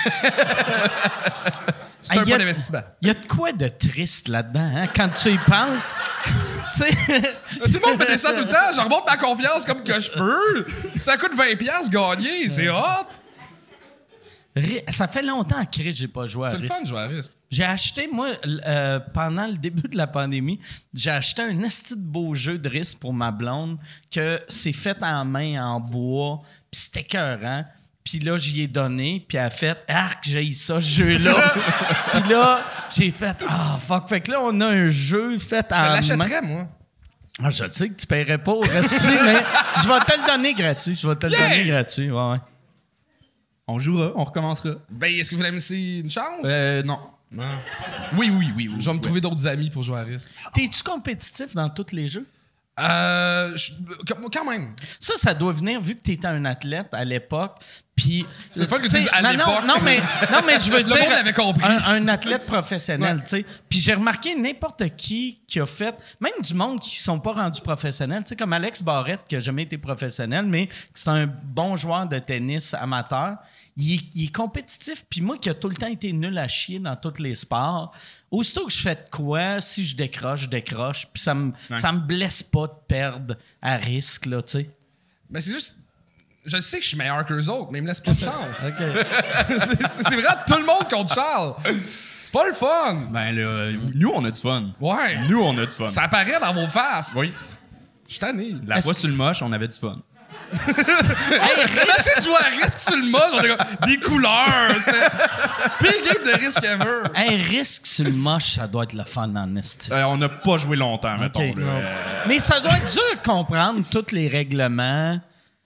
Speaker 5: C'est
Speaker 2: Hey,
Speaker 5: un
Speaker 2: y a-
Speaker 5: bon investissement.
Speaker 2: Il y a de quoi de triste là-dedans, hein, quand tu y penses. Tu sais,
Speaker 5: Tout le monde me dit ça tout le temps. Je remonte ma confiance comme que je peux. Ça coûte vingt piastres gagner. C'est hot.
Speaker 2: ri- ça fait longtemps que Chris, j'ai pas joué à
Speaker 5: C'est le
Speaker 2: risque.
Speaker 5: fun de jouer à risque.
Speaker 2: J'ai acheté, moi, l- euh, pendant le début de la pandémie, j'ai acheté un esti de beau jeu de risque pour ma blonde que c'est fait en main, en bois, puis c'était écœurant. Puis là, j'y ai donné, puis elle a fait « Arc, j'ai ça, ce jeu-là! » Puis là, j'ai fait « Ah, fuck! » Fait que là, on a un jeu fait
Speaker 5: Je te
Speaker 2: en main.
Speaker 5: l'achèterais, moi.
Speaker 2: Ah, je le sais que tu paierais pas au resti, mais je vais te le donner gratuit. Je vais te le
Speaker 5: Yeah!
Speaker 2: donner gratuit, ouais, ouais.
Speaker 4: On jouera, on recommencera.
Speaker 5: Ben, est-ce que vous voulez me laisser une chance?
Speaker 4: Euh, non.
Speaker 5: Non.
Speaker 4: Oui, oui, oui. oui
Speaker 5: Je vais me
Speaker 4: oui.
Speaker 5: trouver d'autres amis pour jouer à risque.
Speaker 2: T'es-tu compétitif dans tous les jeux?
Speaker 5: Euh. je- Quand même.
Speaker 2: Ça, ça doit venir, vu que tu étais un athlète à l'époque, puis...
Speaker 5: C'est le fun que tu
Speaker 2: t'sais,
Speaker 5: dises à
Speaker 2: non,
Speaker 5: l'époque.
Speaker 2: Non, non, mais, non, mais je veux
Speaker 5: Le
Speaker 2: dire...
Speaker 5: monde l'avait compris.
Speaker 2: Un, un athlète professionnel,
Speaker 5: Ouais.
Speaker 2: tu sais. Puis j'ai remarqué n'importe qui qui a fait... Même du monde qui sont pas rendus professionnels, tu sais, comme Alex Barrette, qui a jamais été professionnel, mais c'est un bon joueur de tennis amateur. Il est, il est compétitif, puis moi qui a tout le temps été nul à chier dans tous les sports, aussitôt que je fais de quoi, si je décroche, je décroche, puis ça me ça me blesse pas de perdre à risque, là, tu sais.
Speaker 5: Ben, c'est juste. Je sais que je suis meilleur qu'eux autres, mais ils me laissent pas de chance.
Speaker 2: OK.
Speaker 5: c'est c'est- c'est vrai, tout le monde contre Charles. C'est pas le fun.
Speaker 4: Ben là, nous, on a du fun.
Speaker 5: Ouais.
Speaker 4: Nous, on a du fun.
Speaker 5: Ça apparaît dans vos faces.
Speaker 4: Oui.
Speaker 5: Je suis tanné.
Speaker 4: La
Speaker 2: Est-ce
Speaker 4: fois
Speaker 2: que-
Speaker 4: sur le moche, on avait du fun.
Speaker 2: Hey,
Speaker 5: On a essayé de jouer à risque sur le mode, on était comme des couleurs. C'était pire game de risque ever.
Speaker 2: un risque sur le moche, ça doit être le fun en esti.
Speaker 4: Euh, on n'a pas joué longtemps, mettons.
Speaker 2: OK.
Speaker 4: là. Euh,
Speaker 2: Mais ça doit être dur de comprendre tous les règlements.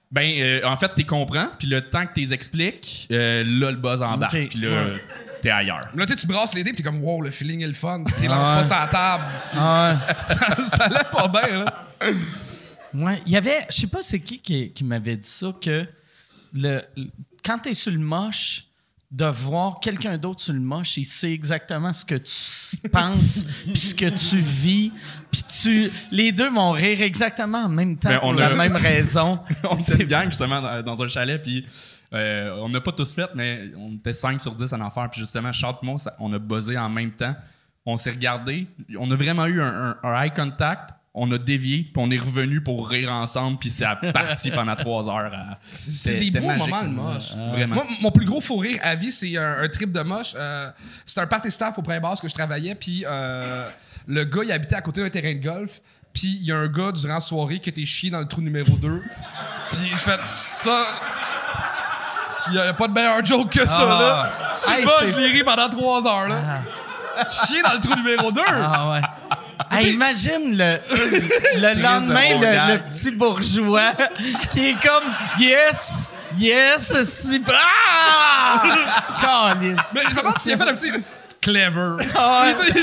Speaker 4: Ben, euh, en fait, t'es comprends, puis le temps que t'es expliques, euh, là, le buzz embarque,
Speaker 2: Ok.
Speaker 4: puis là, t'es ailleurs.
Speaker 5: Là, tu sais, tu brasses les dés, puis t'es comme, wow, le feeling est le fun. T'es lances pas sur la table.
Speaker 2: Ah ouais.
Speaker 5: ça, ça allait pas bien, là.
Speaker 2: Ouais, il y avait, je sais pas c'est qui qui, qui m'avait dit ça, que le, le- quand t'es sur le moche, de voir quelqu'un d'autre sur le moche, il sait exactement ce que tu penses, puis ce que tu vis, puis tu, les deux vont rire exactement en même temps
Speaker 4: Ben,
Speaker 2: pour
Speaker 4: on
Speaker 2: la
Speaker 4: a-
Speaker 2: même raison.
Speaker 4: On était une gang, justement, dans, dans un chalet, puis euh, on n'a pas tous fait, mais on était cinq sur dix à en faire, puis justement, Charles et moi, ça- on a buzzé en même temps. On s'est regardé, on a vraiment eu un, un- un eye contact, on a dévié, puis on est revenu pour rire ensemble, puis c'est parti pendant trois heures. à-
Speaker 5: C'est
Speaker 4: c'était-
Speaker 5: des
Speaker 4: c'était
Speaker 5: beaux
Speaker 4: magique.
Speaker 5: moments, le moche.
Speaker 4: Vraiment.
Speaker 5: Moi, mon plus gros fou rire à vie, c'est un, un trip de moche. Euh, c'était un party staff au Prince-Basse que je travaillais, puis euh, le gars, il habitait à côté d'un terrain de golf, puis il y a un gars, durant la soirée, qui était chié dans le trou numéro deux. Puis je fais ça... Il n'y a pas de meilleur joke que ça,
Speaker 2: Ah.
Speaker 5: là. Sur le
Speaker 2: Hey,
Speaker 5: bas,
Speaker 2: c'est-
Speaker 5: je l'ai ri pendant trois heures, là. Chier dans le trou numéro deux.
Speaker 2: Ah ouais. Hey, imagine le, le lendemain,
Speaker 4: bon
Speaker 2: le,
Speaker 4: gag.
Speaker 2: le petit bourgeois qui est comme Yes! Yes! Steve! Ah! Calisse.
Speaker 5: Mais je me demande s'il a fait un petit... Clever.
Speaker 2: Ah ouais.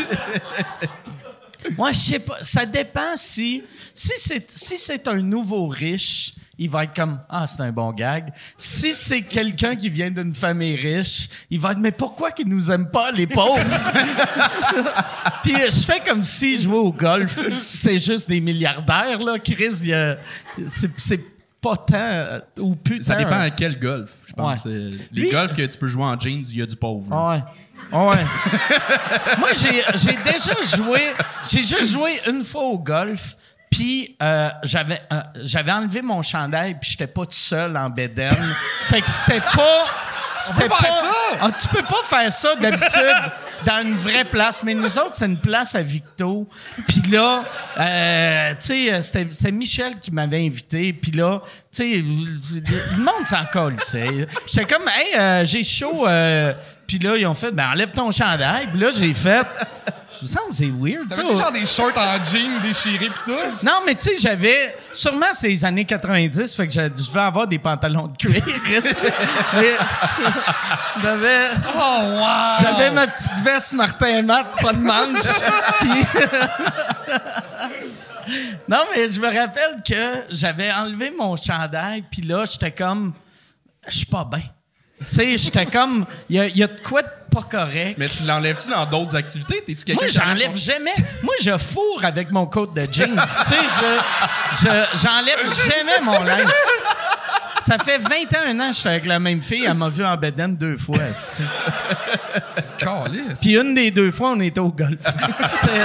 Speaker 2: Moi, je sais pas. Ça dépend si. Si c'est si c'est un nouveau riche, il va être comme Ah, c'est un bon gag. Si c'est quelqu'un qui vient d'une famille riche, il va être Mais pourquoi qu'ils nous aiment pas, les pauvres? Puis euh, je fais comme si je jouais au golf. C'était juste des milliardaires, là. Chris, il y a- c'est, c'est pas tant. euh, Ou plus
Speaker 4: Ça
Speaker 2: tant,
Speaker 4: dépend
Speaker 2: euh,
Speaker 4: à quel golf, je pense.
Speaker 2: Ouais.
Speaker 4: Euh, Les
Speaker 2: Lui-
Speaker 4: golfs que tu peux jouer en jeans, il y a du pauvre. là.
Speaker 2: Ah ouais. Ah ouais. Moi, j'ai, j'ai déjà joué. J'ai juste joué une fois au golf. Puis euh, j'avais euh, j'avais enlevé mon chandail puis j'étais pas tout seul en bédaine. Fait que c'était pas c'était
Speaker 5: peut
Speaker 2: pas
Speaker 5: faire ça!
Speaker 2: Ah, tu peux pas faire ça d'habitude dans une vraie place, mais nous autres c'est une place à Victo. Puis là euh, tu sais c'était c'est Michel qui m'avait invité puis là tu sais le monde s'en colle, tu sais. J'étais comme hey euh, j'ai chaud euh, puis là ils ont fait ben enlève ton chandail. Puis là j'ai fait je me sens que c'est weird.
Speaker 5: T'avais
Speaker 2: ça.
Speaker 5: genre des shorts en jeans déchirés pis tout?
Speaker 2: Non, mais tu sais, j'avais. Sûrement, c'est les années quatre-vingt-dix, fait que je je devais avoir des pantalons de cuir. mais. J'avais.
Speaker 5: Oh, wow!
Speaker 2: J'avais ma petite veste Martin Matt, pas de manche. Puis- non, mais je me rappelle que j'avais enlevé mon chandail, puis là, j'étais comme. Je suis pas bien. Tu sais, j'étais comme. Il y a, y a de quoi de pas correct.
Speaker 4: Mais tu l'enlèves-tu dans d'autres activités? T'es-tu quelqu'un
Speaker 2: Moi,
Speaker 4: qui enlève
Speaker 2: j'enlève
Speaker 4: ton-
Speaker 2: jamais. Moi, je fourre avec mon coat de jeans. tu sais, je, je- j'enlève jamais mon linge. Ça fait vingt et un ans que je suis avec la même fille. Elle m'a vu en bedaine deux fois. esti.
Speaker 5: Calisse.
Speaker 2: Puis une des deux fois, on était au golf. C'était...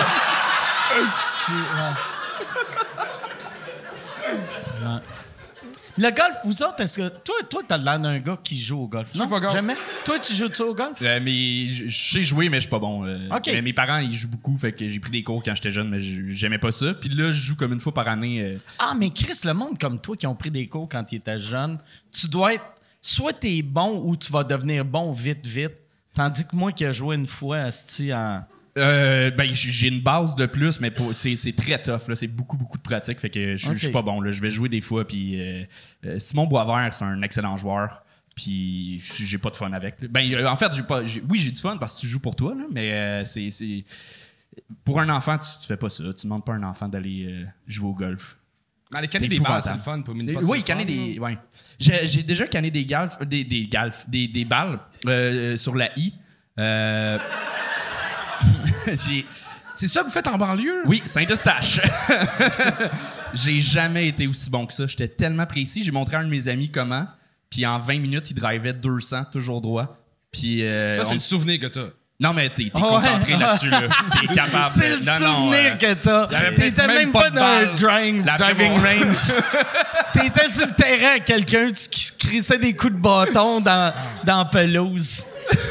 Speaker 2: Ouais. Le golf, vous autres, est-ce que... Toi, toi t'as l'air d'un gars qui joue au golf, non?
Speaker 5: joue pas au golf.
Speaker 2: Jamais? Toi, tu joues-tu au golf?
Speaker 4: Euh, mais je je sais jouer, mais je suis pas bon. euh.
Speaker 2: OK.
Speaker 4: Mais mes parents, ils jouent beaucoup, fait que j'ai pris des cours quand j'étais jeune, mais je- j'aimais pas ça. Puis là, je joue comme une fois par année. euh.
Speaker 2: Ah, mais Chris, le monde comme toi qui ont pris des cours quand ils étaient jeunes, tu dois être... Soit t'es bon ou tu vas devenir bon vite, vite. Tandis que moi qui ai joué une fois, asti, en...
Speaker 4: Euh, ben, j- j'ai une base de plus, mais pour- c'est c'est très tough. Là. C'est beaucoup, beaucoup de pratique. Fait que je je suis
Speaker 2: OK.
Speaker 4: pas bon. Là. Je vais jouer des fois. Puis euh, euh, Simon Boisvert, c'est un excellent joueur. Puis j- j'ai pas de fun avec. là. Ben, euh, en fait, j'ai pas. j'ai- oui, j'ai du fun parce que tu joues pour toi, là, mais euh, c'est c'est- pour un enfant, tu, tu fais pas ça. Tu demandes pas à un enfant d'aller euh, jouer au golf.
Speaker 5: Mais les canner
Speaker 4: C'est
Speaker 5: des balles, c'est
Speaker 4: épouvantable.
Speaker 5: le fun. Pour
Speaker 4: Des- oui, canner des. Ouais. J'ai j'ai déjà canné des galfs, des, des galfs, des, des balles euh, sur la I. Euh, j'ai.
Speaker 5: C'est ça que vous faites en banlieue?
Speaker 4: Oui, Saint-Eustache. J'ai jamais été aussi bon que ça. J'étais tellement précis. J'ai montré à un de mes amis comment. Puis en vingt minutes, il drivait deux cents, toujours droit. Puis. euh,
Speaker 5: Ça, c'est
Speaker 4: on-
Speaker 5: le souvenir que t'as.
Speaker 4: Non, mais t'es t'es
Speaker 2: Ah ouais.
Speaker 4: concentré là-dessus. Là. T'es capable.
Speaker 2: C'est le
Speaker 4: Non, non,
Speaker 2: souvenir
Speaker 4: euh,
Speaker 2: que t'as.
Speaker 4: y avait
Speaker 2: T'étais
Speaker 4: peut-être
Speaker 2: même,
Speaker 4: même
Speaker 2: pas
Speaker 4: pas de
Speaker 2: dans un
Speaker 4: balle.
Speaker 2: driving,
Speaker 4: La-
Speaker 2: driving
Speaker 4: mon-
Speaker 2: range. T'étais sur le terrain à quelqu'un tu- qui se crissait des coups de bâton dans, dans la pelouse.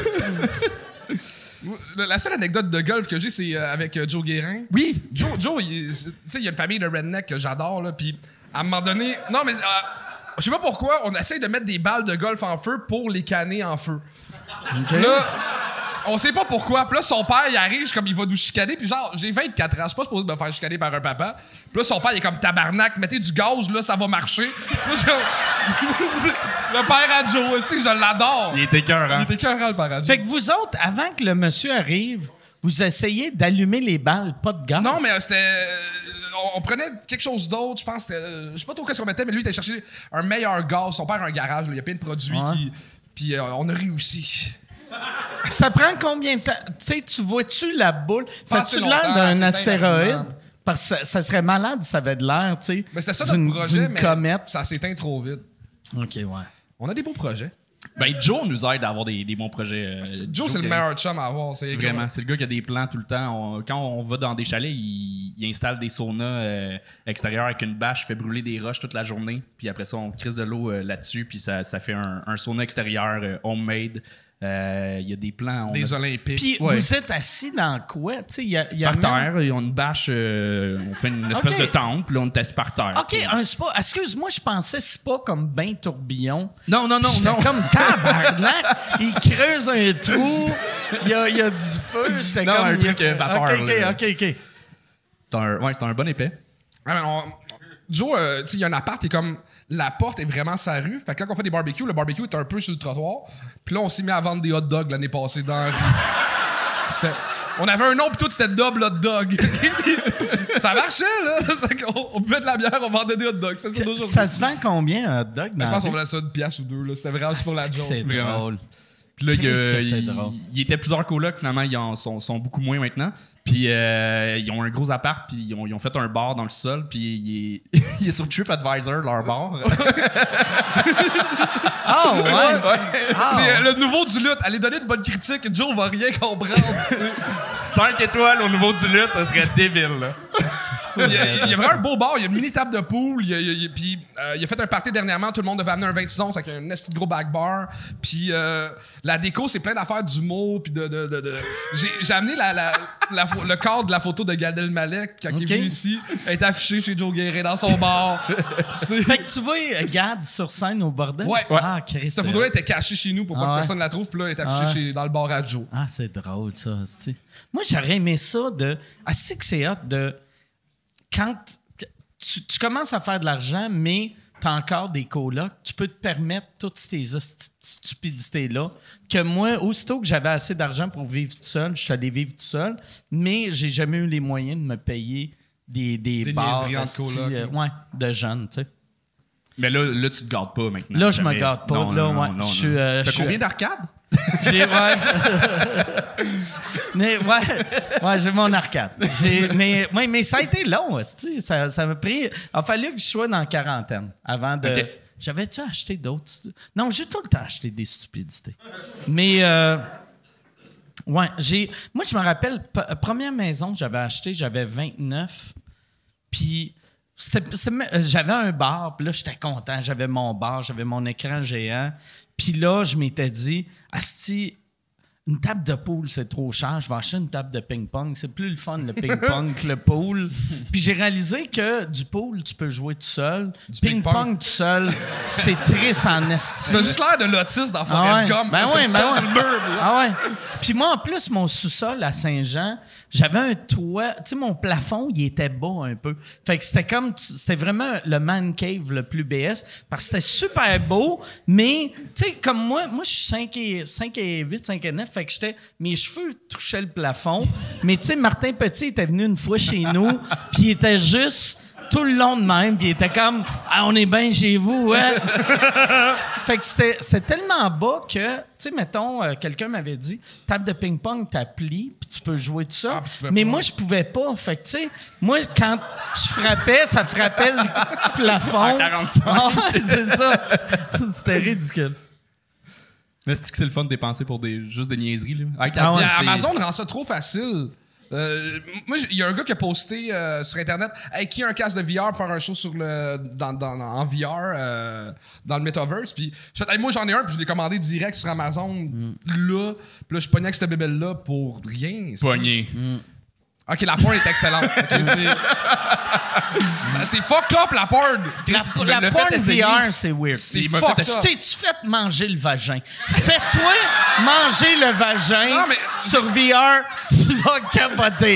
Speaker 5: La seule anecdote de golf que j'ai, c'est euh, avec euh, Joe Guérin.
Speaker 4: Oui.
Speaker 5: Joe, Joe, il- tu sais, il y a une famille de redneck que j'adore, là, puis à un moment donné... Non, mais... euh, je sais pas pourquoi, on essaye de mettre des balles de golf en feu pour les canner en feu. Là, On sait pas pourquoi. Puis là, son père, il arrive, comme il va nous chicaner. Puis genre, j'ai vingt-quatre ans, je suis pas supposé me faire chicaner par un papa. Puis là, son père, il est comme tabarnak, mettez du gaz, là, ça va marcher. Là, je... le père à Joe aussi, je l'adore.
Speaker 4: Il était écœurant.
Speaker 5: Il était écœurant, le père à Joe.
Speaker 2: Fait que vous autres, avant que le monsieur arrive, vous essayez d'allumer les balles, pas de gaz.
Speaker 5: Non, mais euh, c'était. euh, On, on prenait quelque chose d'autre, je pense. c'était, euh, Je sais pas trop qu'est-ce qu'on mettait, mais lui, il était chercher un meilleur gaz. Son père a un garage, là, il y a plein de produits
Speaker 2: Ouais.
Speaker 5: qui. Puis euh, on a réussi.
Speaker 2: Ça prend combien de temps? Tu sais, tu vois-tu la boule? Ça
Speaker 5: Pas assez
Speaker 2: a-tu l'air
Speaker 5: longtemps,
Speaker 2: d'un
Speaker 5: c'est bien
Speaker 2: astéroïde?
Speaker 5: rapidement.
Speaker 2: Parce que ça, ça serait malade si ça avait de l'air, tu sais.
Speaker 5: Mais c'était ça
Speaker 2: d'une-
Speaker 5: notre projet,
Speaker 2: d'une
Speaker 5: mais
Speaker 2: comète.
Speaker 5: ça s'éteint trop vite.
Speaker 2: OK, ouais.
Speaker 5: On a des beaux projets.
Speaker 4: Ben, Joe nous aide à avoir des, des bons projets. euh,
Speaker 5: Joe, c'est le
Speaker 4: qui-
Speaker 5: meilleur chum à avoir. C'est
Speaker 4: Vraiment, c'est le gars qui a des plans tout le temps. On- quand on va dans des chalets, il, il installe des saunas euh, extérieurs avec une bâche, fait brûler des roches toute la journée. Puis après ça, on crisse de l'eau euh, là-dessus, puis ça, ça fait un, un sauna extérieur euh, homemade. Euh, Il y a des plans. on
Speaker 5: Des
Speaker 4: a-
Speaker 5: Olympiques.
Speaker 2: Puis
Speaker 4: Ouais.
Speaker 2: vous êtes assis dans quoi? Tu sais, il y a, il y a
Speaker 4: par
Speaker 2: même-
Speaker 4: terre, ils ont une bâche, euh, on fait une espèce
Speaker 2: Ok.
Speaker 4: de tente, puis là, on est assis par terre.
Speaker 2: OK, un spa. Excuse-moi, je pensais spa comme bain tourbillon.
Speaker 4: Non, non, non,
Speaker 2: J'étais
Speaker 4: non.
Speaker 2: comme tabarnak. Il creuse un trou. Il y a, il y a du feu. J'étais
Speaker 4: Non,
Speaker 2: comme...
Speaker 4: un
Speaker 2: il y a-
Speaker 4: truc, euh, vapeur,
Speaker 2: OK, OK,
Speaker 4: là.
Speaker 2: OK, OK.
Speaker 4: C'est un, ouais, c'est un bon épais.
Speaker 5: Ah, mais on- Joe, euh, tu sais, il y a un appart, et comme la porte est vraiment sa rue. Fait que quand on fait des barbecues, le barbecue est un peu sur le trottoir. Puis là, on s'est mis à vendre des hot dogs l'année passée dans la rue. C'était- On avait un nom, puis tout, c'était double hot dog. Ça marchait, là. C'est qu'on- on buvait de la bière, on vendait des hot dogs. C'est ça d'aujourd'hui.
Speaker 2: Ça se vend combien, un hot dog?
Speaker 5: Je
Speaker 2: dans
Speaker 5: pense
Speaker 2: la
Speaker 5: qu'on
Speaker 2: rue?
Speaker 5: vendait ça une pièce ou deux, là. C'était vraiment juste pour la
Speaker 2: Asti que
Speaker 5: joke.
Speaker 2: C'est
Speaker 4: vraiment.
Speaker 2: drôle.
Speaker 4: Puis là, il, y a-
Speaker 2: Qu'est-ce que c'est
Speaker 4: il-
Speaker 2: drôle.
Speaker 4: il était plusieurs colocs, finalement, ils en sont, sont beaucoup moins maintenant. Puis euh, ils ont un gros appart, puis ils ont, ils ont fait un bar dans le sol, puis il est, il est sur TripAdvisor, leur bar.
Speaker 2: Ah, ouais? Ah.
Speaker 5: C'est euh, le nouveau du lutte. Allez donner une bonne critique, Joe va rien comprendre. tu sais.
Speaker 4: cinq étoiles au niveau du lutte, ça serait débile, là.
Speaker 5: Il y, a, il y a vraiment un beau bar, il y a une mini table de pool, il y a, il y a- puis euh, il a fait un party dernièrement, tout le monde devait amener un vingt-six onces avec un esti de gros back bar, puis euh, la déco c'est plein d'affaires d'humour, puis de, de, de, de- J'ai, j'ai amené la, la, la pho- le cadre de la photo de Gad Elmaleh quand il
Speaker 2: Ok.
Speaker 5: est venu ici, elle est affichée chez Joe Guérin dans son bar. C'est-
Speaker 2: Fait que tu vois euh, Gad sur scène au bordel?
Speaker 5: Ouais.
Speaker 2: Ah, Christ.
Speaker 5: Cette photo-là était cachée chez nous pour pas
Speaker 2: Ah
Speaker 5: que
Speaker 2: ouais.
Speaker 5: personne la trouve, puis là elle est affichée
Speaker 2: Ah ouais.
Speaker 5: chez- dans le bar à Joe.
Speaker 2: Ah, c'est drôle, ça. c'est-tu. Moi, j'aurais aimé ça de. Ah, c'est que c'est hot de. Quand tu, tu commences à faire de l'argent, mais tu as encore des colocs, tu peux te permettre toutes ces stu- stupidités-là. Que moi, aussitôt que j'avais assez d'argent pour vivre tout seul, je suis allé vivre tout seul, mais j'ai jamais eu les moyens de me payer des, des,
Speaker 5: Des
Speaker 2: bars
Speaker 5: niaiseries en
Speaker 2: esti,
Speaker 5: coloc,
Speaker 2: euh, ouais, de jeunes, tu sais.
Speaker 4: Mais là, là, tu te gardes pas maintenant.
Speaker 2: Là, je me
Speaker 4: Jamais.
Speaker 2: garde pas.
Speaker 4: Non,
Speaker 2: Là,
Speaker 4: non,
Speaker 2: ouais,
Speaker 4: non, non,
Speaker 2: je suis,
Speaker 4: non.
Speaker 2: euh,
Speaker 4: T'as
Speaker 2: je suis-
Speaker 4: combien d'arcades?
Speaker 2: J'ai, ouais. mais ouais, ouais, j'ai mon arcade. J'ai, mais, ouais, mais ça a été long, esti. ça, ça m'a pris. Il a fallu que je sois dans la quarantaine avant de.
Speaker 4: Ok.
Speaker 2: J'avais-tu acheté d'autres? stu- Non, j'ai tout le temps acheté des stupidités. Mais euh, ouais, j'ai. Moi, je me rappelle, p- première maison que j'avais achetée, j'avais vingt-neuf. Puis c'était- c'est- euh, j'avais un bar, puis là, j'étais content. J'avais mon bar, j'avais mon écran géant. Puis là, je m'étais dit, asti, une table de pool, c'est trop cher. Je vais acheter une table de ping-pong. C'est plus le fun, le ping-pong, que le pool. Puis j'ai réalisé que du pool, tu peux jouer tout seul. Du
Speaker 5: ping-pong.
Speaker 2: ping-pong tout seul, c'est triste en esti.
Speaker 5: T'as juste l'air de l'autiste dans
Speaker 2: Ah
Speaker 5: Forrest
Speaker 2: ouais.
Speaker 5: Gump.
Speaker 2: Ben
Speaker 5: comme
Speaker 2: ouais,
Speaker 5: ça,
Speaker 2: ben ouais.
Speaker 5: sur le mur, là.
Speaker 2: Ah ouais. Puis moi, en plus, mon sous-sol à Saint-Jean, j'avais un toit. Tu sais, mon plafond, il était bas un peu. Fait que c'était comme. C'était vraiment le man cave le plus B S. Parce que c'était super beau, mais, tu sais, comme moi, moi, je suis cinq et, cinq et huit, cinq et neuf. Fait que j'étais. Mes cheveux touchaient le plafond. Mais, tu sais, Martin Petit était venu une fois chez nous, puis il était juste. Tout le long de même, puis il était comme ah, on est bien chez vous, hein? Fait que c'était, c'était tellement bas que, tu sais, mettons, euh, quelqu'un m'avait dit table de ping-pong, t'applies, puis tu peux jouer tout ça.
Speaker 5: Ah, puis tu pouvais
Speaker 2: Mais
Speaker 5: pas.
Speaker 2: moi, je pouvais pas. Fait que, tu sais, moi, quand je frappais, ça frappait le plafond.
Speaker 4: À quarante-cinq.
Speaker 2: Ah, ouais, c'est ça. Ça, c'était ridicule.
Speaker 4: Mais c'est que c'est le fun de dépenser pour des, juste des niaiseries, là. Avec
Speaker 2: Ah
Speaker 4: la-
Speaker 2: ouais.
Speaker 4: tu sais,
Speaker 5: Amazon rend ça trop facile. Euh, moi, il y a un gars qui a posté euh, sur Internet hey, qui a un casque de V R pour faire un show sur le, dans, dans- en V R euh, dans le Metaverse. Puis je fais, hey, moi, j'en ai un, puis je l'ai commandé direct sur Amazon là. Puis là, je pognais avec cette bébelle-là pour rien. c'est-
Speaker 4: Pogné.
Speaker 5: OK, la porn est excellente. Okay, c'est... c'est fucked up, la porn.
Speaker 2: La, la porn V R, c'est weird.
Speaker 5: C'est
Speaker 2: fucked
Speaker 5: up.
Speaker 2: T'es-tu fait manger le vagin? Fais-toi manger le vagin
Speaker 5: non, mais...
Speaker 2: sur V R, tu vas capoter.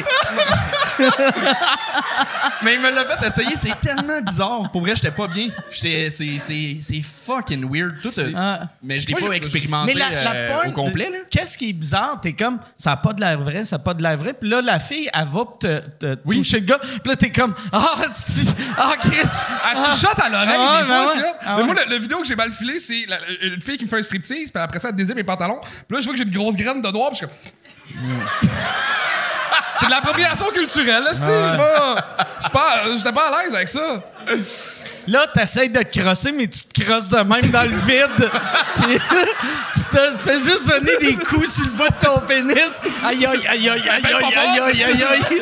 Speaker 4: Mais il me l'a fait essayer, c'est tellement bizarre. Pour vrai, j'étais pas bien. J'étais, c'est, c'est, c'est fucking weird. Tout, euh,
Speaker 2: Ah.
Speaker 4: Mais je l'ai
Speaker 5: Moi,
Speaker 4: pas
Speaker 5: je-
Speaker 4: expérimenté
Speaker 2: Mais la, la
Speaker 4: euh,
Speaker 2: porn,
Speaker 4: au complet. Là.
Speaker 2: Qu'est-ce qui est bizarre? T'es comme, ça n'a pas de l'air vrai, ça n'a pas de l'air vrai. Puis là, la fille, elle va te, te toucher le gars. Puis là, t'es comme, ah, tu- ah, Chris.
Speaker 5: Ah, tu shottes à l'oreille
Speaker 2: Ah,
Speaker 5: des
Speaker 2: ben
Speaker 5: fois,
Speaker 2: ouais.
Speaker 5: c'est hot.
Speaker 2: Ah
Speaker 5: Mais moi,
Speaker 2: ouais.
Speaker 5: le, le vidéo que j'ai mal filé, c'est la- une fille qui me fait un striptease, puis après ça, elle désire mes pantalons. Puis là, je vois que j'ai une grosse graine de noir, puis je suis comme... C'est de l'appropriation culturelle, là, c'est-tu? Je suis pas... Je suis pas... J'étais pas à l'aise avec ça.
Speaker 2: Là, t'essayes de te crosser, mais tu te crosses de même dans le vide. Puis, tu te fais juste donner des coups sur le bout de ton pénis. Aïe, aïe, aïe, aïe, aïe, aïe, aïe, aïe, aïe, aïe.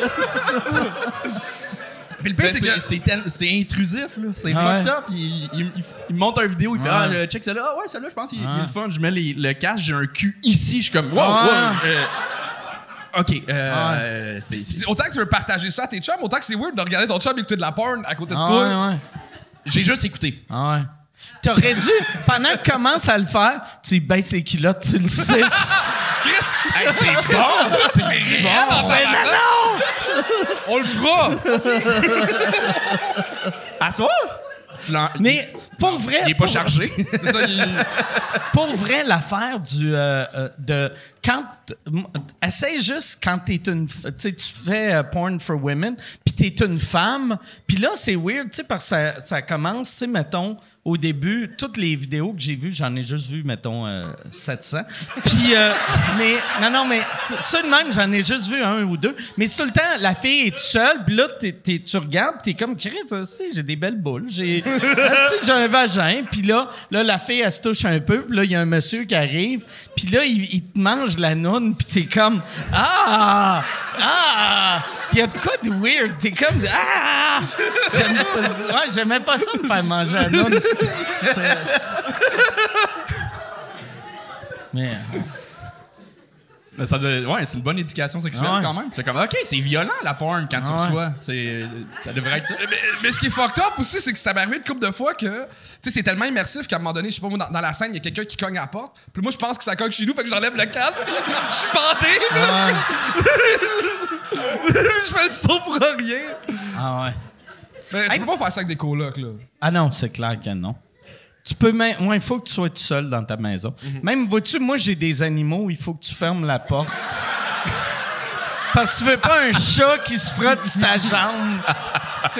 Speaker 5: Puis le pire,
Speaker 4: Ben,
Speaker 5: c'est
Speaker 4: c'est,
Speaker 5: que...
Speaker 4: c'est, tel- c'est intrusif, là. C'est
Speaker 2: Ah
Speaker 4: fucked
Speaker 2: ouais.
Speaker 4: up. Il, il, il, il me monte une vidéo, il fait Ah, le check celle-là. Ah, ouais, celle-là, je pense, il, il est le fun. Je mets les- le casque, j'ai un cul ici. Je suis comme Wow,
Speaker 2: Ah.
Speaker 4: wow. euh, OK. Euh, euh, c'est, c'est-
Speaker 5: c'est- Autant que tu veux partager ça à tes chums, autant que c'est weird de regarder ton chum écouter de la porn à côté de
Speaker 2: Ah,
Speaker 5: toi.
Speaker 2: ouais, ouais.
Speaker 4: J'ai juste écouté.
Speaker 2: Ah, ouais. T'aurais dû, pendant que tu commences à le faire, tu y baisses les culottes, tu le sais.
Speaker 5: Chris!
Speaker 4: Hey, c'est bon! C'est réel!
Speaker 5: Ah,
Speaker 2: Mais non, non!
Speaker 5: On le fera!
Speaker 4: À soir? Tu l'en-
Speaker 2: Mais pour vrai,
Speaker 4: Il est pas
Speaker 2: pour-
Speaker 4: chargé.
Speaker 5: C'est ça, il...
Speaker 2: pour vrai, l'affaire du euh, euh, de quand m- essaye juste quand t'es une f- tu sais tu fais euh, porn for women puis t'es une femme puis là c'est weird tu sais parce que ça, ça commence tu sais mettons au début toutes les vidéos que j'ai vues j'en ai juste vu mettons euh, sept cents puis euh, mais non non mais t- ça de même j'en ai juste vu un ou deux mais c'est tout le temps la fille est toute seule puis là t'es, t'es- tu regardes t'es comme Chris si j'ai des belles boules j'ai asti, j'ai un vagin puis là là la fille elle se touche un peu puis là il y a un monsieur qui arrive puis là il, il te mange la noune puis t'es comme ah ah il y a de quoi de weird t'es comme ah j'aime pas, ouais, j'aimais pas ça me faire manger la noune. C'était- mais
Speaker 4: Mais ça doit- ouais, c'est une bonne éducation sexuelle
Speaker 2: Ah ouais.
Speaker 4: quand même. C'est comme, OK, c'est violent la porn quand tu
Speaker 2: Ah ouais.
Speaker 4: reçois. C'est, ça devrait être ça.
Speaker 5: Mais, mais ce qui est fucked up aussi, c'est que ça m'est arrivé une couple de fois que, tu sais, c'est tellement immersif qu'à un moment donné, je sais pas, moi, dans, dans la scène, il y a quelqu'un qui cogne à la porte. Puis moi, je pense que ça cogne chez nous, fait que j'enlève le casque. Je suis bandé, là. Je fais le saut pour rien.
Speaker 2: ah ouais
Speaker 5: Mais tu peux pas faire ça avec des colocs, là.
Speaker 2: ah non c'est clair que non. Tu peux même. Ouais, il faut que tu sois tout seul dans ta maison. Même, vois-tu, moi, j'ai des animaux, il faut que tu fermes la porte. Parce que tu veux pas un chat qui se frotte sur ta jambe. Tu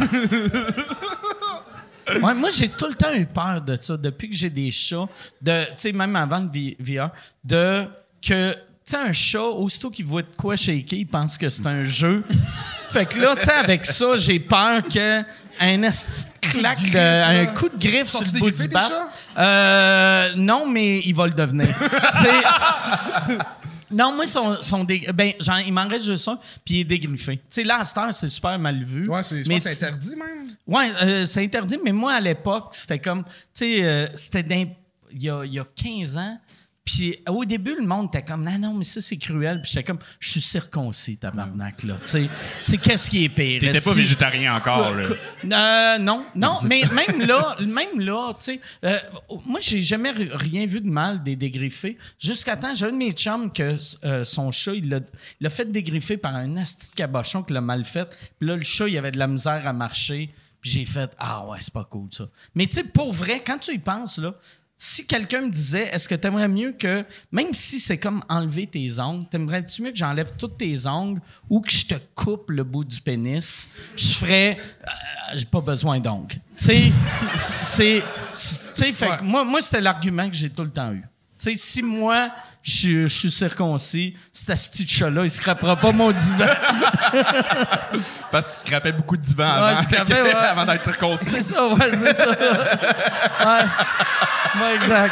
Speaker 2: sais. Ouais, moi, j'ai tout le temps eu peur de ça, depuis que j'ai des chats, de, tu sais, même avant le V- VR, de que, tu sais, un chat, aussitôt qu'il voit de quoi shaker, il pense que c'est un jeu. Fait que là, tu sais, avec ça, j'ai peur que un esti de claque, de, un coup de griffe sur
Speaker 5: Sont-ils
Speaker 2: le bout
Speaker 5: dégriffés,
Speaker 2: du
Speaker 5: tes
Speaker 2: bat.
Speaker 5: chats?
Speaker 2: Euh, non, mais il va le devenir. Tu sais, non, moi, son, son dé- ben, genre, il m'en reste juste un, puis il est dégriffé. Tu sais, là, à cette heure, c'est super mal vu.
Speaker 5: Ouais, c'est, je
Speaker 2: mais
Speaker 5: pense que c'est
Speaker 2: tu-
Speaker 5: interdit, même.
Speaker 2: Ouais, euh, c'est interdit, mais moi, à l'époque, c'était comme, tu sais, euh, c'était d'im- il y a, il y a quinze ans. Puis au début, le monde était comme, non, non, mais ça, c'est cruel. Puis j'étais comme, je suis circoncis, tabarnak, là. Tu sais, c'est qu'est-ce qui est pire?
Speaker 4: T'étais pas
Speaker 2: Esti-
Speaker 4: végétarien encore, là.
Speaker 2: Euh, non, non, mais même là, même là, tu sais, euh, moi, j'ai jamais ri- rien vu de mal des dégriffés. Jusqu'à temps, j'ai un de mes chums que euh, son chat, il l'a, il l'a fait dégriffer par un asti de cabochon qui l'a mal fait. Puis là, le chat, il avait de la misère à marcher. Puis j'ai fait, ah ouais, c'est pas cool, ça. Mais tu sais, pour vrai, quand tu y penses, là, si quelqu'un me disait, est-ce que t'aimerais mieux que, même si c'est comme enlever tes ongles, t'aimerais-tu mieux que j'enlève tous tes ongles ou que je te coupe le bout du pénis? Je ferais, euh, j'ai pas besoin d'ongles. Tu sais, c'est, c'est- tu sais, fait que
Speaker 5: Ouais.
Speaker 2: moi, moi, c'était l'argument que j'ai tout le temps eu. Tu sais, si moi, je je suis circoncis, cet asti de chat-là, il scrapera pas mon divan.
Speaker 4: Parce que tu scrapais beaucoup de divans
Speaker 2: Ouais,
Speaker 4: avant,
Speaker 2: je scrapais, ouais.
Speaker 4: avant d'être circoncis.
Speaker 2: C'est ça, ouais, c'est ça. Ouais. Ouais, exact.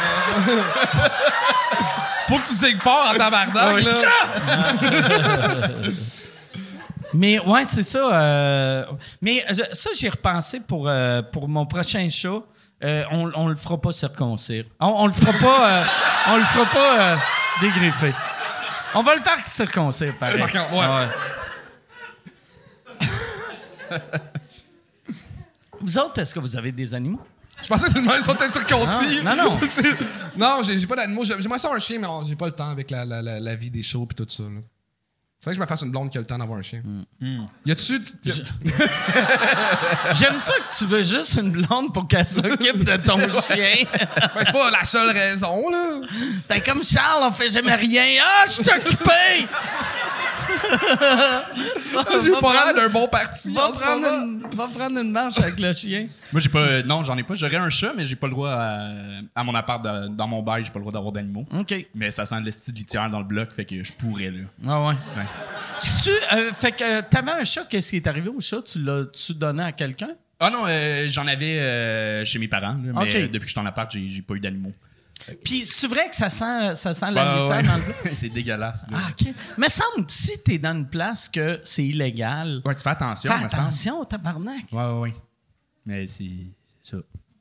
Speaker 5: Faut que tu signes fort en tabarnak, là.
Speaker 2: Mais ouais, c'est ça. euh, mais euh, ça, j'ai repensé pour, euh, pour mon prochain show. Euh, on, on le fera pas circoncire. On, on le fera pas. euh, on le fera pas euh, dégriffer. On va le faire circoncire, pareil.
Speaker 5: Par contre, ouais.
Speaker 2: Vous autres, est-ce que vous avez des animaux?
Speaker 5: Je pensais que tout le monde était circoncis.
Speaker 2: Ah, non, non.
Speaker 5: non, j'ai, j'ai pas d'animaux. J'ai- J'aimerais ça avoir un chien, mais non, j'ai pas le temps avec la, la, la, la vie des shows et tout ça. Là. C'est vrai que je me fasse une blonde qui a le temps d'avoir un chien. Mm. Y a-tu...
Speaker 2: Je- J'aime ça que tu veux juste une blonde pour qu'elle s'occupe de ton chien.
Speaker 5: Ben, c'est pas la seule raison, là.
Speaker 2: Ben, comme Charles, on fait jamais rien. Ah, je suis occupé!
Speaker 5: J'ai
Speaker 2: Va
Speaker 5: pas l'air
Speaker 2: prendre-
Speaker 5: d'un bon parti.
Speaker 2: Va
Speaker 5: en ce
Speaker 2: prendre,
Speaker 5: moment.
Speaker 2: une, va prendre une marche avec le chien.
Speaker 4: Moi, j'ai pas. euh, non, j'en ai pas. J'aurais un chat, mais j'ai pas le droit à, à mon appart, de- dans mon bail, j'ai pas le droit d'avoir d'animaux.
Speaker 2: OK.
Speaker 4: Mais ça sent de l'esti de litière dans le bloc, fait que je pourrais, là.
Speaker 2: Ah ouais.
Speaker 4: Ouais.
Speaker 2: Si tu, euh, fait que euh, t'avais un chat, qu'est-ce qui est arrivé au chat? Tu l'as-tu donné à quelqu'un?
Speaker 4: Ah non, euh, j'en avais euh, chez mes parents, là, mais
Speaker 2: Ok.
Speaker 4: euh, depuis que je suis en appart, j'ai, j'ai pas eu d'animaux.
Speaker 2: Puis c'est vrai que ça sent, ça sent la
Speaker 4: Ouais,
Speaker 2: litière
Speaker 4: ouais.
Speaker 2: dans le bloc?
Speaker 4: C'est dégueulasse. Là.
Speaker 2: Ah, OK. Mais semble, si t'es dans une place que c'est illégal,
Speaker 4: Ouais, tu fais attention,
Speaker 2: fais
Speaker 4: me semble.
Speaker 2: attention, tabarnak.
Speaker 4: Ouais, ouais, ouais. Mais c'est ça.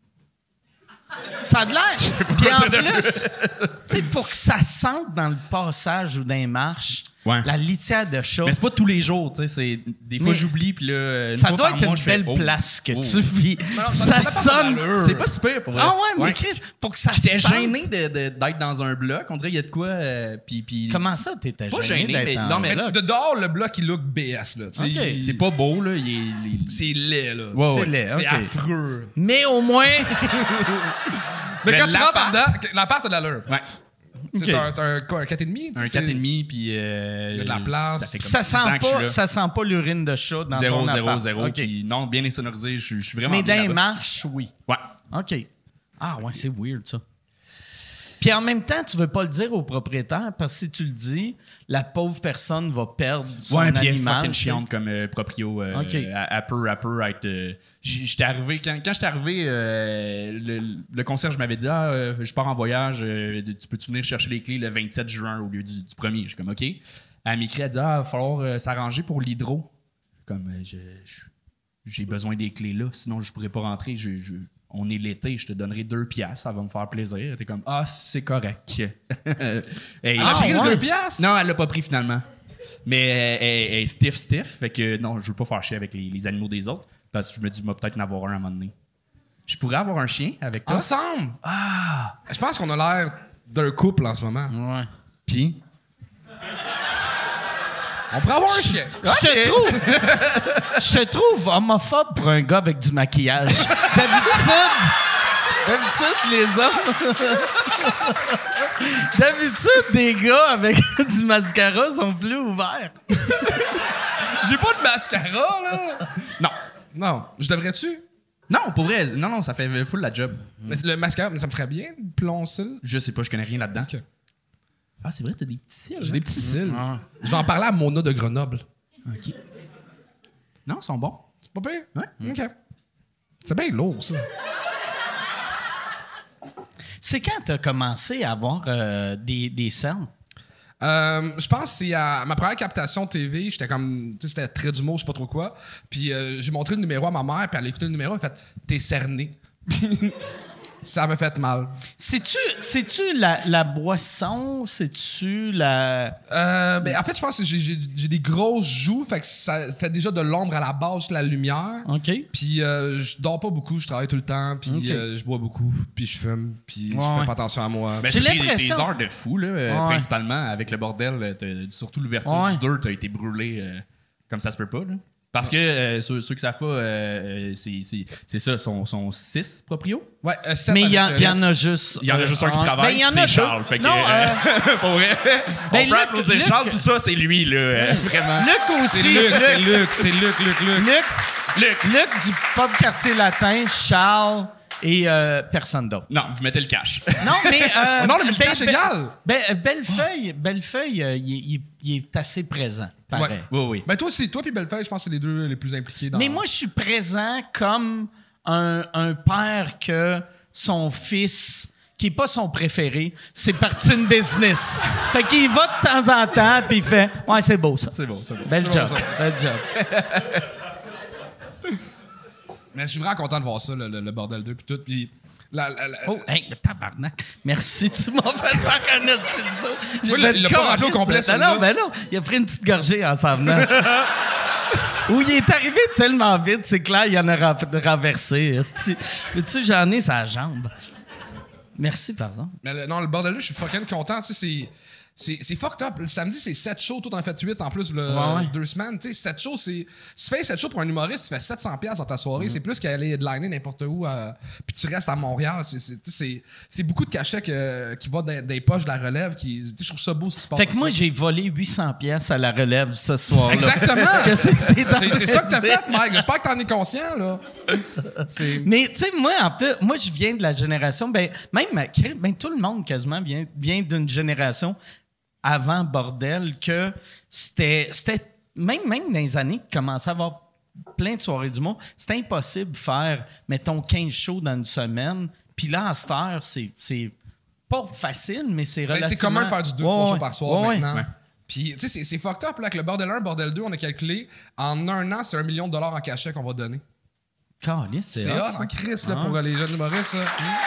Speaker 2: Ça a de l'air. Puis en
Speaker 4: quoi dire de
Speaker 2: plus, tu sais, pour que ça sente dans le passage ou dans les marches,
Speaker 4: Ouais.
Speaker 2: la litière de chat,
Speaker 4: Mais c'est pas tous les jours, tu sais. C'est des fois
Speaker 2: Mais
Speaker 4: j'oublie, puis là. une
Speaker 2: ça
Speaker 4: fois
Speaker 2: doit
Speaker 4: par
Speaker 2: être
Speaker 4: mois,
Speaker 2: une
Speaker 4: je fais,
Speaker 2: belle
Speaker 4: oh,
Speaker 2: place que
Speaker 4: oh.
Speaker 2: tu vis.
Speaker 5: non,
Speaker 2: ça
Speaker 5: ça- ça
Speaker 2: sonne.
Speaker 5: d'allure.
Speaker 4: C'est pas super pour vrai.
Speaker 2: Ah ouais, mais Chris, pour que ça
Speaker 4: J'étais
Speaker 2: sente.
Speaker 4: gêné de, de- d'être dans un bloc. On dirait qu'il y a de quoi. euh, puis, puis...
Speaker 2: Comment ça, t'étais
Speaker 4: Pas
Speaker 2: gêné,
Speaker 4: gêné,
Speaker 2: d'être
Speaker 4: mais-
Speaker 2: en
Speaker 4: non, mais
Speaker 2: bloc?
Speaker 5: De dehors, le bloc, il look B S, là. Tu sais,
Speaker 2: Ok.
Speaker 5: il-
Speaker 4: C'est pas beau, là. Il est, il-
Speaker 5: C'est laid, là.
Speaker 4: Ouais,
Speaker 2: C'est
Speaker 4: ouais.
Speaker 2: laid,
Speaker 5: C'est
Speaker 2: ok.
Speaker 5: affreux.
Speaker 2: Mais au moins,
Speaker 5: Mais
Speaker 4: Mais
Speaker 5: quand tu rentres
Speaker 4: l'appart-
Speaker 5: dedans, l'appart a de l'allure.
Speaker 4: Ouais.
Speaker 5: Tu
Speaker 2: Ok.
Speaker 5: sais, T'as un- t'as un, quoi, un quatre virgule cinq?
Speaker 4: Un quatre virgule cinq, puis. euh,
Speaker 5: Il y a de la place.
Speaker 4: Ça fait comme
Speaker 2: ça
Speaker 4: six
Speaker 2: sent
Speaker 4: ans que je suis
Speaker 2: pas,
Speaker 4: là.
Speaker 2: ça sent pas l'urine de chat dans
Speaker 4: Zéro,
Speaker 2: ton
Speaker 4: zéro,
Speaker 2: appart.
Speaker 4: zéro.
Speaker 2: OK.
Speaker 4: Puis non, bien insonorisé. Je suis- je suis vraiment
Speaker 2: Mais
Speaker 4: bien
Speaker 2: dans les
Speaker 4: là-bas.
Speaker 2: marches, oui.
Speaker 4: Ouais.
Speaker 2: OK. Ah ouais, c'est weird, ça. Puis en même temps, tu veux pas le dire au propriétaire parce que si tu le dis, la pauvre personne va perdre son
Speaker 4: Ouais, puis elle est
Speaker 2: animal.
Speaker 4: fucking
Speaker 2: tu sais.
Speaker 4: chiante comme euh, proprio. euh,
Speaker 2: Ok.
Speaker 4: Elle elle peut, elle peut être. euh, j'- j'étais arrivé. Quand, quand j'étais arrivé, euh, le, le concierge m'avait dit Ah, euh, je pars en voyage, euh, tu peux-tu venir chercher les clés le vingt-sept juin au lieu du, du premier Je suis comme OK. Elle m'écrit, elle dit Ah, il va falloir euh, s'arranger pour l'hydro. Comme euh, je- je- j'ai besoin des clés là, sinon je pourrais pas rentrer. Je, je- on est l'été, je te donnerai deux piastres, ça va me faire plaisir. T'es comme Ah, c'est correct. Hey,
Speaker 5: Elle a
Speaker 2: Ah,
Speaker 5: pris
Speaker 2: ouais.
Speaker 5: deux piastres?
Speaker 4: non, elle l'a pas pris finalement. Mais elle, elle- elle est stiff, stiff. Fait que non, je veux pas faire chier avec les, les animaux des autres. Parce que je me dis, moi, peut-être en avoir un à un moment donné. Je pourrais avoir un chien avec toi.
Speaker 5: Ensemble? Ah! Je pense qu'on a l'air d'un couple en ce moment.
Speaker 2: Ouais.
Speaker 4: Puis.
Speaker 5: On pourrait avoir un chien.
Speaker 2: Je te trouve. Je te trouve homophobe pour un gars avec du maquillage. D'habitude. D'habitude, les hommes. D'habitude, des gars avec du mascara sont plus ouverts.
Speaker 5: J'ai pas de mascara, là.
Speaker 4: Non.
Speaker 5: Non. Je devrais-tu?
Speaker 4: Non, pour vrai. Non, non, ça fait full la job.
Speaker 5: Mais le mascara, mais ça me ferait bien de ploncer.
Speaker 4: Je sais pas, je connais rien là-dedans.
Speaker 5: Ok.
Speaker 4: Ah, c'est vrai, t'as des petits cils.
Speaker 5: J'ai
Speaker 4: hein?
Speaker 5: des petits cils.
Speaker 2: Ah.
Speaker 5: J'en parlais à Mona de Grenoble.
Speaker 4: OK. Non, ils sont bons.
Speaker 5: C'est pas pire?
Speaker 4: Ouais.
Speaker 5: OK. C'est bien lourd, ça.
Speaker 2: C'est quand t'as commencé à avoir euh, des, des cernes?
Speaker 5: Euh, je pense que c'est à ma première captation T V, j'étais comme, tu sais, c'était très d'humour, je sais pas trop quoi. Puis euh, j'ai montré le numéro à ma mère, puis elle a écouté le numéro, elle a fait « T'es cerné. » Ça m'a fait mal.
Speaker 2: C'est-tu, c'est-tu la, la boisson? C'est-tu la...
Speaker 5: Euh, ben, en fait, je pense que j'ai, j'ai, j'ai des grosses joues, fait que ça fait déjà de l'ombre à la base, juste la lumière.
Speaker 2: OK.
Speaker 5: Puis euh, je dors pas beaucoup, je travaille tout le temps, puis
Speaker 2: Ok.
Speaker 5: euh, je bois beaucoup, puis je fume, puis je
Speaker 2: Ouais,
Speaker 5: fais
Speaker 2: ouais.
Speaker 5: pas attention à moi.
Speaker 4: Ben,
Speaker 2: J'ai
Speaker 4: c'est tes-
Speaker 2: l'impression-
Speaker 4: Tes heures de fou, là, euh,
Speaker 2: Ouais.
Speaker 4: principalement, avec le bordel, euh, t'as- surtout l'ouverture
Speaker 2: Ouais.
Speaker 4: du deux, t'as été brûlé euh, comme ça se peut pas. Là. Parce que euh, ceux, ceux qui savent pas, euh, euh, c'est, c'est, c'est ça, sont, sont six proprios.
Speaker 5: Ouais, euh, sept
Speaker 2: Mais il y, en-
Speaker 5: avec,
Speaker 2: il y
Speaker 5: euh,
Speaker 2: en a juste...
Speaker 4: Il y en a juste un qui
Speaker 2: euh,
Speaker 4: travaille,
Speaker 2: ben, il y en
Speaker 4: c'est
Speaker 2: a
Speaker 4: Charles.
Speaker 2: deux.
Speaker 4: Fait que,
Speaker 2: Non,
Speaker 4: euh,
Speaker 2: euh,
Speaker 4: pour vrai,
Speaker 2: Ben,
Speaker 4: on peut
Speaker 2: Luc-
Speaker 4: applaudir
Speaker 2: Luc-
Speaker 4: Charles, tout ça, c'est lui, là, euh, vraiment.
Speaker 2: Luc aussi.
Speaker 5: C'est Luc, c'est Luc, c'est Luc, Luc, Luc.
Speaker 2: Luc,
Speaker 4: Luc.
Speaker 2: Luc du Pop Quartier Latin, Charles et euh, personne d'autre.
Speaker 4: Non, vous mettez le cash.
Speaker 2: Non, mais... Euh,
Speaker 5: Non, le
Speaker 2: Belle-
Speaker 5: cash
Speaker 2: Belle-
Speaker 5: égal.
Speaker 2: Ben, euh, Bellefeuille, Bellefeuille euh, il, il- il est assez présent, pareil.
Speaker 5: Ouais.
Speaker 4: Oui, oui.
Speaker 5: Ben toi aussi, toi puis Bellefeuille, je pense que c'est les deux les plus impliqués dans...
Speaker 2: Mais moi, je suis présent comme un, un père que son fils, qui n'est pas son préféré, c'est parti une business. Fait qu'il va de temps en temps, puis il fait « Ouais, c'est beau, ça.
Speaker 4: C'est bon, c'est bon.
Speaker 2: Bel
Speaker 5: C'est
Speaker 2: job,
Speaker 5: bon, ça.
Speaker 2: bel job.
Speaker 5: Mais je suis vraiment content de voir ça, le, le- le bordel deux puis tout. Puis la, la, la- »
Speaker 2: Oh, hey, le tabarnak. Merci, tu m'as fait faire un autre petit saut. J'ai
Speaker 5: Oui,
Speaker 2: fait
Speaker 5: il l'a pas
Speaker 2: con-
Speaker 5: rappelé au complet,
Speaker 2: Non,
Speaker 5: celui-là.
Speaker 2: non, ben non. Il a pris une petite gorgée en s'en venant. Où il est arrivé tellement vite, c'est clair, il en a ra- renversé. Tu sais, j'en ai sa jambe. Merci, par exemple.
Speaker 5: Mais le, non, le bordel, je suis fucking content. Tu sais, c'est. C'est, c'est fucked up. Le samedi, c'est sept shows. Toi, t'en as fait huit en plus, le,
Speaker 2: Ouais, ouais.
Speaker 5: deux semaines. Tu sais, sept shows, c'est. Si tu fais sept shows pour un humoriste, tu fais sept cents dollars dans ta soirée. Mm-hmm. C'est plus qu'aller headliner n'importe où. Euh, puis tu restes à Montréal. C'est, c'est, c'est, c'est beaucoup de cachets que, qui vont dans des poches de la relève. Qui, je trouve ça beau ce qui se passe.
Speaker 2: Fait que moi, j'ai volé huit cents piastres à la relève ce soir-là.
Speaker 5: Exactement.
Speaker 2: Parce que c'était dans
Speaker 5: c'est, c'est ça que t'as fait, Mike. J'espère que t'en es conscient, là.
Speaker 2: C'est... Mais tu sais, moi, en plus, moi, je viens de la génération. Ben, même ben, tout le monde quasiment vient, vient d'une génération avant bordel que c'était, c'était même, même dans les années qui commençaient à avoir plein de soirées d'humour, c'était impossible de faire, mettons, quinze shows dans une semaine. Puis là, à cette heure, c'est, c'est pas facile, mais c'est relativement...
Speaker 5: Ben, c'est commun de faire du deux trois
Speaker 2: ouais,
Speaker 5: shows par soir
Speaker 2: ouais,
Speaker 5: maintenant.
Speaker 2: Ouais.
Speaker 5: Puis, tu sais, c'est, c'est fucked up, là, que le bordel un, bordel deux, on a calculé, en un an, c'est un million de dollars en cachet qu'on va donner.
Speaker 2: Calice, c'est
Speaker 5: C'est
Speaker 2: hot,
Speaker 5: hot, en crise, là,
Speaker 2: ah.
Speaker 5: pour les jeunes humoristes, là.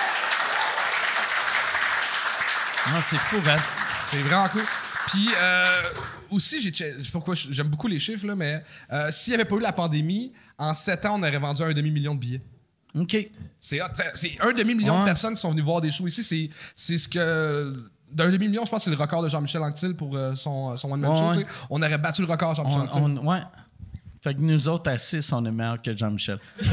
Speaker 2: Non, c'est fou, man.
Speaker 5: C'est vraiment cool. Puis euh, aussi, j'ai, je sais pourquoi j'aime beaucoup les chiffres, là, mais euh, s'il n'y avait pas eu la pandémie, en sept ans, on aurait vendu un demi-million de billets.
Speaker 2: OK.
Speaker 5: C'est, c'est un demi-million
Speaker 2: ouais.
Speaker 5: de personnes qui sont venues voir des shows ici. C'est, c'est ce que... D'un demi-million, je pense que c'est le record de Jean-Michel Anctil pour euh, son, son one-man
Speaker 2: ouais,
Speaker 5: show.
Speaker 2: ouais.
Speaker 5: On aurait battu le record de Jean-Michel Anctil.
Speaker 2: On, on, ouais. Fait que nous autres, à six, on est meilleurs que Jean-Michel. ouais.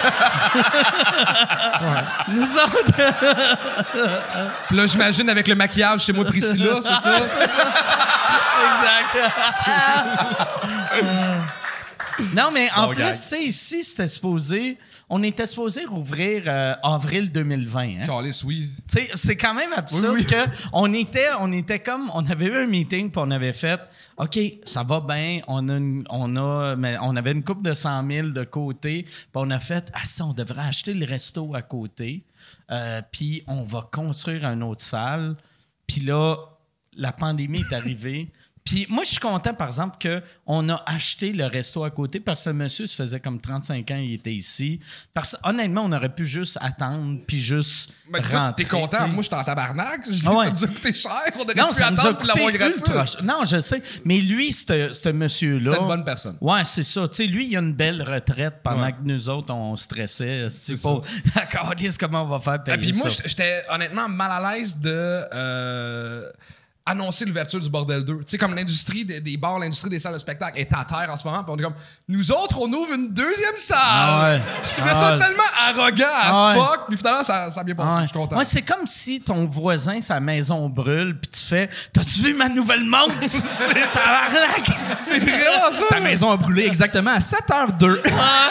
Speaker 2: Nous autres...
Speaker 5: Puis là, j'imagine, avec le maquillage, c'est moi Priscilla, c'est ça?
Speaker 2: Exact. Non, mais en
Speaker 4: bon
Speaker 2: plus,
Speaker 4: gag.
Speaker 2: tu sais, ici, c'était supposé... On était supposé rouvrir euh, avril deux mille vingt. Hein?
Speaker 5: Calice, oui.
Speaker 2: Tu sais, c'est quand même absurde
Speaker 5: oui, oui.
Speaker 2: que on était, on était comme... On avait eu un meeting, puis on avait fait... OK, ça va bien, on a, une, on a, mais on avait une coupe de cent mille de côté, puis on a fait, ah ça, on devrait acheter le resto à côté, euh, puis on va construire une autre salle. Puis là, la pandémie est arrivée. Puis moi, je suis content, par exemple, qu'on a acheté le resto à côté parce que le monsieur, ça faisait comme trente-cinq ans, il était ici. Parce que, honnêtement, on aurait pu juste attendre puis juste
Speaker 5: Ben, toi,
Speaker 2: rentrer.
Speaker 5: t'es content?
Speaker 2: T'sais.
Speaker 5: Moi, j'étais en tabarnak. Je dis,
Speaker 2: Ah ouais.
Speaker 5: ça nous a coûté cher. On aurait
Speaker 2: Non,
Speaker 5: pu
Speaker 2: ça nous a
Speaker 5: attendre pour l'avoir
Speaker 2: coûté ultra
Speaker 5: gratuit.
Speaker 2: cher. Non, je sais. Mais lui, ce ce monsieur-là...
Speaker 5: C'est une bonne personne.
Speaker 2: Ouais, c'est ça. Tu sais, lui, il a une belle retraite pendant
Speaker 5: Ouais.
Speaker 2: que nous autres, on stressait. C'est
Speaker 5: C'est
Speaker 2: pas... D'accord, comment on va faire payer
Speaker 5: Et puis moi,
Speaker 2: ça?
Speaker 5: j'étais honnêtement mal à l'aise de euh, annoncer l'ouverture du Bordel deux. Tu sais, comme l'industrie des, des bars, l'industrie des salles de spectacle est à terre en ce moment. Puis on est comme, nous autres, on ouvre une deuxième salle.
Speaker 2: Ah ouais.
Speaker 5: Je trouvais
Speaker 2: Ah
Speaker 5: ça
Speaker 2: ouais.
Speaker 5: tellement arrogant as
Speaker 2: Ah ouais.
Speaker 5: fuck. Puis finalement, ça, ça a bien passé.
Speaker 2: Ouais.
Speaker 5: Je suis content.
Speaker 2: Moi, c'est comme si ton voisin, sa maison brûle, puis tu fais « T'as-tu vu ma nouvelle montre? » C'est tabarnak!
Speaker 5: C'est vraiment ça.
Speaker 4: Ta maison a brûlé exactement à sept heures deux.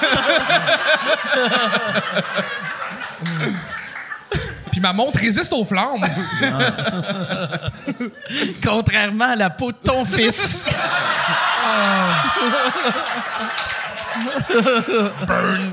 Speaker 5: Puis ma montre résiste aux flammes.
Speaker 2: Contrairement à la peau de ton fils.
Speaker 5: Burn.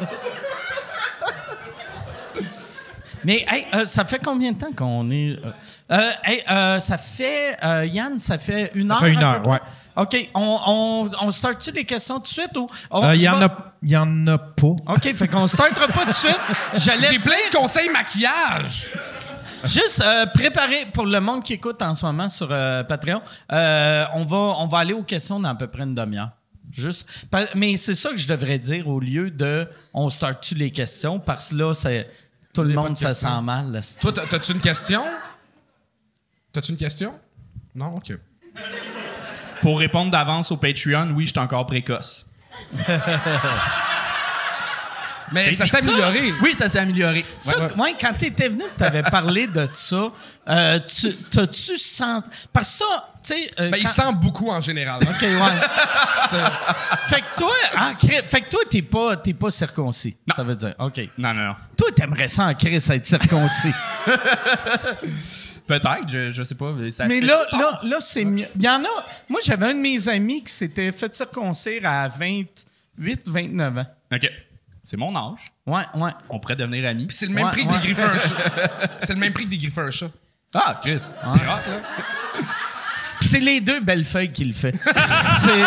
Speaker 2: Mais hey, euh, ça fait combien de temps qu'on est... Euh, euh, hey, euh, ça fait... euh, Yann, ça fait une
Speaker 3: Ça
Speaker 2: heure?
Speaker 3: fait une
Speaker 2: à
Speaker 3: heure,
Speaker 2: peu près?
Speaker 3: ouais.
Speaker 2: OK, on, on, on start-tu les questions tout de suite ou... on-
Speaker 3: Il
Speaker 2: tu
Speaker 3: y, en
Speaker 2: vas-
Speaker 3: a- y en a pas.
Speaker 2: OK, fait qu'on startera pas tout de suite. J'allais
Speaker 5: J'ai
Speaker 2: te
Speaker 5: plein
Speaker 2: dire-
Speaker 5: de conseils maquillage.
Speaker 2: Juste euh, préparer pour le monde qui écoute en ce moment sur euh, Patreon. euh, on va on va aller aux questions dans à peu près une demi-heure. Juste, pa- mais c'est ça que je devrais dire au lieu de on start-tu les questions parce que là c'est tout le
Speaker 5: pas
Speaker 2: monde
Speaker 5: de
Speaker 2: ça
Speaker 5: questions.
Speaker 2: sent mal. Là, c'est-
Speaker 5: Toi, t'as- t'as-tu une question? T'as-tu une question? Non? OK.
Speaker 4: Pour répondre d'avance au Patreon, oui, je suis encore précoce.
Speaker 5: Mais ça s'est
Speaker 2: ça?
Speaker 5: amélioré.
Speaker 4: Oui, ça s'est amélioré.
Speaker 2: Ça,
Speaker 5: Ouais, ouais.
Speaker 2: ouais, quand tu étais venu, tu avais parlé de ça. Euh, tu, t'as-tu senti. Parce que ça, tu sais. euh,
Speaker 5: Ben, il
Speaker 2: quand-
Speaker 5: sent beaucoup en général.
Speaker 2: OK, ouais. C'est- fait que toi, ah, Chris- fait que toi, t'es pas, t'es pas circoncis.
Speaker 4: Non.
Speaker 2: Ça veut dire, OK.
Speaker 4: Non, non, non.
Speaker 2: Toi, t'aimerais ça en Chris être circoncis.
Speaker 4: Peut-être, je, je sais pas. Ça se
Speaker 2: Mais
Speaker 4: fait
Speaker 2: là,
Speaker 4: tard?
Speaker 2: là, là, c'est mieux. Il y en a. Moi, j'avais un de mes amis qui s'était fait circoncire à vingt-huit, vingt-neuf ans.
Speaker 4: OK. C'est mon âge.
Speaker 2: Ouais, ouais.
Speaker 4: On pourrait devenir amis.
Speaker 5: Puis c'est le même
Speaker 2: Ouais,
Speaker 5: prix que
Speaker 2: ouais.
Speaker 5: des griffeurs un chat. C'est le même prix que des griffeurs un chat.
Speaker 4: Ah, Chris.
Speaker 5: C'est hot, là.
Speaker 2: Puis c'est les deux belles feuilles qui le fait. c'est.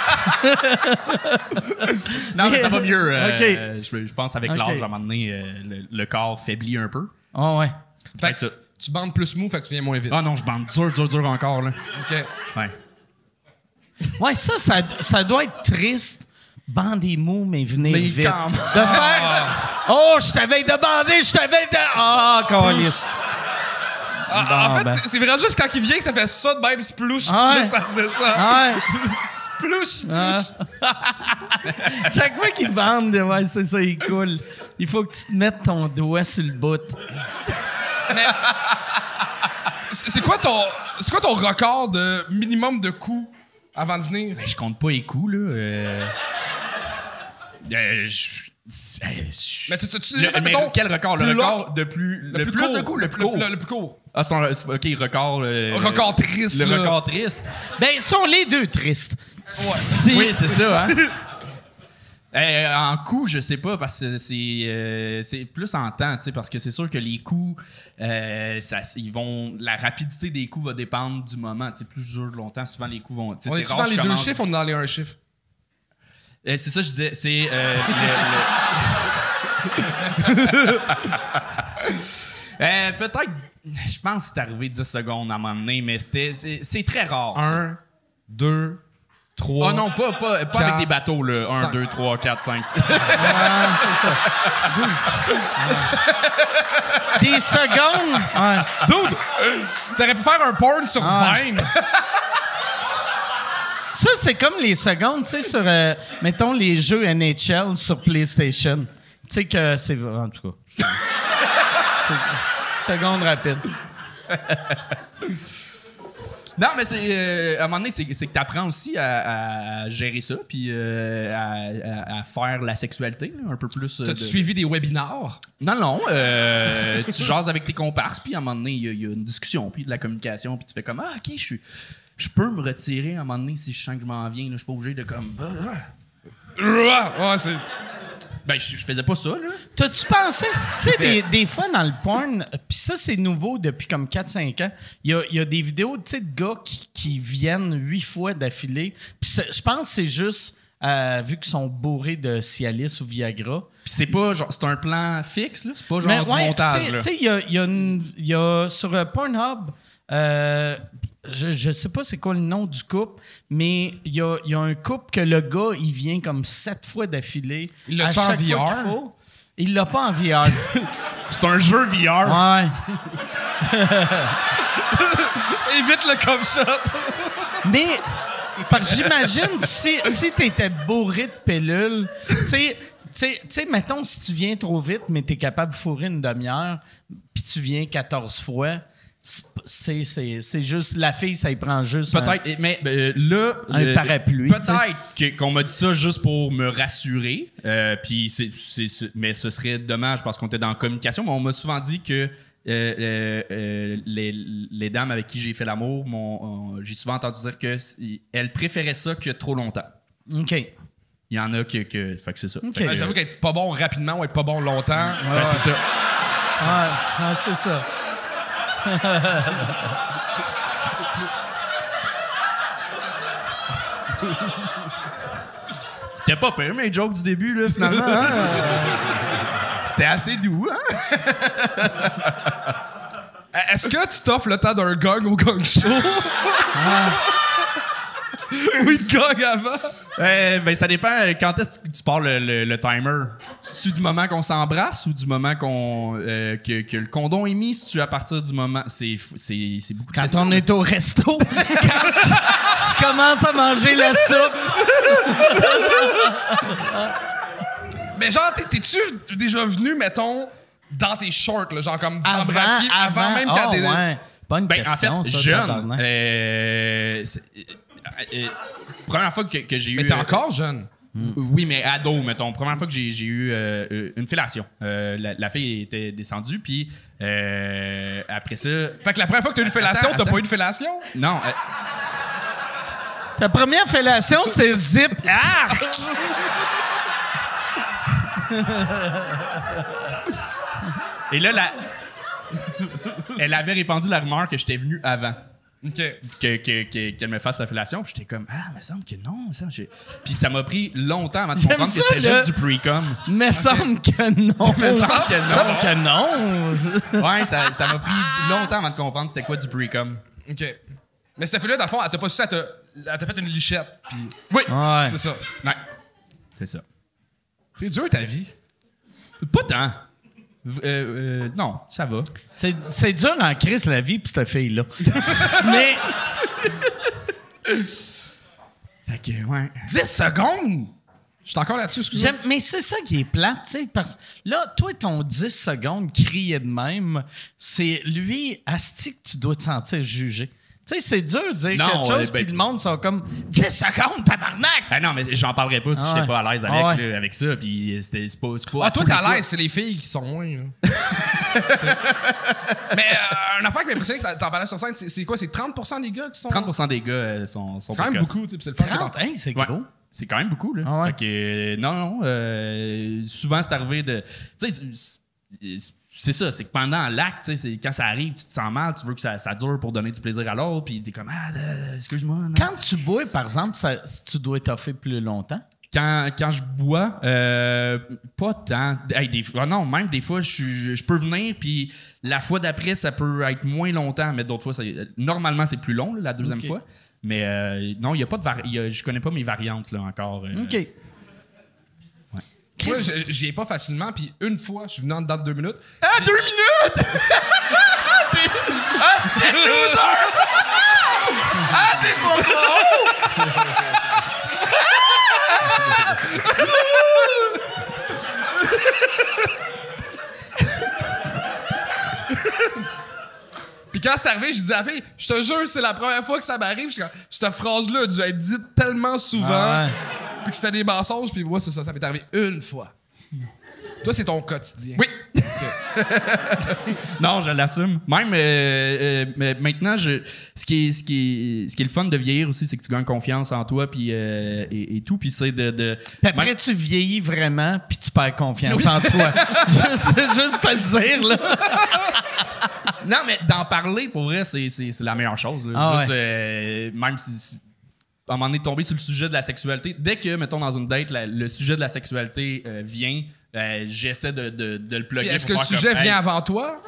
Speaker 4: Non, mais ça va mieux. euh,
Speaker 2: OK.
Speaker 4: je, je pense avec
Speaker 2: OK.
Speaker 4: l'âge, à un moment donné, euh, le, le corps faiblit un peu.
Speaker 2: Ah ouais.
Speaker 5: Fait
Speaker 4: Fait
Speaker 5: que
Speaker 4: que ça-
Speaker 5: tu bandes plus mou, fait que tu viens moins vite.
Speaker 4: Ah non, je bande dur, dur, dur encore. Là.
Speaker 5: OK.
Speaker 4: Ouais.
Speaker 2: Ouais, ça, ça, ça doit être triste bandez-moi, mais venez
Speaker 5: Mais
Speaker 2: vite.
Speaker 5: quand même.
Speaker 2: De faire « Oh, je t'avais demandé, je t'avais de... Ah, câlisse.
Speaker 5: Ah,
Speaker 2: Bon,
Speaker 5: en fait,
Speaker 2: ben.
Speaker 5: c'est- c'est vraiment juste quand il vient que ça fait ça de même, splouche.
Speaker 2: Ouais.
Speaker 5: Là, ça redescend.
Speaker 2: Ouais.
Speaker 5: Splouche.
Speaker 2: Ah. Chaque fois qu'ils vendent, ouais, c'est ça, il coule. Il faut que tu te mettes ton doigt sur le bout.
Speaker 5: C'est c'est quoi ton, c'est quoi ton record de minimum de coups avant de venir?
Speaker 4: Ben, je compte pas les coups, là. Euh... euh, je- euh, je-
Speaker 5: Mais tu, tu, tu
Speaker 4: Le-
Speaker 5: fait,
Speaker 4: mais
Speaker 5: mettons,
Speaker 4: quel record? Le
Speaker 5: plus
Speaker 4: record
Speaker 5: long-
Speaker 4: de plus...
Speaker 5: le, plus,
Speaker 4: plus
Speaker 5: court,
Speaker 4: de coups, le plus court.
Speaker 5: Le, le plus court.
Speaker 4: Ah, c'est un... c'est- OK, record... euh,
Speaker 5: Record triste,
Speaker 4: Le
Speaker 5: là.
Speaker 4: record triste.
Speaker 2: Ben, ils sont les deux tristes. C'est-
Speaker 4: Oui, c'est ça, hein? Euh, en coups, je sais pas, parce que c'est euh, c'est plus en temps, tu sais, parce que c'est sûr que les coups, euh, ça, ils vont, la rapidité des coups va dépendre du moment. Tu sais, plus je dure longtemps, souvent les coups vont. tu sais,
Speaker 5: On
Speaker 4: c'est
Speaker 5: est-tu
Speaker 4: rare
Speaker 5: dans
Speaker 4: que
Speaker 5: les
Speaker 4: je
Speaker 5: deux
Speaker 4: commence-
Speaker 5: chiffres ou on est dans les un chiffre?
Speaker 4: Euh, c'est ça, je disais, c'est euh, le- le- Euh, peut-être, je pense que c'est arrivé dix secondes à un moment donné, mais c'était, c'est, c'est très rare. ça.
Speaker 5: Un, deux, trois.
Speaker 4: Oh non, pas, pas, pas
Speaker 5: quatre,
Speaker 4: avec des bateaux, là. un,
Speaker 5: cinq.
Speaker 4: deux, trois, quatre, cinq.
Speaker 2: Ah, c'est ça. Des secondes. Ouais.
Speaker 5: Dude! T'aurais pu faire un porn sur
Speaker 2: Ah.
Speaker 5: Vine.
Speaker 2: Ça, c'est comme les secondes, tu sais, sur, euh, mettons, les jeux N H L sur PlayStation. Tu sais que c'est... En tout cas. c'est, seconde rapide.
Speaker 4: Non, mais c'est, euh, à un moment donné, c'est, c'est que tu apprends aussi à, à gérer ça, puis euh, à, à- à faire la sexualité, là, un peu plus. euh,
Speaker 5: T'as-tu
Speaker 4: de-
Speaker 5: suivi des webinars?
Speaker 4: Non, non. euh, tu jases avec tes comparses, puis à un moment donné, il y, a- il y a une discussion, puis de la communication, puis tu fais comme, ah, OK, je suis. Je peux me retirer à un moment donné si je sens que je m'en viens. là. Je suis pas obligé de comme.
Speaker 5: Ouais, c'est.
Speaker 4: Ben, je, je faisais pas ça, là.
Speaker 2: T'as-tu pensé? Tu sais, des, des fois dans le porn, puis ça, c'est nouveau depuis comme quatre cinq ans, il y a, il y a des vidéos, tu sais, de gars qui, qui viennent huit fois d'affilée. Puis c'est- je pense que c'est juste, euh, vu qu'ils sont bourrés de Cialis ou Viagra.
Speaker 4: Puis c'est pas genre. C'est un plan fixe, là. C'est pas genre
Speaker 2: Mais
Speaker 4: du
Speaker 2: ouais,
Speaker 4: montage,
Speaker 2: tu sais-
Speaker 4: là.
Speaker 2: tu sais, il y a, il y a une- il y a sur euh, Pornhub, euh, je, je sais pas c'est quoi le nom du couple, mais il y a, il y a un couple que le gars, il vient comme sept fois d'affilée.
Speaker 5: Il l'a
Speaker 2: À
Speaker 5: fait en
Speaker 2: chaque fois
Speaker 5: V R?
Speaker 2: qu'il faut. Il l'a pas en V R.
Speaker 4: C'est un jeu V R.
Speaker 2: Ouais.
Speaker 5: Évite le cum shot.
Speaker 2: Mais, parce que j'imagine, si, si tu étais bourré de pilules, tu sais, tu sais- tu sais, mettons, si tu viens trop vite, mais tu es capable de fourrer une demi-heure, puis tu viens quatorze fois, c'est, c'est, c'est juste, la fille, ça y prend juste un-
Speaker 4: Peut-être, mais euh, là...
Speaker 2: Un
Speaker 4: le-
Speaker 2: parapluie,
Speaker 4: Peut-être que- qu'on m'a dit ça juste pour me rassurer, euh, puis c'est, c'est- c'est- mais ce serait dommage parce qu'on était dans la communication, mais on m'a souvent dit que euh, euh, euh, les, les dames avec qui j'ai fait l'amour, m'ont- euh, j'ai souvent entendu dire qu'elles préféraient ça que trop longtemps.
Speaker 2: OK.
Speaker 4: Il y en a que... que fait que c'est ça.
Speaker 2: OK.
Speaker 4: Fait que,
Speaker 5: Ouais, J'avoue qu'être pas bon rapidement ou être pas bon longtemps.
Speaker 4: ben, c'est ça.
Speaker 2: Ouais, ouais, c'est ça.
Speaker 4: C'était pas pire, mes jokes du début, là, finalement. hein? C'était assez doux, hein?
Speaker 5: Est-ce que tu t'offres le temps d'un gang au gang show? Oui, de gang avant.
Speaker 4: Euh, ben, ça dépend euh, quand est-ce que tu pars le, le- le timer. C'est-tu du moment qu'on s'embrasse ou du moment qu'on euh, que, que le condom est mis? C'est-tu à partir du moment... C'est, fou- c'est, c'est beaucoup de
Speaker 2: Quand
Speaker 4: questions.
Speaker 2: on est au resto, quand je commence à manger la soupe.
Speaker 5: Mais genre, t'es- t'es-tu déjà venu, mettons, dans tes shorts, là, genre comme
Speaker 2: Avant,
Speaker 5: embrassier,
Speaker 2: avant,
Speaker 5: avant même
Speaker 2: oh,
Speaker 5: qu'à des...
Speaker 2: ouais. Pas une
Speaker 4: Ben, en
Speaker 2: question,
Speaker 4: fait,
Speaker 2: ça,
Speaker 4: jeune,
Speaker 2: tabarnak.
Speaker 4: euh, c'est- euh, euh, première fois que, que j'ai eu...
Speaker 5: Mais t'es
Speaker 4: euh,
Speaker 5: encore jeune.
Speaker 4: Oui, mais ado, mettons. Première fois que j'ai, j'ai eu euh, euh, une fellation. Euh, la, la fille était descendue, puis euh, après ça...
Speaker 5: Fait que la première fois que t'as eu une fellation,
Speaker 4: Attends,
Speaker 5: t'as
Speaker 4: attends.
Speaker 5: pas eu de fellation?
Speaker 4: Non, euh,
Speaker 2: Ta première fellation, c'était zip. Ah!
Speaker 4: et là, la... elle avait répandu la rumeur que j'étais venu avant.
Speaker 5: OK.
Speaker 4: Que, que- que- qu'elle me fasse la fellation. Puis j'étais comme, ah, me semble que non. me semble que... Puis ça m'a pris longtemps avant de
Speaker 2: J'aime
Speaker 4: comprendre que
Speaker 2: ça,
Speaker 4: c'était
Speaker 2: là.
Speaker 4: juste du pre-com.
Speaker 2: Me semble que non.
Speaker 4: Me semble que
Speaker 2: Me semble que non.
Speaker 4: Ouais, ça, ça m'a pris longtemps avant de comprendre c'était quoi du pre-com.
Speaker 5: OK. Mais cette fille-là, dans le fond, elle t'a pas su, elle t'a, elle t'a fait une lichette. Puis...
Speaker 4: Oui,
Speaker 2: Ouais.
Speaker 5: C'est ça.
Speaker 4: Ouais. C'est ça.
Speaker 5: C'est dur ta vie.
Speaker 4: Pas tant. Euh, euh, non, ça va.
Speaker 2: C'est, c'est dur en crise la vie pour cette fille-là. Mais.
Speaker 4: Fait que, ouais.
Speaker 5: dix secondes! Je suis encore là-dessus, excuse-moi.
Speaker 2: J'aime- mais c'est ça qui est plate, tu sais, parce là, toi, ton dix secondes crier de même, c'est lui, asti que tu dois te sentir jugé. Tu sais, c'est dur de dire
Speaker 4: Non,
Speaker 2: quelque chose,
Speaker 4: euh, ben-
Speaker 2: puis le monde sont comme dix secondes, tabarnak!
Speaker 4: Ben non, mais j'en parlerai pas si
Speaker 2: Ah
Speaker 4: j'étais
Speaker 2: ouais.
Speaker 4: pas à l'aise avec,
Speaker 2: Ah ouais.
Speaker 4: là, avec ça. Puis c'était c'est pas, c'est pas.
Speaker 5: Ah, toi,
Speaker 4: tous
Speaker 5: t'es
Speaker 4: les
Speaker 5: à
Speaker 4: fois.
Speaker 5: l'aise, c'est les filles qui sont moins. là. C'est- Mais euh, un affaire qui m'a impressionné, que t'en- t'en parlais sur scène, c'est, c'est quoi? C'est trente pour cent des gars qui sont.
Speaker 4: trente pour cent des gars euh, sont, sont
Speaker 5: C'est quand même
Speaker 4: précoces.
Speaker 5: beaucoup, tu sais, puis c'est le fun.
Speaker 2: trente, hein, c'est
Speaker 4: Ouais.
Speaker 2: gros.
Speaker 4: C'est quand même beaucoup, là.
Speaker 2: Ah ouais.
Speaker 4: Fait que, euh, non, non. euh, souvent, c'est arrivé de. Tu sais, tu- c'est ça, c'est que pendant l'acte, tu sais, c'est- quand ça arrive, tu te sens mal, tu veux que ça, ça dure pour donner du plaisir à l'autre, puis t'es comme, ah, euh, excuse-moi. non.
Speaker 2: Quand tu bois, par exemple, ça, tu dois étoffer plus longtemps.
Speaker 4: Quand, quand je bois, euh, pas tant. Hey, des fois, non, même des fois, je, suis- je peux venir, puis la fois d'après, ça peut être moins longtemps, mais d'autres fois, ça- normalement, c'est plus long, là, la deuxième
Speaker 2: Ok.
Speaker 4: fois. Mais euh, non, il n'y a pas de vari- je connais pas mes variantes là, encore. euh.
Speaker 2: OK.
Speaker 5: Moi, je- j'y ai pas facilement, puis une fois, je suis venu en dedans de deux minutes.
Speaker 4: Ah, deux minutes! Ah, c'est loser! Ah, t'es pas bon!
Speaker 5: Puis quand c'est arrivé, je disais à la fille, je te jure, c'est la première fois que ça m'arrive. Je suis comme, cette phrase-là a dû être dite tellement souvent,
Speaker 2: Ah ouais.
Speaker 5: puis que c'était des mensonges, puis moi, c'est ça, ça m'est arrivé une fois. Toi, c'est ton quotidien.
Speaker 4: Oui. Non, je l'assume. Même euh, euh, mais maintenant, je, ce, qui est, ce, qui est, ce qui est le fun de vieillir aussi, c'est que tu gagnes confiance en toi puis, euh, et, et tout. Puis c'est de. de
Speaker 2: Puis après,
Speaker 4: même-
Speaker 2: tu vieillis vraiment, puis tu perds confiance en toi. juste, juste te le dire, là.
Speaker 4: Non, mais d'en parler, pour vrai, c'est, c'est, c'est la meilleure chose. là.
Speaker 2: Ah
Speaker 4: Juste,
Speaker 2: ouais.
Speaker 4: euh, même si. À un moment donné, tomber sur le sujet de la sexualité. Dès que, mettons, dans une date, la- le sujet de la sexualité euh, vient, euh, j'essaie de, de, de le plugger.
Speaker 5: Puis est-ce que
Speaker 4: pour
Speaker 5: le
Speaker 4: faire
Speaker 5: sujet
Speaker 4: comme,
Speaker 5: vient
Speaker 4: hey,
Speaker 5: avant toi?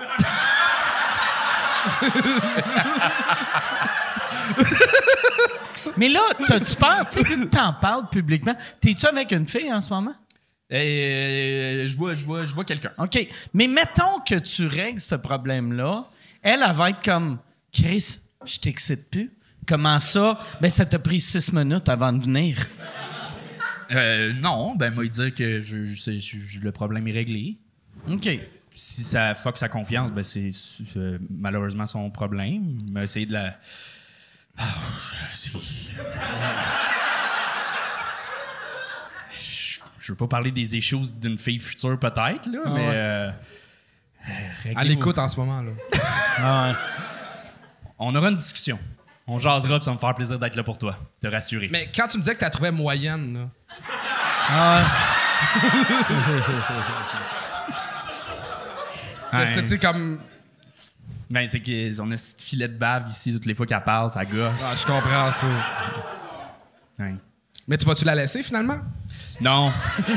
Speaker 2: Mais là, t'as-tu peur, tu sais, que t'en parles publiquement. T'es-tu avec une fille en ce moment?
Speaker 4: euh, je vois, je vois, je vois quelqu'un.
Speaker 2: OK. Mais mettons que tu règles ce problème-là. Elle, elle va être comme Chris, je t'excite plus. Comment ça? Ben, ça t'a pris six minutes avant de venir.
Speaker 4: Euh, non, ben moi, il dit que je, je, sais- je- je- le problème est réglé.
Speaker 2: OK.
Speaker 4: Si ça fuck sa confiance, ben c'est euh, malheureusement son problème. Mais essayer de la. Ah, c'est- je, je veux pas parler des issues d'une fille future, peut-être, là, mais.
Speaker 2: ouais.
Speaker 4: euh, euh, réglez
Speaker 5: Elle
Speaker 4: vos-
Speaker 5: écoute en ce moment, là.
Speaker 2: Ah ouais.
Speaker 4: On aura une discussion. On jasera, puis ça va me faire plaisir d'être là pour toi, te rassurer.
Speaker 5: Mais quand tu me disais que tu la trouvais moyenne, là.
Speaker 2: Ah
Speaker 4: Ouais.
Speaker 5: C'était, tu sais, comme.
Speaker 4: Ben, c'est qu'on a ce petit filet de bave ici, toutes les fois qu'elle parle, ça gosse.
Speaker 5: Ah, je comprends ça.
Speaker 4: Ouais.
Speaker 5: Mais tu vas-tu la laisser, finalement?
Speaker 4: Non.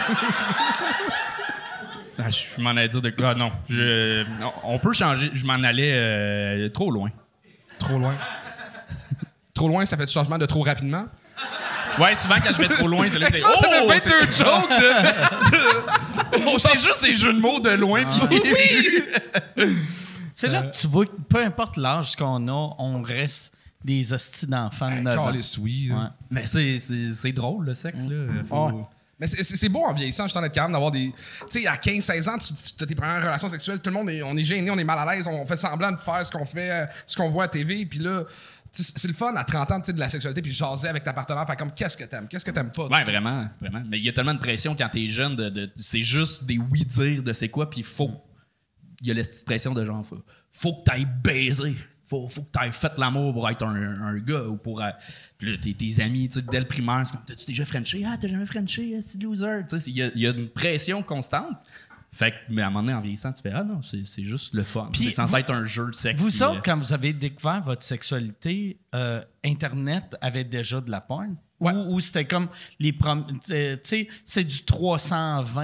Speaker 4: Ah, je m'en allais dire de quoi? Non. Je, non, on peut changer. Je m'en allais euh, trop loin.
Speaker 5: Trop loin. Trop loin, ça fait du changement de trop rapidement?
Speaker 4: Ouais, souvent quand je vais trop loin, c'est là que c'est.
Speaker 5: pense que ça fait
Speaker 4: c'est-
Speaker 5: vingt-deux jokes de...
Speaker 4: Oh, c'est juste ces jeux de mots de loin. puis-
Speaker 2: C'est là que tu vois que peu importe l'âge qu'on a, on reste des hosties d'enfants de neuf ans.
Speaker 5: Calisse, oui, là.
Speaker 2: Ouais.
Speaker 4: Mais c'est, c'est, c'est drôle, le sexe, là. Faut-
Speaker 2: Ouais.
Speaker 5: Mais c'est, c'est- c'est beau en vieillissant, justement, d'être capable d'avoir des. Tu sais, à quinze seize ans, tu as tes premières relations sexuelles, tout le monde est, on est gêné, on est mal à l'aise, on fait semblant de faire ce qu'on fait, euh, ce qu'on voit à T V, puis là, tu sais, c'est le fun à trente ans, tu sais, de la sexualité, puis jaser avec ta partenaire, faire comme qu'est-ce que t'aimes, qu'est-ce que t'aimes pas.
Speaker 4: Ouais, vraiment, vraiment. Mais il y a tellement de pression quand t'es jeune, de, de- c'est juste des oui-dire de c'est quoi, puis il faut. Il y a la petite pression de genre, faut, faut que t'ailles baiser. Faut, faut que t'ailles fait l'amour pour être un, un gars ou pour. euh, puis là, tes, tes amis, tu sais, dès le primaire, c'est comme, t'as-tu déjà frenché? Ah, t'as jamais frenché, c'est loser. Tu sais, il y, a- il y a une pression constante. Fait que, mais à un moment donné, en vieillissant, tu fais, ah non, c'est, c'est juste le fun.
Speaker 2: Puis
Speaker 4: C'est censé
Speaker 2: vous-
Speaker 4: être un jeu de sexe.
Speaker 2: Vous
Speaker 4: puis,
Speaker 2: autres,
Speaker 4: euh,
Speaker 2: quand vous avez découvert votre sexualité, euh, Internet avait déjà de la porn?
Speaker 5: Ouais.
Speaker 2: Ou, ou c'était comme les prom... Tu sais, c'est du trois cent vingt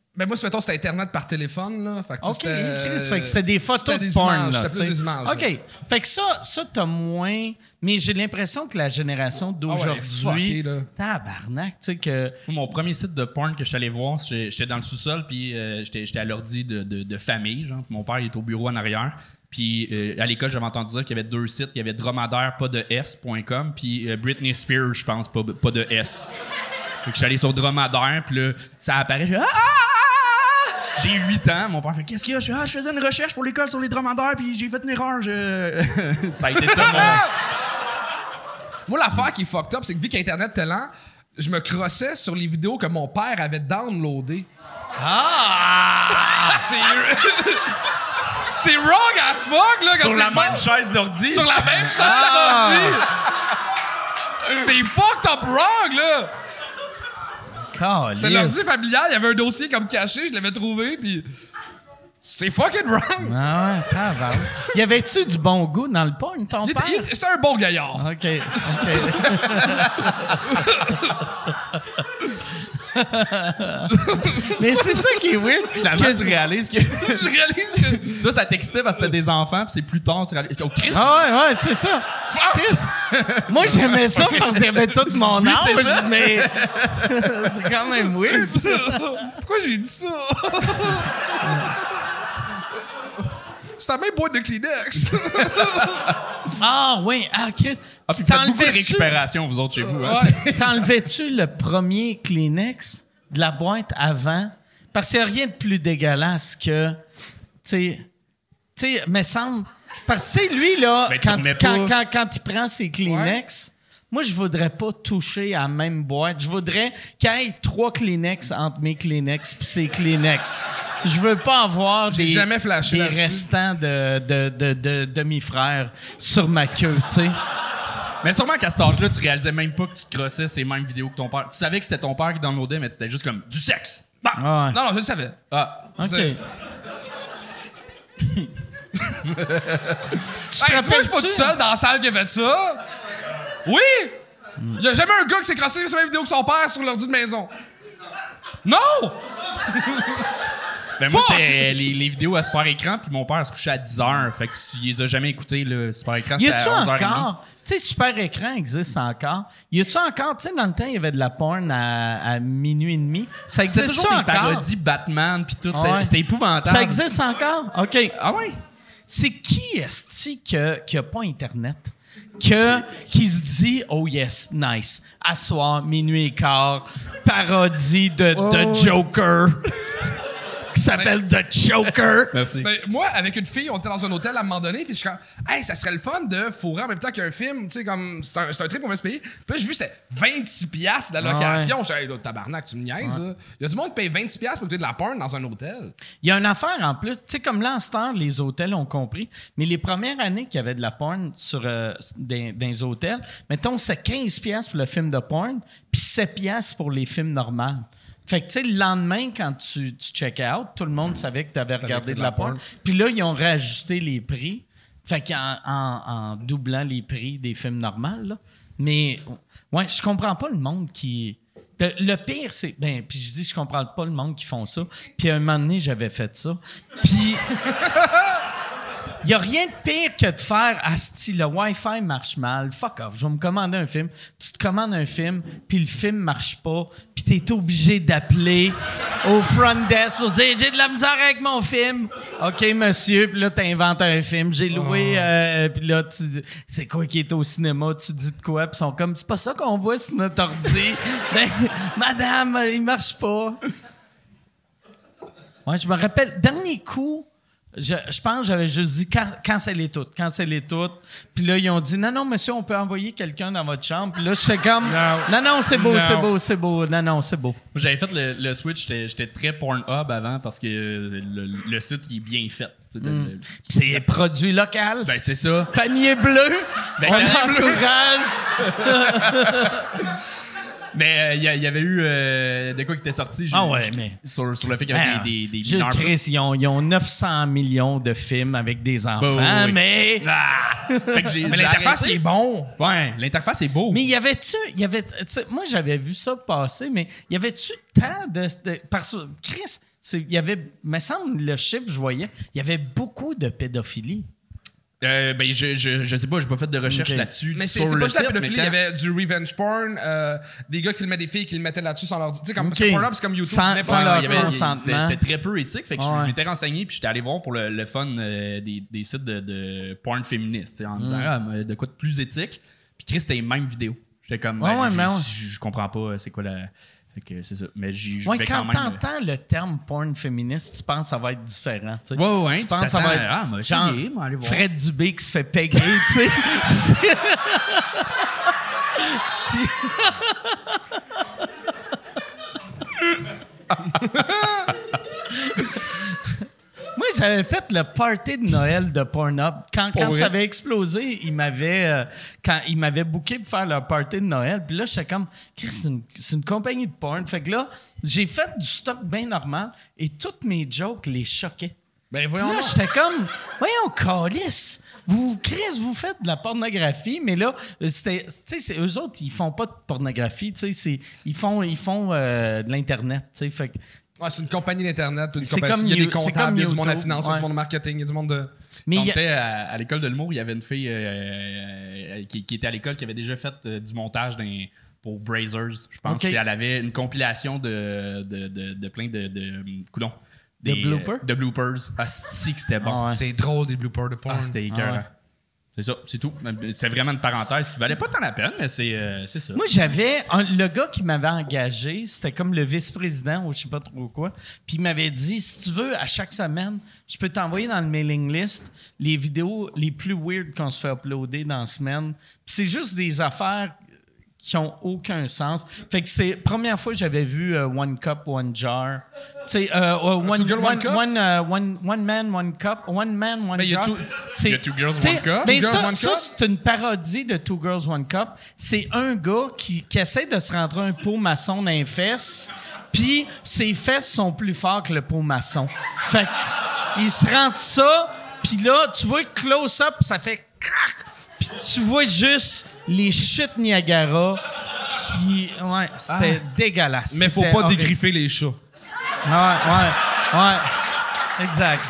Speaker 5: Ben moi, mettons, c'était Internet par téléphone, là. Fait que
Speaker 2: OK,
Speaker 5: c'était...
Speaker 2: Chris, fait que c'était des photos
Speaker 5: c'était
Speaker 2: de
Speaker 5: des
Speaker 2: porn,
Speaker 5: images,
Speaker 2: là,
Speaker 5: c'était plus
Speaker 2: t'sais.
Speaker 5: des images.
Speaker 2: OK.
Speaker 5: là.
Speaker 2: Fait que ça, ça t'as moins... Mais j'ai l'impression que la génération d'aujourd'hui...
Speaker 5: fucké, là.
Speaker 2: Tabarnak, tu sais que...
Speaker 4: Mon premier site de porn que je suis allé voir, j'étais j'étais dans le sous-sol, puis euh, j'étais j'étais à l'ordi de, de, de famille. Genre. Mon père il est au bureau en arrière. Puis euh, à l'école, j'avais entendu dire qu'il y avait deux sites. Il y avait dromadaire, pas de S point com, puis euh, Britney Spears, je pense, pas, pas de S. Fait que je suis allé sur dromadaire, puis là, ça apparaît. Je fais, ah, ah, ah! J'ai huit ans. Mon père fait, qu'est-ce qu'il y a? Je fais, ah, je faisais une recherche pour l'école sur les dromadaires, puis j'ai fait une erreur. Je... ça a été ça, mon...
Speaker 5: Moi, l'affaire qui est fucked up, c'est que vu qu'Internet était lent, je me crossais sur les vidéos que mon père avait downloadées.
Speaker 2: Ah!
Speaker 5: C'est... c'est wrong as fuck, là, quand
Speaker 4: Sur
Speaker 5: tu
Speaker 4: la
Speaker 5: le
Speaker 4: même
Speaker 5: penses.
Speaker 4: chaise d'ordi.
Speaker 5: Sur la même chaise
Speaker 2: Ah!
Speaker 5: d'ordi. C'est fucked up wrong, là. C'était
Speaker 2: Caliste.
Speaker 5: l'ordi familial, il y avait un dossier comme caché, je l'avais trouvé, puis c'est fucking wrong.
Speaker 2: Ah ouais, tabarnak. Y avait-tu du bon goût dans le porn, ton
Speaker 5: Il
Speaker 2: père?
Speaker 5: était- il était- C'était un bon gaillard.
Speaker 2: OK, OK. Mais c'est ça qui est weird.
Speaker 4: Finalement,
Speaker 2: Que-
Speaker 4: tu réalises que...
Speaker 5: Je réalise que...
Speaker 4: Ça, ça t'excitait parce que c'était des enfants, puis c'est plus tard, tu réalises... Oh, Chris!
Speaker 2: Ah ouais, ouais, c'est ça. Chris, moi, j'aimais ça parce qu'il y avait tout mon âge,
Speaker 4: c'est ça.
Speaker 2: mais c'est quand même weird.
Speaker 5: Pourquoi j'ai dit ça? C'est la même boîte de Kleenex.
Speaker 2: Ah oui, ah Chris.
Speaker 4: Ah, puis vous faites beaucoup de
Speaker 2: T'enlevais-tu-
Speaker 4: récupération, vous autres, chez vous. Hein?
Speaker 5: Ouais.
Speaker 2: T'enlevais-tu le premier Kleenex de la boîte avant? Parce qu'il n'y a rien de plus dégueulasse que... Tu sais, tu sais, me semble... Parce que, tu sais, lui, là,
Speaker 4: Ben, tu
Speaker 2: quand,
Speaker 4: remets
Speaker 2: quand,
Speaker 4: pas.
Speaker 2: quand, quand il prend ses Kleenex, moi, je voudrais pas toucher à la même boîte. Je voudrais qu'il y ait trois Kleenex entre mes Kleenex puis ses Kleenex. Je veux pas avoir
Speaker 5: J'ai
Speaker 2: des,
Speaker 5: jamais flashé
Speaker 2: des
Speaker 5: là-dessus.
Speaker 2: restants de, de, de, de demi-frères sur ma queue, tu sais.
Speaker 4: Mais sûrement qu'à cet âge-là, tu réalisais même pas que tu te crossais ces mêmes vidéos que ton père. Tu savais que c'était ton père qui downloadait, mais t'étais juste comme du sexe. Bah!
Speaker 2: Ah ouais.
Speaker 5: Non, non, je le savais.
Speaker 4: Ah.
Speaker 2: OK.
Speaker 5: C'est-
Speaker 2: Tu te
Speaker 5: Hey, tu vois, je suis pas
Speaker 2: rappelles-tu?
Speaker 5: tout seul dans la salle qui a fait ça. Oui! Il y a jamais un gars qui s'est crossé sur la même vidéo que son père sur l'ordi de maison. Non!
Speaker 4: Ben moi,
Speaker 5: Fuck!
Speaker 4: c'est les, les vidéos à super écran, puis mon père se couchait à dix heures. Fait que tu les as jamais écoutées, le super écran.
Speaker 2: Y
Speaker 4: C'était
Speaker 2: a-tu
Speaker 4: à onze heures trente.
Speaker 2: encore? Tu sais, Super Écran existe encore. Y a-tu encore? Tu sais, dans le temps, il y avait de la porn à, à minuit et demi. Ça
Speaker 4: C'était
Speaker 2: existe
Speaker 4: toujours
Speaker 2: ça
Speaker 4: des
Speaker 2: encore?
Speaker 4: parodies Batman, puis tout.
Speaker 2: Ah
Speaker 4: c'était-
Speaker 2: ouais.
Speaker 4: C'était épouvantable.
Speaker 2: Ça existe encore? OK.
Speaker 4: Ah ouais?
Speaker 2: C'est qui est-ce qui a pas Internet? Que, qui se dit, oh yes, nice. À soir, minuit et quart, parodie de, de Joker. qui s'appelle The Joker.
Speaker 4: Merci.
Speaker 5: Ben, moi, avec une fille, on était dans un hôtel à un moment donné, puis je suis comme, hey, ça serait le fun de fourrer en même temps qu'un film, tu sais, comme, c'est un, c'est un trip qu'on va se payer. Puis là, j'ai vu, c'était vingt-six piastres la location. Je suis hey, là, tabarnak, tu me niaises, là. Il y a du monde qui paye vingt-six piastres pour écouter de la porn dans un hôtel.
Speaker 2: Il y a une affaire en plus, tu sais, comme là, en ce temps, les hôtels ont compris, mais les premières années qu'il y avait de la porn sur, euh, dans, dans les hôtels, mettons, c'est quinze piastres pour le film de porn, puis sept piastres pour les films normaux. Fait que, tu sais, le lendemain, quand tu, tu check out, tout le monde savait que tu avais regardé de la porn. Puis là, ils ont réajusté les prix. Fait qu'en en, en doublant les prix des films normaux, là. Mais, ouais, je comprends pas le monde qui... Le, le pire, c'est... Ben, puis je dis, je comprends pas le monde qui font ça. Puis à un moment donné, j'avais fait ça. Puis... Il n'y a rien de pire que de faire « Asti, le Wi-Fi marche mal. Fuck off, je vais me commander un film. » Tu te commandes un film, puis le film marche pas, puis tu es obligé d'appeler au front desk pour dire « J'ai de la misère avec mon film. » « OK, monsieur. » Puis là, tu inventes un film. J'ai loué... Euh, puis là, tu dis « C'est quoi qui est au cinéma? » Tu dis de quoi? Puis ils sont comme « C'est pas ça qu'on voit sur notre ordi. » Ben, madame, il marche pas. Ouais, je me rappelle, dernier coup... Je, je pense que j'avais juste dit can, cancellez tout, cancellez tout. Puis là, ils ont dit non, non, monsieur, on peut envoyer quelqu'un dans votre chambre. Puis là, j'étais comme non, non, c'est beau,
Speaker 5: Non.
Speaker 2: c'est beau, c'est beau. Non, non, c'est beau.
Speaker 4: Moi, j'avais fait le, le switch, j'étais, j'étais très Pornhub avant parce que le, le site il est bien fait. Le- le-
Speaker 2: Puis c'est produit local.
Speaker 4: ben, c'est ça.
Speaker 2: Panier bleu.
Speaker 4: Ben,
Speaker 2: on
Speaker 4: panier bleu.
Speaker 2: encourage.
Speaker 4: Mais euh, il y, a- il y avait eu euh, de quoi qui était sorti. j'ai-
Speaker 2: Ah ouais, mais-
Speaker 4: Sur, sur le fait qu'il y avait
Speaker 2: Ah,
Speaker 4: des, des, des
Speaker 2: Gilles
Speaker 4: mineurs.
Speaker 2: Chris, ils ont, ils ont neuf cents millions de films avec des enfants,
Speaker 4: oui, oui.
Speaker 2: mais...
Speaker 4: Ah! Fait que j'ai-
Speaker 5: Mais
Speaker 4: j'ai
Speaker 5: l'interface,
Speaker 4: arrêté.
Speaker 5: il est bon.
Speaker 4: Ouais, l'interface est beau.
Speaker 2: Mais y avait-tu, y avait, tu sais, moi j'avais vu ça passer, mais y avait-tu tant de, de parce que Chris, C'est, il y avait, me semble, le chiffre, je voyais, il y avait beaucoup de pédophilie.
Speaker 4: Euh, ben, je, je, je sais pas, j'ai pas fait de recherche
Speaker 2: Okay.
Speaker 4: là-dessus.
Speaker 5: Mais c'est,
Speaker 4: sur
Speaker 5: c'est
Speaker 4: le
Speaker 5: pas ça,
Speaker 4: site,
Speaker 5: la pédophilie.
Speaker 4: mais
Speaker 5: Il y
Speaker 4: quand-
Speaker 5: avait du revenge porn, euh, des gars qui filmaient des filles qui le mettaient là-dessus sans leur dire. Tu sais, comme
Speaker 2: Ok.
Speaker 5: parce que Pornhub, c'est comme YouTube.
Speaker 2: Sans-
Speaker 5: mais
Speaker 2: sans
Speaker 5: pas-
Speaker 2: leur
Speaker 4: il y avait- il-
Speaker 2: consentement.
Speaker 4: C'était c'était très peu éthique. Fait que je-
Speaker 2: Ouais.
Speaker 4: je m'étais renseigné puis j'étais allé voir pour le, le fun euh, des, des sites de, de porn féministe, tu sais, en me disant
Speaker 2: Mm.
Speaker 4: ah, mais de quoi de plus éthique. Puis Chris, c'était les mêmes vidéos. J'étais comme,
Speaker 2: Ouais,
Speaker 4: ben,
Speaker 2: ouais,
Speaker 4: je-
Speaker 2: mais ouais.
Speaker 4: je, je comprends pas c'est quoi la. Fait que c'est ça. Mais j'y je
Speaker 2: Ouais,
Speaker 4: vais
Speaker 2: quand
Speaker 4: quand même.
Speaker 2: t'entends le terme porn féministe, tu penses que ça va être différent. Tu sais.
Speaker 4: Ouais, ouais, ouais,
Speaker 2: tu
Speaker 4: tu
Speaker 2: penses que ça va
Speaker 4: t'attends,
Speaker 2: être
Speaker 4: ah, moi,
Speaker 2: genre
Speaker 4: essayé, moi, allez voir.
Speaker 2: Fred Dubé qui se fait péguer, tu sais. C'est- Puis- Moi, j'avais fait le party de Noël de Pornhub. Quand, quand
Speaker 5: vrai?
Speaker 2: ça avait explosé, ils m'avaient euh, quand ils m'avaient booké pour faire leur party de Noël. Puis là, j'étais comme, Chris, c'est une, c'est une compagnie de porn. Fait que là, j'ai fait du stock bien normal et toutes mes jokes les choquaient.
Speaker 5: Ben,
Speaker 2: Puis
Speaker 5: voyons.
Speaker 2: là,
Speaker 5: donc.
Speaker 2: j'étais comme, voyons, calice. Vous, Chris, vous faites de la pornographie, mais là, c'était, tu sais, c'est- eux autres, ils font pas de pornographie, tu sais, c'est- ils font, ils font euh, de l'internet, tu sais, fait que-
Speaker 5: Ouais, c'est une compagnie d'Internet. Une
Speaker 2: C'est
Speaker 5: compagnie,
Speaker 2: comme
Speaker 5: il y a des
Speaker 2: You- c'est
Speaker 5: comptables,
Speaker 2: comme
Speaker 5: il y a du monde à la
Speaker 2: YouTube,
Speaker 5: finance, il y a
Speaker 2: ouais.
Speaker 5: du monde au marketing, il y a du monde de.
Speaker 2: mais
Speaker 4: Quand
Speaker 2: il y a-
Speaker 4: j'étais à, à l'école de l'humour, il y avait une fille euh, euh, qui, qui était à l'école qui avait déjà fait euh, du montage d'un- pour Brazers, je pense.
Speaker 2: Ok.
Speaker 4: Puis elle avait une compilation de, de, de, de plein de. de coudons,
Speaker 2: De bloopers?
Speaker 4: euh, de bloopers. Ah, si que c'était bon.
Speaker 2: Ah ouais.
Speaker 5: C'est drôle, des bloopers de porn.
Speaker 4: Ah, c'était écœurant.
Speaker 2: Ah ouais.
Speaker 4: C'est ça, c'est tout. C'était vraiment une parenthèse qui valait pas tant la peine, mais c'est euh, c'est ça.
Speaker 2: Moi, j'avais un- le gars qui m'avait engagé, c'était comme le vice-président ou je sais pas trop quoi. Puis il m'avait dit, si tu veux, à chaque semaine, je peux t'envoyer dans le mailing list les vidéos les plus weird qu'on se fait uploader dans la semaine. Puis c'est juste des affaires qui ont aucun sens. Fait que c'est première fois que j'avais vu euh, One Cup, One Jar. Tu sais, euh, euh, one,
Speaker 5: Two Girl, One
Speaker 2: one,
Speaker 5: Cup?
Speaker 2: one, euh, one, one Man, One Cup, One Man, One
Speaker 5: Ben, il y a
Speaker 2: Jar.
Speaker 5: two-
Speaker 2: C'est-
Speaker 4: il y a Two Girls,
Speaker 2: tu sais,
Speaker 4: One Cup.
Speaker 2: ben
Speaker 5: Two Girls,
Speaker 2: ça,
Speaker 5: One
Speaker 2: ça,
Speaker 5: Cup?
Speaker 2: c'est une parodie de Two Girls, One Cup. C'est un gars qui, qui essaie de se rentrer un pot maçon dans les fesses, puis ses fesses sont plus forts que le pot maçon. Fait qu'il se rentre ça, puis là, tu vois close-up, ça fait crac, puis tu vois juste les chutes Niagara qui... Ouais, c'était dégueulasse.
Speaker 5: Mais faut
Speaker 2: C'était
Speaker 5: pas
Speaker 2: horrible.
Speaker 5: dégriffer les chats.
Speaker 2: Ouais, ouais, ouais. Exact.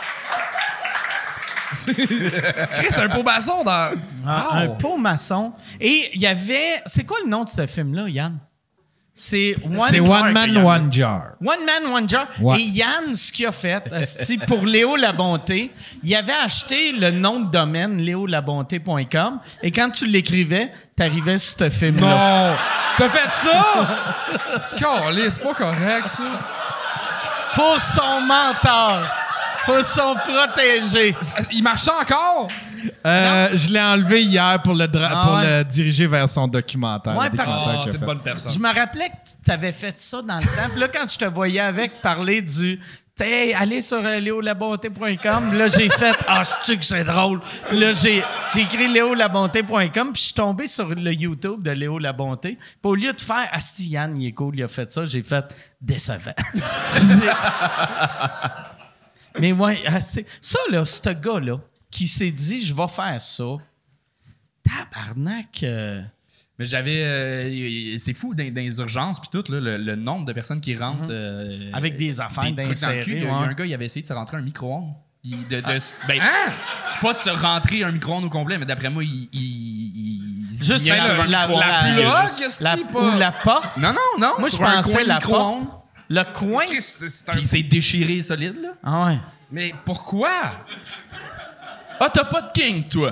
Speaker 5: Chris, c'est un pot maçon dans.
Speaker 2: Ah, un pot maçon. Et il y avait... C'est quoi le nom de ce film-là, Yann? C'est One,
Speaker 3: C'est One Man,
Speaker 4: Yann.
Speaker 3: One Jar.
Speaker 2: One Man, One Jar.
Speaker 3: Ouais.
Speaker 2: Et Yann, ce qu'il a fait, esti, pour Léo La Bonté, il avait acheté le nom de domaine léo la bonté point com et quand tu l'écrivais, t'arrivais sur ce film-là.
Speaker 5: Non! T'as fait ça? Calé, c'est pas correct, ça.
Speaker 2: Pour son mentor. Pour son protégé.
Speaker 5: Il marchait encore?
Speaker 3: Euh, je l'ai enlevé hier pour le, dra-
Speaker 2: Ah
Speaker 3: pour
Speaker 2: ouais.
Speaker 3: le diriger vers son documentaire.
Speaker 2: Ouais,
Speaker 3: le
Speaker 2: parce-
Speaker 3: documentaire
Speaker 5: Ah,
Speaker 3: qu'il a
Speaker 5: t'es une
Speaker 3: fait.
Speaker 5: bonne personne.
Speaker 2: Je me rappelais que tu t'avais fait ça dans le temps. Puis là, quand je te voyais avec parler du hey, allez sur euh, léo la bonté point com, là, j'ai fait ah, je sais que c'est drôle. Puis là, j'ai, j'ai écrit léo la bonté point com, puis je suis tombé sur le YouTube de Léo Labonté. Puis au lieu de faire ah, si Yann, il est cool, il a fait ça, j'ai fait décevant. Mais ouais, ah, c'est- ça, là, ce gars-là, qui s'est dit je vais faire ça, tabarnak. euh,
Speaker 4: Mais j'avais. euh, y- y- c'est fou dans, dans les urgences, puis tout, là, le, le nombre de personnes qui rentrent. euh,
Speaker 2: Avec des affaires
Speaker 4: trucs dans le
Speaker 2: d'insérer,
Speaker 4: cul. Il y a- il y a
Speaker 2: ouais.
Speaker 4: un gars, il avait essayé de se rentrer un micro-ondes. Il- de, de s- ben, Pas de se rentrer un micro-ondes au complet, mais d'après moi, il. il, il
Speaker 2: Juste
Speaker 4: il y a
Speaker 2: la-
Speaker 4: sur un
Speaker 2: la-
Speaker 4: micro-ondes,
Speaker 2: la-
Speaker 4: puis il y a
Speaker 2: la-
Speaker 4: juste-
Speaker 5: esti,
Speaker 2: la,
Speaker 5: pas-
Speaker 2: ou la porte.
Speaker 4: Non, non, non.
Speaker 2: Moi, je
Speaker 4: sur un
Speaker 2: pensais
Speaker 4: coin de
Speaker 2: la
Speaker 4: micro-ondes.
Speaker 2: porte. Le coin.
Speaker 5: Chris, c'est c'est un.
Speaker 4: Puis il s'est déchiré solide, là.
Speaker 2: Ah ouais.
Speaker 5: Mais pourquoi?
Speaker 4: Ah, t'as pas de king, toi.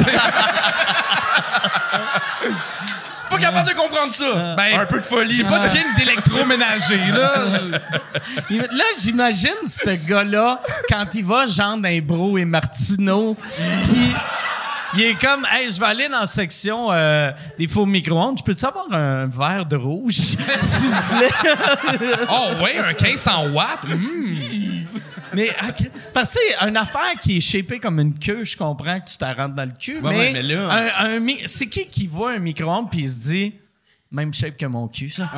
Speaker 4: Pas capable de comprendre ça.
Speaker 5: Ben,
Speaker 4: un peu de folie.
Speaker 5: J'ai pas de king d'électroménager, là.
Speaker 2: Là, j'imagine ce gars-là, quand il va, genre, dans Bro et Martineau, puis il est comme, hey, je vais aller dans la section euh, des faux micro-ondes. Je peux-tu avoir un verre de rouge, s'il vous plaît?
Speaker 5: Oh, ouais, un quinze cents watts. Mm.
Speaker 2: Mais, ok, parce que c'est une affaire qui est shapée comme une queue, je comprends que tu t'en rentres dans le cul,
Speaker 4: Ouais,
Speaker 2: mais,
Speaker 4: ouais, mais là-
Speaker 2: un- un mi- c'est qui qui voit un micro-ondes puis il se dit, même shape que mon cul, ça?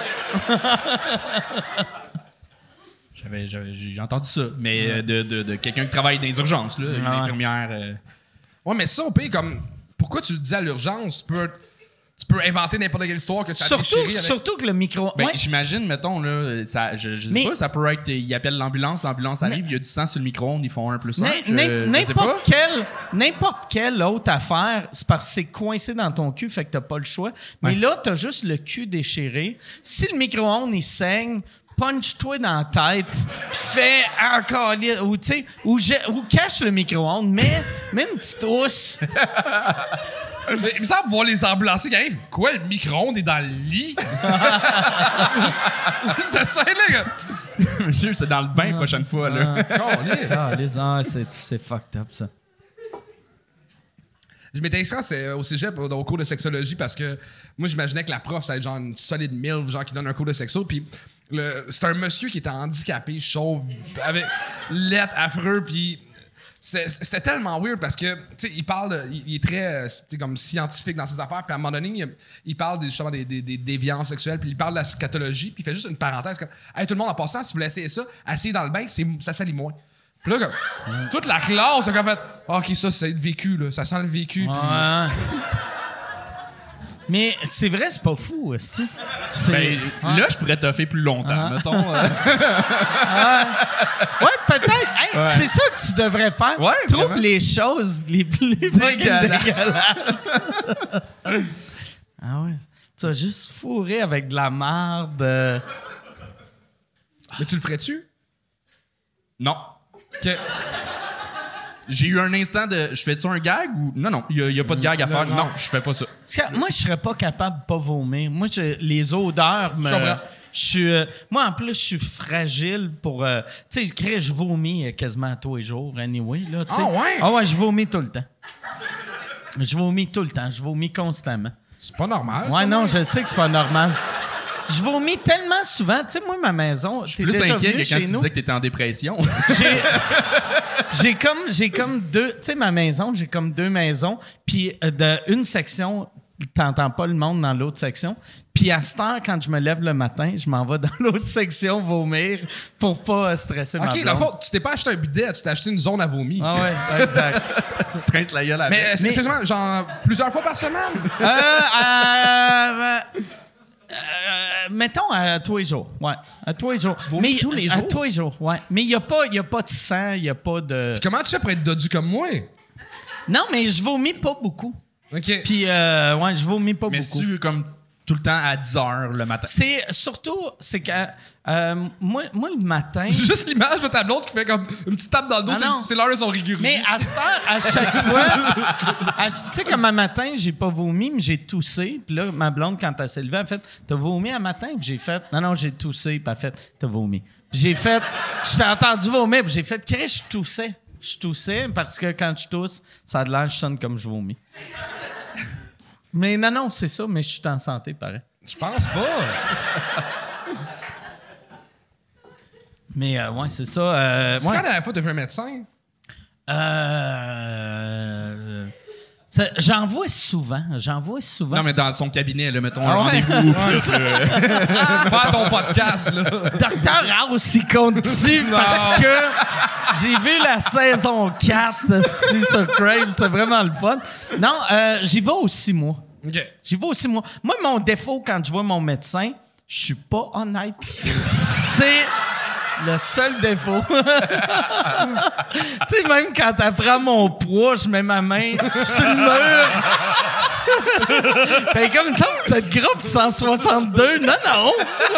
Speaker 4: J'avais, j'avais- j'ai entendu ça. Mais euh, de, de, de quelqu'un qui travaille dans les urgences, là, une
Speaker 2: Ouais.
Speaker 4: infirmière. euh,
Speaker 5: Ouais, mais ça, on paye comme. Pourquoi tu le dis à l'urgence? Tu peux. tu peux inventer n'importe quelle histoire que ça a
Speaker 2: Surtout,
Speaker 5: déchiré avec...
Speaker 2: surtout que le micro...
Speaker 4: Ben,
Speaker 2: ouais.
Speaker 4: j'imagine, mettons, là, ça, je, je sais
Speaker 2: Mais-
Speaker 4: pas, ça pourrait être. Ils appellent l'ambulance, l'ambulance arrive, il y a du sang sur le micro-ondes, ils font un plus un.
Speaker 2: N'im-
Speaker 4: je-
Speaker 2: n'im-
Speaker 4: je sais
Speaker 2: N'importe
Speaker 4: pas.
Speaker 2: quelle, n'importe quelle autre affaire, c'est parce que c'est coincé dans ton cul, fait que t'as pas le choix. Mais là, t'as juste le cul déchiré. Si le micro-ondes, il saigne, punch-toi dans la tête, puis fais encore... Ou, tu sais, ou, je- ou cache le micro-ondes, mets, mets une petite housse.
Speaker 5: Mais il me semble voir les ambulanciers qui arrivent. Quoi, le micro-ondes est dans le lit? C'était ça, là, gars.
Speaker 4: Jure, c'est dans le bain la prochaine fois, là.
Speaker 5: Câlisse.
Speaker 2: Ah, les ah, c'est, c'est fucked up, ça.
Speaker 5: Je m'étais inscrit c'est, au cégep au, au cours de sexologie parce que moi, j'imaginais que la prof, ça allait être genre une solide mille, genre qui donne un cours de sexo. Puis le, c'est un monsieur qui était handicapé, chauve, avec lettres affreux. Puis c'était, c'était tellement weird parce que, tu sais, il parle, de- il, il est très euh, tu sais, comme scientifique dans ses affaires. Puis à un moment donné, il, il parle des, justement des, des, des déviances sexuelles. Puis il parle de la scatologie. Puis il fait juste une parenthèse comme, hey, tout le monde en passant, si vous voulez essayer ça, asseyez dans le bain, c'est, ça salit moins. Puis là, comme, toute la classe a comme fait, ah, ok, ça, c'est le vécu, là. Ça sent le vécu. puis-
Speaker 2: Ouais. Mais c'est vrai, c'est pas fou, esti. C'est...
Speaker 4: Ben,
Speaker 2: Ouais.
Speaker 4: là, je pourrais toffer plus longtemps, mettons. euh.
Speaker 2: Ouais, peut-être. Hey, c'est ça que tu devrais faire.
Speaker 4: Ouais,
Speaker 2: Trouve
Speaker 4: vraiment.
Speaker 2: les choses les plus fucking
Speaker 4: Dégueulasses.
Speaker 2: dégueulasses. Ah ouais. Tu vas juste fourrer avec de la marde. euh.
Speaker 5: Mais tu le ferais-tu?
Speaker 4: Non.
Speaker 5: Que...
Speaker 4: J'ai eu un instant de. Je fais-tu un gag ou. Non, non, il n'y a, pas de gag à faire. Non, je fais pas ça.
Speaker 2: Parce que moi, je serais pas capable de pas vomir. Moi, je- les odeurs me.
Speaker 5: Je comprends.
Speaker 2: Je suis. euh, moi, en plus, je suis fragile pour. euh, tu sais, Chris, je vomis euh, quasiment tous les jours, anyway. Là, tu sais.
Speaker 5: Ah ouais?
Speaker 2: Ah ouais, je vomis tout le temps. Je vomis tout le temps. Je vomis constamment.
Speaker 5: C'est pas normal.
Speaker 2: Ouais,
Speaker 5: ça,
Speaker 2: non,
Speaker 5: moi.
Speaker 2: je sais que c'est pas normal. Je vomis tellement souvent. Tu sais, moi, ma maison.
Speaker 4: Je suis plus inquiet que quand tu disais que t'étais en dépression.
Speaker 2: J'ai, j'ai comme j'ai comme deux, tu sais, ma maison, j'ai comme deux maisons, puis euh, de une section, t'entends pas le monde dans l'autre section, puis à cette heure, quand je me lève le matin, je m'en vais dans l'autre section vomir pour pas euh, stresser ma
Speaker 5: Ok,
Speaker 2: blonde.
Speaker 5: dans le fond, tu t'es pas acheté un bidet, tu t'es acheté une zone à vomi.
Speaker 2: Ah ouais, exact.
Speaker 4: Tu te rinces la gueule avec.
Speaker 5: Mais, c'est seulement, genre, plusieurs fois par semaine?
Speaker 2: euh, euh, euh, mettons à tous les jours, ouais, à tous les jours.
Speaker 5: vomis
Speaker 2: Mais
Speaker 5: tous les
Speaker 2: À
Speaker 5: jours?
Speaker 2: tous les jours, ouais. Mais il y a pas, il y a pas de sang, il y a pas de.
Speaker 5: Comment tu fais pour être dodu comme moi?
Speaker 2: Non, mais je vomis pas beaucoup.
Speaker 5: Ok.
Speaker 2: Puis euh, ouais, je vomis pas
Speaker 4: Mais
Speaker 2: beaucoup.
Speaker 4: c'est-tu comme tout le temps à dix heures le matin?
Speaker 2: C'est surtout, c'est que euh, moi, moi, le matin.
Speaker 5: Juste l'image de ta blonde qui fait comme une petite tape dans le dos,
Speaker 2: Ah
Speaker 5: c'est-
Speaker 2: non.
Speaker 5: c'est l'heure de son rigurgie.
Speaker 2: Mais à cette heure, à chaque fois, à- tu sais, comme un matin, j'ai pas vomi, mais j'ai toussé. Puis là, ma blonde, quand elle s'est levée, elle a fait « T'as vomi un matin? » Puis j'ai fait « Non, non, j'ai toussé. » Puis elle a fait « T'as vomi. » Puis j'ai fait « Je t'ai entendu vomir. » Puis j'ai fait « Chris, je toussais. Je toussais parce que quand je tousse, ça a de l'air, je sonne comme je vomis. » Mais non, non, c'est ça, mais je suis en santé, pareil.
Speaker 5: Je pense pas.
Speaker 2: Mais euh, ouais, c'est ça. euh,
Speaker 5: C'est
Speaker 2: ouais.
Speaker 5: quand la dernière fois que t'as vu un médecin?
Speaker 2: Euh, ça- j'en vois souvent. J'en vois souvent.
Speaker 4: Non, mais dans son cabinet, là, mettons
Speaker 2: Ah
Speaker 4: un
Speaker 2: ouais?
Speaker 4: rendez-vous. fait, euh,
Speaker 5: Pas à ton podcast, là.
Speaker 2: Docteur House, il compte-tu parce que j'ai vu la saison quatre esti, sur Crave. C'était vraiment le fun. Non, euh, j'y vais aux six mois.
Speaker 5: OK.
Speaker 2: J'y vais aux six mois. Moi, mon défaut quand je vois mon médecin, je suis pas honnête. C'est le seul défaut. Tu sais, même quand t'apprends mon poids, je mets ma main sur le mur. Ben, comme il me semble que cette groupe cent soixante-deux. Non, non.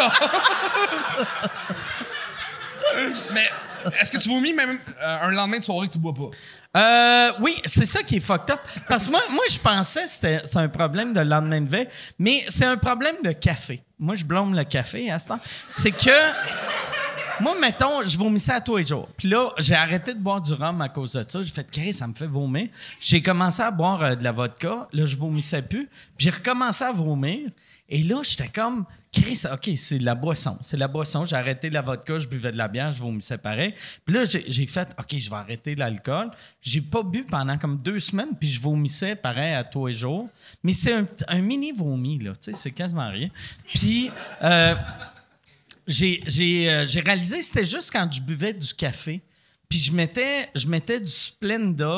Speaker 5: Mais est-ce que tu vomis même euh, un lendemain de soirée que tu bois pas?
Speaker 2: Euh, oui, c'est ça qui est fucked up. Parce que moi, moi je pensais que c'était, c'était un problème de lendemain de veille, mais c'est un problème de café. Moi, je blâme le café à ce temps. C'est que, moi, mettons, je vomissais à tous les jours. Puis là, j'ai arrêté de boire du rhum à cause de ça. J'ai fait, Chris, ça me fait vomir. J'ai commencé à boire euh, de la vodka. Là, je vomissais plus. Puis j'ai recommencé à vomir. Et là, j'étais comme, Chris, OK, c'est de la boisson. C'est de la boisson. J'ai arrêté la vodka, je buvais de la bière, je vomissais pareil. Puis là, j'ai, j'ai fait, OK, je vais arrêter l'alcool. J'ai pas bu pendant comme deux semaines, puis je vomissais pareil à tous les jours. Mais c'est un, un mini-vomi, là. Tu sais, c'est quasiment rien. Puis, euh, j'ai, j'ai, euh, j'ai réalisé que c'était juste quand je buvais du café. Puis je mettais, je mettais du Splenda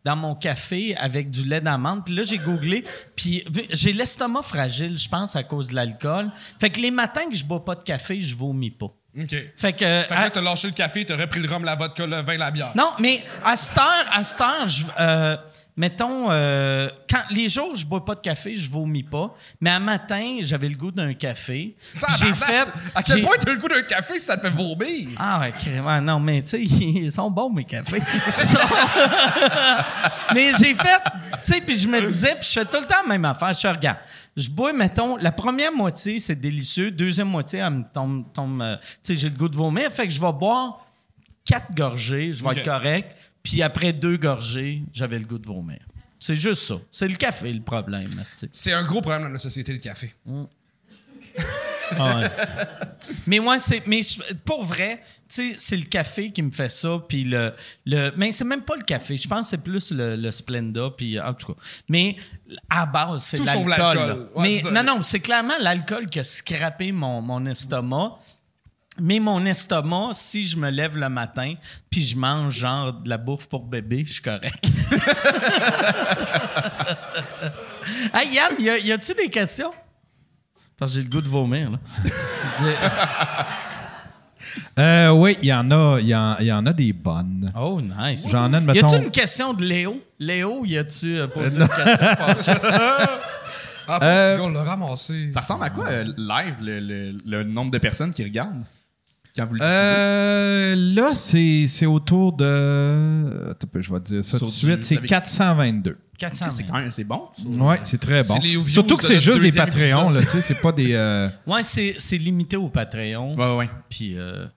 Speaker 2: dans mon café avec du lait d'amande. Puis là, j'ai googlé. Puis j'ai l'estomac fragile, je pense, à cause de l'alcool. Fait que les matins que je bois pas de café, je vomis pas.
Speaker 5: OK.
Speaker 2: Fait que...
Speaker 5: Fait que là,
Speaker 2: à-
Speaker 5: t'as lâché le café, t'as repris le rhum, la vodka, le vin, la bière.
Speaker 2: Non, mais à cette heure, à cette heure, je, euh, mettons, euh, quand, les jours où je bois pas de café, je vomis pas. Mais un matin, j'avais le goût d'un café. Puis j'ai fait...
Speaker 5: À quel
Speaker 2: j'ai-
Speaker 5: point t'as le goût d'un café si ça te fait vomir?
Speaker 2: Ah ouais, carrément. Non, mais tu sais, ils sont bons, mes cafés. Ils sont- mais j'ai fait... Tu sais, puis je me disais, puis je fais tout le temps la même affaire. Je fais, regarde, je bois, mettons, la première moitié, c'est délicieux. Deuxième moitié, elle me tombe... tombe euh, tu sais, j'ai le goût de vomir. Fait que je vais boire quatre gorgées, je vais
Speaker 5: Ok.
Speaker 2: être correct. Puis après deux gorgées, j'avais le goût de vomir. C'est juste ça. C'est le café, le problème. asti.
Speaker 5: C'est un gros problème dans notre société, le café.
Speaker 2: Ah ouais. Mais moi, c'est. Mais je- pour vrai, tu sais, c'est le café qui me fait ça. Puis le, le. Mais c'est même pas le café. Je pense que c'est plus le, le Splenda. Puis en tout cas. Mais à la base, c'est
Speaker 5: Tout sauf
Speaker 2: l'alcool.
Speaker 5: l'alcool.
Speaker 2: là.
Speaker 5: Ouais,
Speaker 2: mais
Speaker 5: c'est ça.
Speaker 2: non, non, c'est clairement l'alcool qui a scrappé mon, mon estomac. Mais mon estomac, si je me lève le matin puis je mange genre de la bouffe pour bébé, je suis correct. Hey Yann, y, a, y a-tu des questions? Parce que j'ai le goût de vomir, là.
Speaker 3: Euh, oui, il y en a, il y en, il y en a des bonnes.
Speaker 2: Oh, nice.
Speaker 3: J'en ai,
Speaker 2: Y
Speaker 3: mettons...
Speaker 2: a-tu une question de Léo? Léo, y a-tu euh, posé une question fâcheuse?
Speaker 5: Ah,
Speaker 3: Euh,
Speaker 5: petit gars, on l'a ramassé.
Speaker 4: Ça ressemble à quoi, euh, live, le, le- le nombre de personnes qui regardent quand vous le diffusez?
Speaker 3: Euh, là, c'est, c'est autour de... Attends, un peu, je vais te dire ça
Speaker 4: Sur
Speaker 3: tout de
Speaker 4: du-
Speaker 3: suite. C'est
Speaker 4: avec-
Speaker 3: quatre cent vingt-deux.
Speaker 2: quatre cents.
Speaker 4: C'est quand même c'est bon. ça.
Speaker 3: Oui, c'est très bon.
Speaker 5: C'est les views
Speaker 3: Surtout que
Speaker 5: de
Speaker 3: c'est
Speaker 5: notre
Speaker 3: juste des
Speaker 5: deuxième
Speaker 3: Patreons,
Speaker 5: épisode.
Speaker 3: là, tu sais, c'est pas des... euh,
Speaker 2: Ouais, c'est, c'est limité au Patreon.
Speaker 4: Ouais, ouais.
Speaker 2: Puis, euh,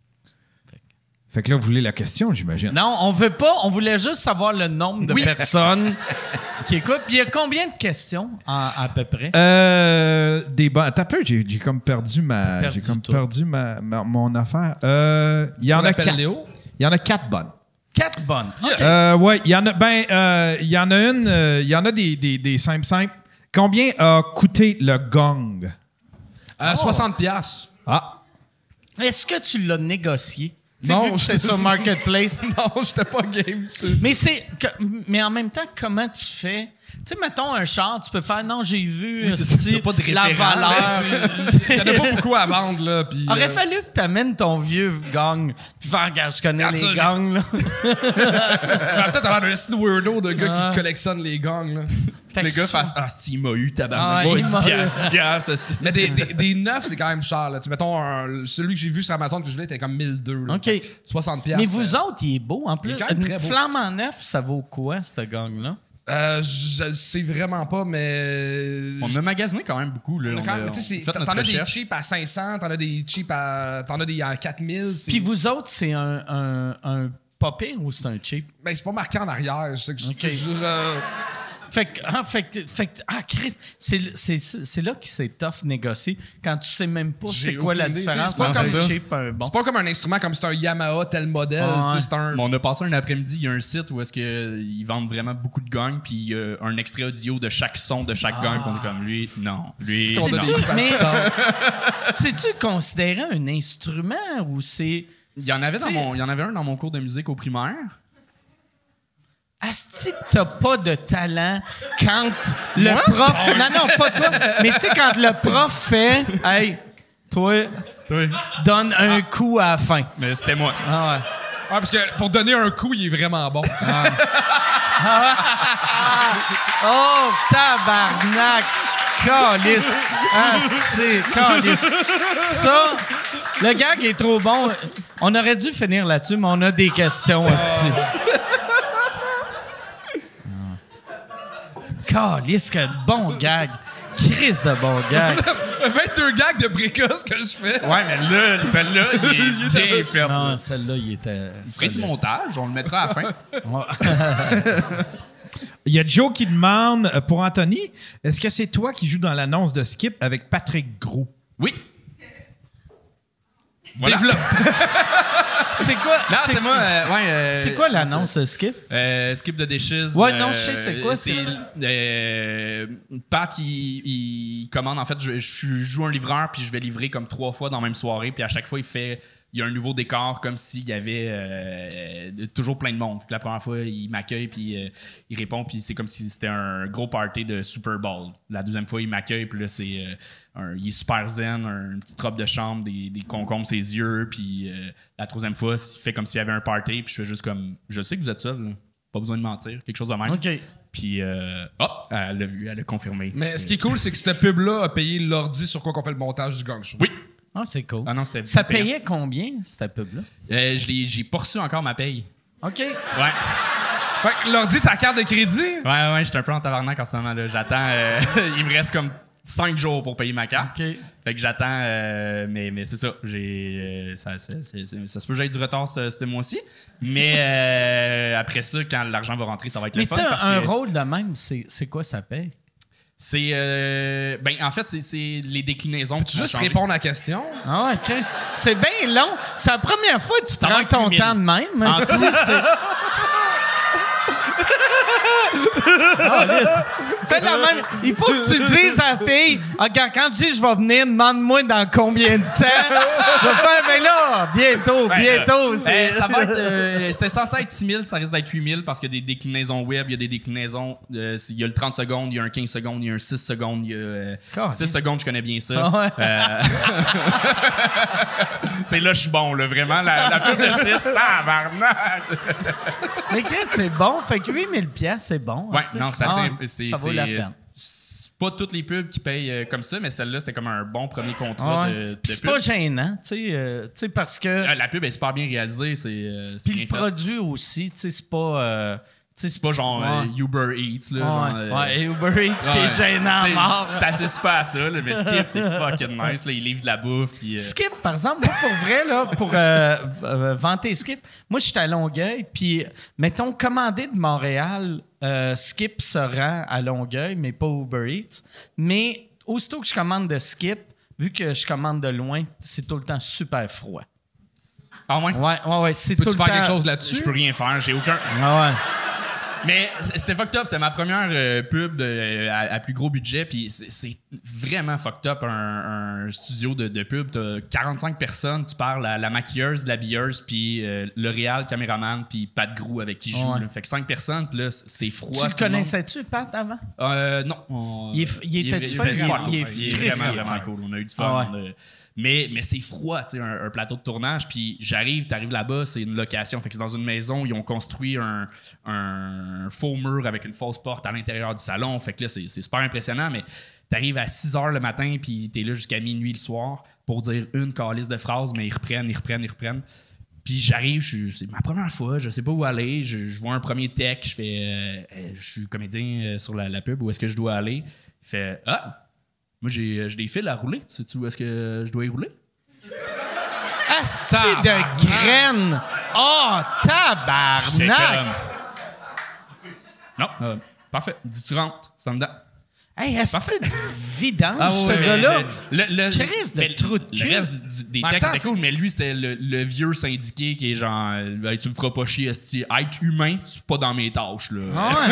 Speaker 3: Fait que là, vous voulez la question, j'imagine.
Speaker 2: non, on veut pas. On voulait juste savoir le nombre de personnes qui écoutent. Puis, il y a combien de questions, à, à peu près?
Speaker 3: Euh, des bonnes... Attends un peu, j'ai, j'ai comme perdu ma...
Speaker 2: perdu
Speaker 3: J'ai comme
Speaker 2: tout.
Speaker 3: perdu ma, ma- mon affaire. Euh, Il y en
Speaker 5: On
Speaker 3: a
Speaker 5: l'appelle
Speaker 3: quatre.
Speaker 5: Léo.
Speaker 3: Il y en a quatre bonnes.
Speaker 2: Quatre bonnes.
Speaker 3: Euh, ouais, il y en a. Ben, euh, il y en a une. euh, Il y en a des, des, des simples simples. Combien a coûté le gong?
Speaker 5: Euh, soixante piastres.
Speaker 3: Ah.
Speaker 2: Est-ce que tu l'as négocié? Tu sais,
Speaker 5: Non,
Speaker 2: vu que c'est
Speaker 5: je-
Speaker 2: sur Marketplace.
Speaker 5: Non, j'étais pas game dessus.
Speaker 2: Mais c'est. que- mais en même temps, comment tu fais? Tu sais, mettons un char, tu peux faire non, j'ai vu
Speaker 4: c'est ça,
Speaker 2: esti,
Speaker 4: t'as pas de
Speaker 2: la
Speaker 4: référent,
Speaker 2: valeur.
Speaker 5: Il y en a pas beaucoup à vendre, là. Puis,
Speaker 2: Aurait
Speaker 5: euh,
Speaker 2: fallu que tu amènes ton vieux gang. Puis faire, regarde, je connais
Speaker 5: Regarde
Speaker 2: les
Speaker 5: ça, j'ai-
Speaker 2: gangs, là.
Speaker 5: euh, peut-être t'as l'air d'un style weirdo de gars
Speaker 2: Ah.
Speaker 5: qui collectionne les gangs, là.
Speaker 2: Fait
Speaker 4: Les
Speaker 2: que
Speaker 4: gars
Speaker 2: ça-
Speaker 4: fassent Ah, si, il m'a eu,
Speaker 2: Ah,
Speaker 4: tabarnak.
Speaker 2: il
Speaker 4: Ouais,
Speaker 2: m'a
Speaker 4: dix
Speaker 2: eu.
Speaker 4: piastres, dix piastres, esti.
Speaker 5: Mais des, des, des neufs, c'est quand même cher, là. Tu sais, mettons, un- celui que j'ai vu sur Amazon que je voulais était comme mille deux cents.
Speaker 2: OK.
Speaker 5: soixante piastres.
Speaker 2: Mais vous autres, il est beau. En plus,
Speaker 5: Il est quand même très
Speaker 2: une
Speaker 5: beau.
Speaker 2: flamme en neuf, ça vaut quoi, ce gang-là?
Speaker 5: Euh, je le sais vraiment pas, mais.
Speaker 4: On a magasiné quand même beaucoup. Là.
Speaker 5: On a
Speaker 4: On
Speaker 5: quand
Speaker 4: a-
Speaker 5: même- tu sais,
Speaker 4: on a
Speaker 5: c'est-
Speaker 4: fait
Speaker 5: t'en
Speaker 4: notre
Speaker 5: as des
Speaker 4: recherche.
Speaker 5: cheap à cinq cents, t'en as des cheap à. T'en as des à quatre mille. c'est-
Speaker 2: Puis vous autres, c'est un, un, un pas pire ou c'est un cheap?
Speaker 5: Ben, c'est pas marqué en arrière. Je sais que je-
Speaker 2: OK.
Speaker 5: je- je-
Speaker 2: Fait que, ah, fait que, fait que- ah, Chris, c'est, c'est, c'est là que c'est tough négocier quand tu sais même pas
Speaker 5: J'ai
Speaker 2: c'est quoi la
Speaker 5: aucune idée.
Speaker 2: différence
Speaker 5: C'est pas
Speaker 2: entre
Speaker 4: comme
Speaker 2: un
Speaker 4: ça.
Speaker 2: cheap et un bon.
Speaker 5: C'est pas comme un instrument comme c'est un Yamaha tel modèle.
Speaker 2: Ah,
Speaker 5: tu sais, c'est un.
Speaker 4: Mais on a passé un après-midi, il y a un site où est-ce que euh, ils vendent vraiment beaucoup de gangs, puis euh, un extrait audio de chaque son de chaque gang, puis on est comme lui, non, lui,
Speaker 5: C'est
Speaker 4: non.
Speaker 2: C'est-tu, mais, c'est-tu considéré un instrument ou c'est...
Speaker 4: Il y en avait dans
Speaker 2: t'sais,
Speaker 4: mon, il y en avait un dans mon cours de musique au primaire.
Speaker 2: Asti que t'as pas de talent quand le prof... Non, non, pas toi. Mais tu sais, quand le prof fait... Hey, toi, donne un coup à la fin.
Speaker 4: Mais c'était moi.
Speaker 2: Ah ouais.
Speaker 5: Ah, parce que pour donner un coup, il est vraiment bon.
Speaker 2: Oh, tabarnak! Calice! Ah, c'est calice! Ça, le gag est trop bon. On aurait dû finir là-dessus, mais on a des questions aussi. Calice, que bon gag! Chris de bon gag!
Speaker 5: vingt-deux gags de précoce que je fais.
Speaker 4: Ouais, mais là, celle-là, il est bien fait.
Speaker 2: Non, celle-là, il était...
Speaker 4: Il serait du
Speaker 2: solide.
Speaker 4: montage, on le mettra à la fin.
Speaker 3: Il y a Joe qui demande euh, pour Anthony, est-ce que c'est toi qui joues dans l'annonce de Skip avec Patrick Gros?
Speaker 4: Oui. Voilà.
Speaker 5: Développe.
Speaker 2: C'est quoi?
Speaker 4: Non,
Speaker 2: c'est
Speaker 4: c'est moi. euh, ouais, euh,
Speaker 2: C'est quoi l'annonce, euh, Skip?
Speaker 4: Euh, Skip de Dishes.
Speaker 2: Ouais, non, je sais c'est quoi,
Speaker 4: C'est,
Speaker 2: c'est-
Speaker 4: euh, Pat, il, il commande. En fait, je, je joue un livreur, puis je vais livrer comme trois fois dans la même soirée, puis à chaque fois, il fait il y a un nouveau décor comme s'il y avait euh, toujours plein de monde. Puis la première fois, il m'accueille, puis euh, il répond, puis c'est comme si c'était un gros party de Super Bowl. La deuxième fois, il m'accueille, puis là, c'est euh, un, il est super zen, un, une petite robe de chambre, des, des concombres ses yeux, puis euh, la troisième fois, il fait comme s'il y avait un party, puis je fais juste comme, je sais que vous êtes seul, là. Pas besoin de mentir, quelque chose de même.
Speaker 2: OK.
Speaker 4: Puis, euh, hop, elle l'a vu, elle a confirmé.
Speaker 5: Mais ce qui est cool, c'est que cette pub-là a payé l'ordi sur quoi qu'on fait le montage du gang show.
Speaker 4: Oui.
Speaker 2: Ah, c'est cool.
Speaker 4: Ah non, c'était
Speaker 2: Ça
Speaker 4: payant.
Speaker 2: payait combien, cette pub-là?
Speaker 4: Euh, je l'ai, j'ai pas reçu encore ma paye.
Speaker 2: OK.
Speaker 4: Ouais.
Speaker 5: Fait que l'ordi, ta carte de crédit?
Speaker 4: Ouais, ouais, j'étais un peu en tabarnak en ce moment, là. J'attends, euh, il me reste comme cinq jours pour payer ma carte.
Speaker 2: OK.
Speaker 4: Fait que j'attends, euh, mais, mais c'est ça. J'ai, euh, ça, c'est, c'est, c'est, ça se peut que j'aille du retard ce, ce mois-ci. Mais euh, après ça, quand l'argent va rentrer, ça va être
Speaker 2: Mais
Speaker 4: le
Speaker 2: tu
Speaker 4: fun.
Speaker 2: sais,
Speaker 4: parce
Speaker 2: un
Speaker 4: que
Speaker 2: rôle de même, c'est, c'est quoi ça paye?
Speaker 4: c'est. Euh, ben, en fait, c'est, c'est les déclinaisons.
Speaker 5: Tu juste répondre à la question.
Speaker 2: Ah ouais, Chris. C'est bien long. C'est la première fois que tu
Speaker 4: Ça va
Speaker 2: prends
Speaker 4: être
Speaker 2: ton
Speaker 4: huit mille.
Speaker 2: temps de même.
Speaker 4: En
Speaker 2: esti, c'est... Ah, lisse. Fais la même. Il faut que tu dises à la fille, regarde, quand je dis je vais venir, demande-moi dans combien de temps. Je vais faire, ben là, bientôt,
Speaker 4: Ouais,
Speaker 2: bientôt.
Speaker 4: euh,
Speaker 2: c'est...
Speaker 4: euh, ça va être. Euh, c'était censé être six mille, ça risque d'être huit mille parce qu'il y a des déclinaisons web, il y a des déclinaisons. Euh, il y a le trente secondes, il y a un quinze secondes, il y a un six secondes, il y a. Euh,
Speaker 2: God.
Speaker 4: six secondes, je connais bien ça.
Speaker 2: Ah ouais.
Speaker 4: Euh, c'est là que je suis bon, là, vraiment. La, la pub de six, tabarnak!
Speaker 2: Mais Chris, c'est bon. Fait que huit mille piastres, c'est bon.
Speaker 4: Ouais,
Speaker 2: esti.
Speaker 4: non, c'est
Speaker 2: Ah,
Speaker 4: assez. C'est,
Speaker 2: ça vaut
Speaker 4: c'est-
Speaker 2: la peine.
Speaker 4: c'est pas toutes les pubs qui payent euh, comme ça, mais celle-là, c'était comme un bon premier contrat
Speaker 2: Ah ouais.
Speaker 4: de, de
Speaker 2: Puis c'est
Speaker 4: pub.
Speaker 2: pas gênant, tu sais, euh, tu sais, parce que...
Speaker 4: Euh, La pub est super bien réalisée. C'est, euh, c'est
Speaker 2: Puis
Speaker 4: bien
Speaker 2: le
Speaker 4: fait.
Speaker 2: produit aussi, tu sais, c'est pas... euh, tu sais,
Speaker 4: C'est pas genre
Speaker 2: Ouais.
Speaker 4: euh, Uber Eats, là.
Speaker 2: Ouais,
Speaker 4: genre, euh,
Speaker 2: ouais, et Uber Eats qui est
Speaker 4: ouais.
Speaker 2: gênant à
Speaker 4: T'sais,
Speaker 2: mort.
Speaker 4: T'assistes pas à ça, là, mais Skip, c'est fucking nice. Là, il livre de la bouffe. Puis, euh,
Speaker 2: Skip, par exemple, moi, pour vrai, là, pour euh, euh, vanter Skip, moi, j'étais à Longueuil, puis, mettons, commandé de Montréal, euh, Skip se rend à Longueuil, mais pas Uber Eats. Mais aussitôt que je commande de Skip, vu que je commande de loin, c'est tout le temps super froid.
Speaker 4: Ah ouais?
Speaker 2: Ouais, ouais, ouais, c'est tout
Speaker 5: Peux-tu
Speaker 2: le
Speaker 5: faire
Speaker 2: temps...
Speaker 5: quelque chose là-dessus?
Speaker 4: Je peux rien faire, j'ai aucun.
Speaker 2: Ah ouais.
Speaker 4: Mais c'était fucked up, c'est ma première euh, pub de- à, à plus gros budget, puis c'est, c'est vraiment fucked up un, un studio de, de pub. T'as quarante-cinq personnes, tu parles à la maquilleuse, l'habilleuse, puis euh, le réal, caméraman, puis Pat Grou avec qui je joue.
Speaker 2: Ouais.
Speaker 4: Là. Fait que cinq personnes, puis là, c'est froid.
Speaker 2: Tu le
Speaker 4: tout monde.
Speaker 2: connaissais-tu, Pat, avant?
Speaker 4: Euh, non. On-
Speaker 2: Il est- il était-tu
Speaker 4: est
Speaker 2: fin?
Speaker 4: super
Speaker 2: Il est-
Speaker 4: cool.
Speaker 2: il est-
Speaker 4: Il est
Speaker 2: Chris,
Speaker 4: vraiment,
Speaker 2: il est
Speaker 4: vraiment
Speaker 2: fin.
Speaker 4: cool. On a eu du fun.
Speaker 2: Ah ouais.
Speaker 4: On a- Mais, mais c'est froid, tu sais, un, un plateau de tournage. Puis j'arrive, t'arrives là-bas, c'est une location. Fait que c'est dans une maison, ils ont construit un, un faux mur avec une fausse porte à l'intérieur du salon. Fait que là, c'est, c'est super impressionnant. Mais t'arrives à six heures le matin, puis t'es là jusqu'à minuit le soir pour dire une calice de phrases, mais ils reprennent, ils reprennent, ils reprennent. Puis j'arrive, je suis- c'est ma première fois, je sais pas où aller. Je, je vois un premier tech, je fais, euh, euh, je suis comédien euh, sur la, la pub, où est-ce que je dois aller? Il fait, ah! Moi, j'ai, j'ai des fils à rouler. Tu sais où est-ce que je dois y rouler?
Speaker 2: Asti de graines! Oh,
Speaker 4: J'étais
Speaker 2: tabarnak!
Speaker 4: comme, non, euh, parfait. Dis tu rentres, c'est en dedans.
Speaker 2: Hey, asti de vidange,
Speaker 4: Ah
Speaker 2: ce
Speaker 4: ouais,
Speaker 2: gars-là!
Speaker 4: Le, le, le-
Speaker 2: Crise de
Speaker 4: mais
Speaker 2: trou de
Speaker 4: Le
Speaker 2: cul.
Speaker 4: reste du- des
Speaker 5: En même
Speaker 4: textes
Speaker 5: temps,
Speaker 4: était cool, mais lui, c'était le, le vieux syndiqué qui est genre, euh, hey, tu me feras pas chier, esti. Être humain, c'est pas dans mes tâches, là.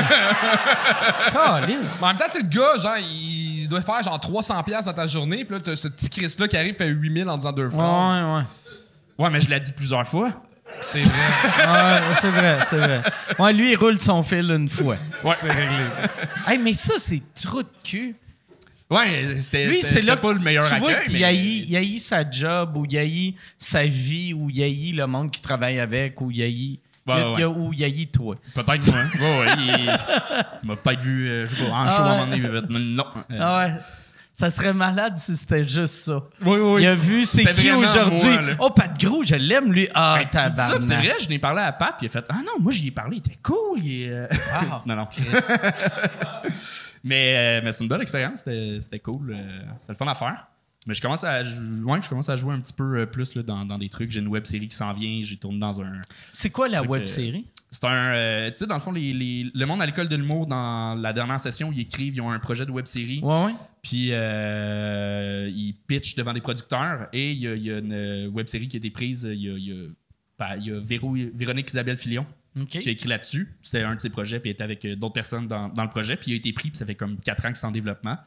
Speaker 2: Ah ouais! Calisse.
Speaker 5: Mais en même temps, tu sais, le gars, genre, il doit faire genre trois cents piastres dans ta journée, puis là, t'as ce petit Chris-là qui arrive, fait huit mille en disant deux phrases.
Speaker 2: Ouais, ouais.
Speaker 4: Ouais, mais je l'ai dit plusieurs fois.
Speaker 5: C'est vrai.
Speaker 2: Ouais, c'est vrai, c'est vrai. Ouais, lui, il roule son fil une fois.
Speaker 4: Ouais.
Speaker 5: C'est réglé.
Speaker 2: Hey, mais ça, c'est trou de cul.
Speaker 4: Ouais, c'était,
Speaker 2: Lui,
Speaker 4: c'était,
Speaker 2: c'est
Speaker 4: c'était
Speaker 2: là
Speaker 4: pas
Speaker 2: que
Speaker 4: le meilleur
Speaker 2: tu vois
Speaker 4: accueil,
Speaker 2: qu'il
Speaker 4: mais...
Speaker 2: haït, il haït sa job, ou il haït sa vie, ou il haït le monde qui travaille avec, ou il haït...
Speaker 4: Ouais,
Speaker 2: il y a-
Speaker 4: ouais.
Speaker 2: il y a- ou il haït toi.
Speaker 4: Peut-être moi. Ouais, ouais. Il, il m'a peut-être vu, euh, je sais pas, en
Speaker 2: Ah
Speaker 4: show à un
Speaker 2: ouais.
Speaker 4: moment donné. mais Non. Euh,
Speaker 2: Ah ouais. Ça serait malade si c'était juste ça.
Speaker 4: Oui, oui.
Speaker 2: Il a vu c'est
Speaker 4: C'était
Speaker 2: qui
Speaker 4: vraiment
Speaker 2: aujourd'hui.
Speaker 4: moi, là.
Speaker 2: Oh, Pat Grou, je l'aime, lui. Ah,
Speaker 4: Ben, tu me dis ça, puis c'est
Speaker 2: tabarnak.
Speaker 4: vrai, je n'ai parlé à Pat, puis il a fait ah non, moi j'y ai parlé, il était cool. Il est, euh,
Speaker 2: Ah,
Speaker 4: non, non. mais, euh, mais c'est une bonne expérience, c'était, c'était cool. euh, c'était le fun à faire. Mais je commence à, jou- ouais, je commence à jouer un petit peu euh, plus là, dans, dans des trucs. J'ai une web série qui s'en vient, j'ai tourné dans un.
Speaker 2: C'est quoi la
Speaker 4: truc,
Speaker 2: web
Speaker 4: euh,
Speaker 2: série?
Speaker 4: C'est un. euh, tu sais, dans le fond, les, les- le monde à l'école de l'humour, dans la dernière session, ils écrivent, ils ont un projet de web série.
Speaker 2: Ouais, ouais.
Speaker 4: Puis euh, ils pitchent devant des producteurs et il y, a- il y a une web série qui a été prise. Il y a, il y a, ben, il y a Véro- Véronique Isabelle Filion
Speaker 2: OK.
Speaker 4: qui a écrit là-dessus. C'était un de ses projets, puis il était avec euh, d'autres personnes dans, dans le projet. Puis il a été pris, puis ça fait comme quatre ans qu'il est en développement.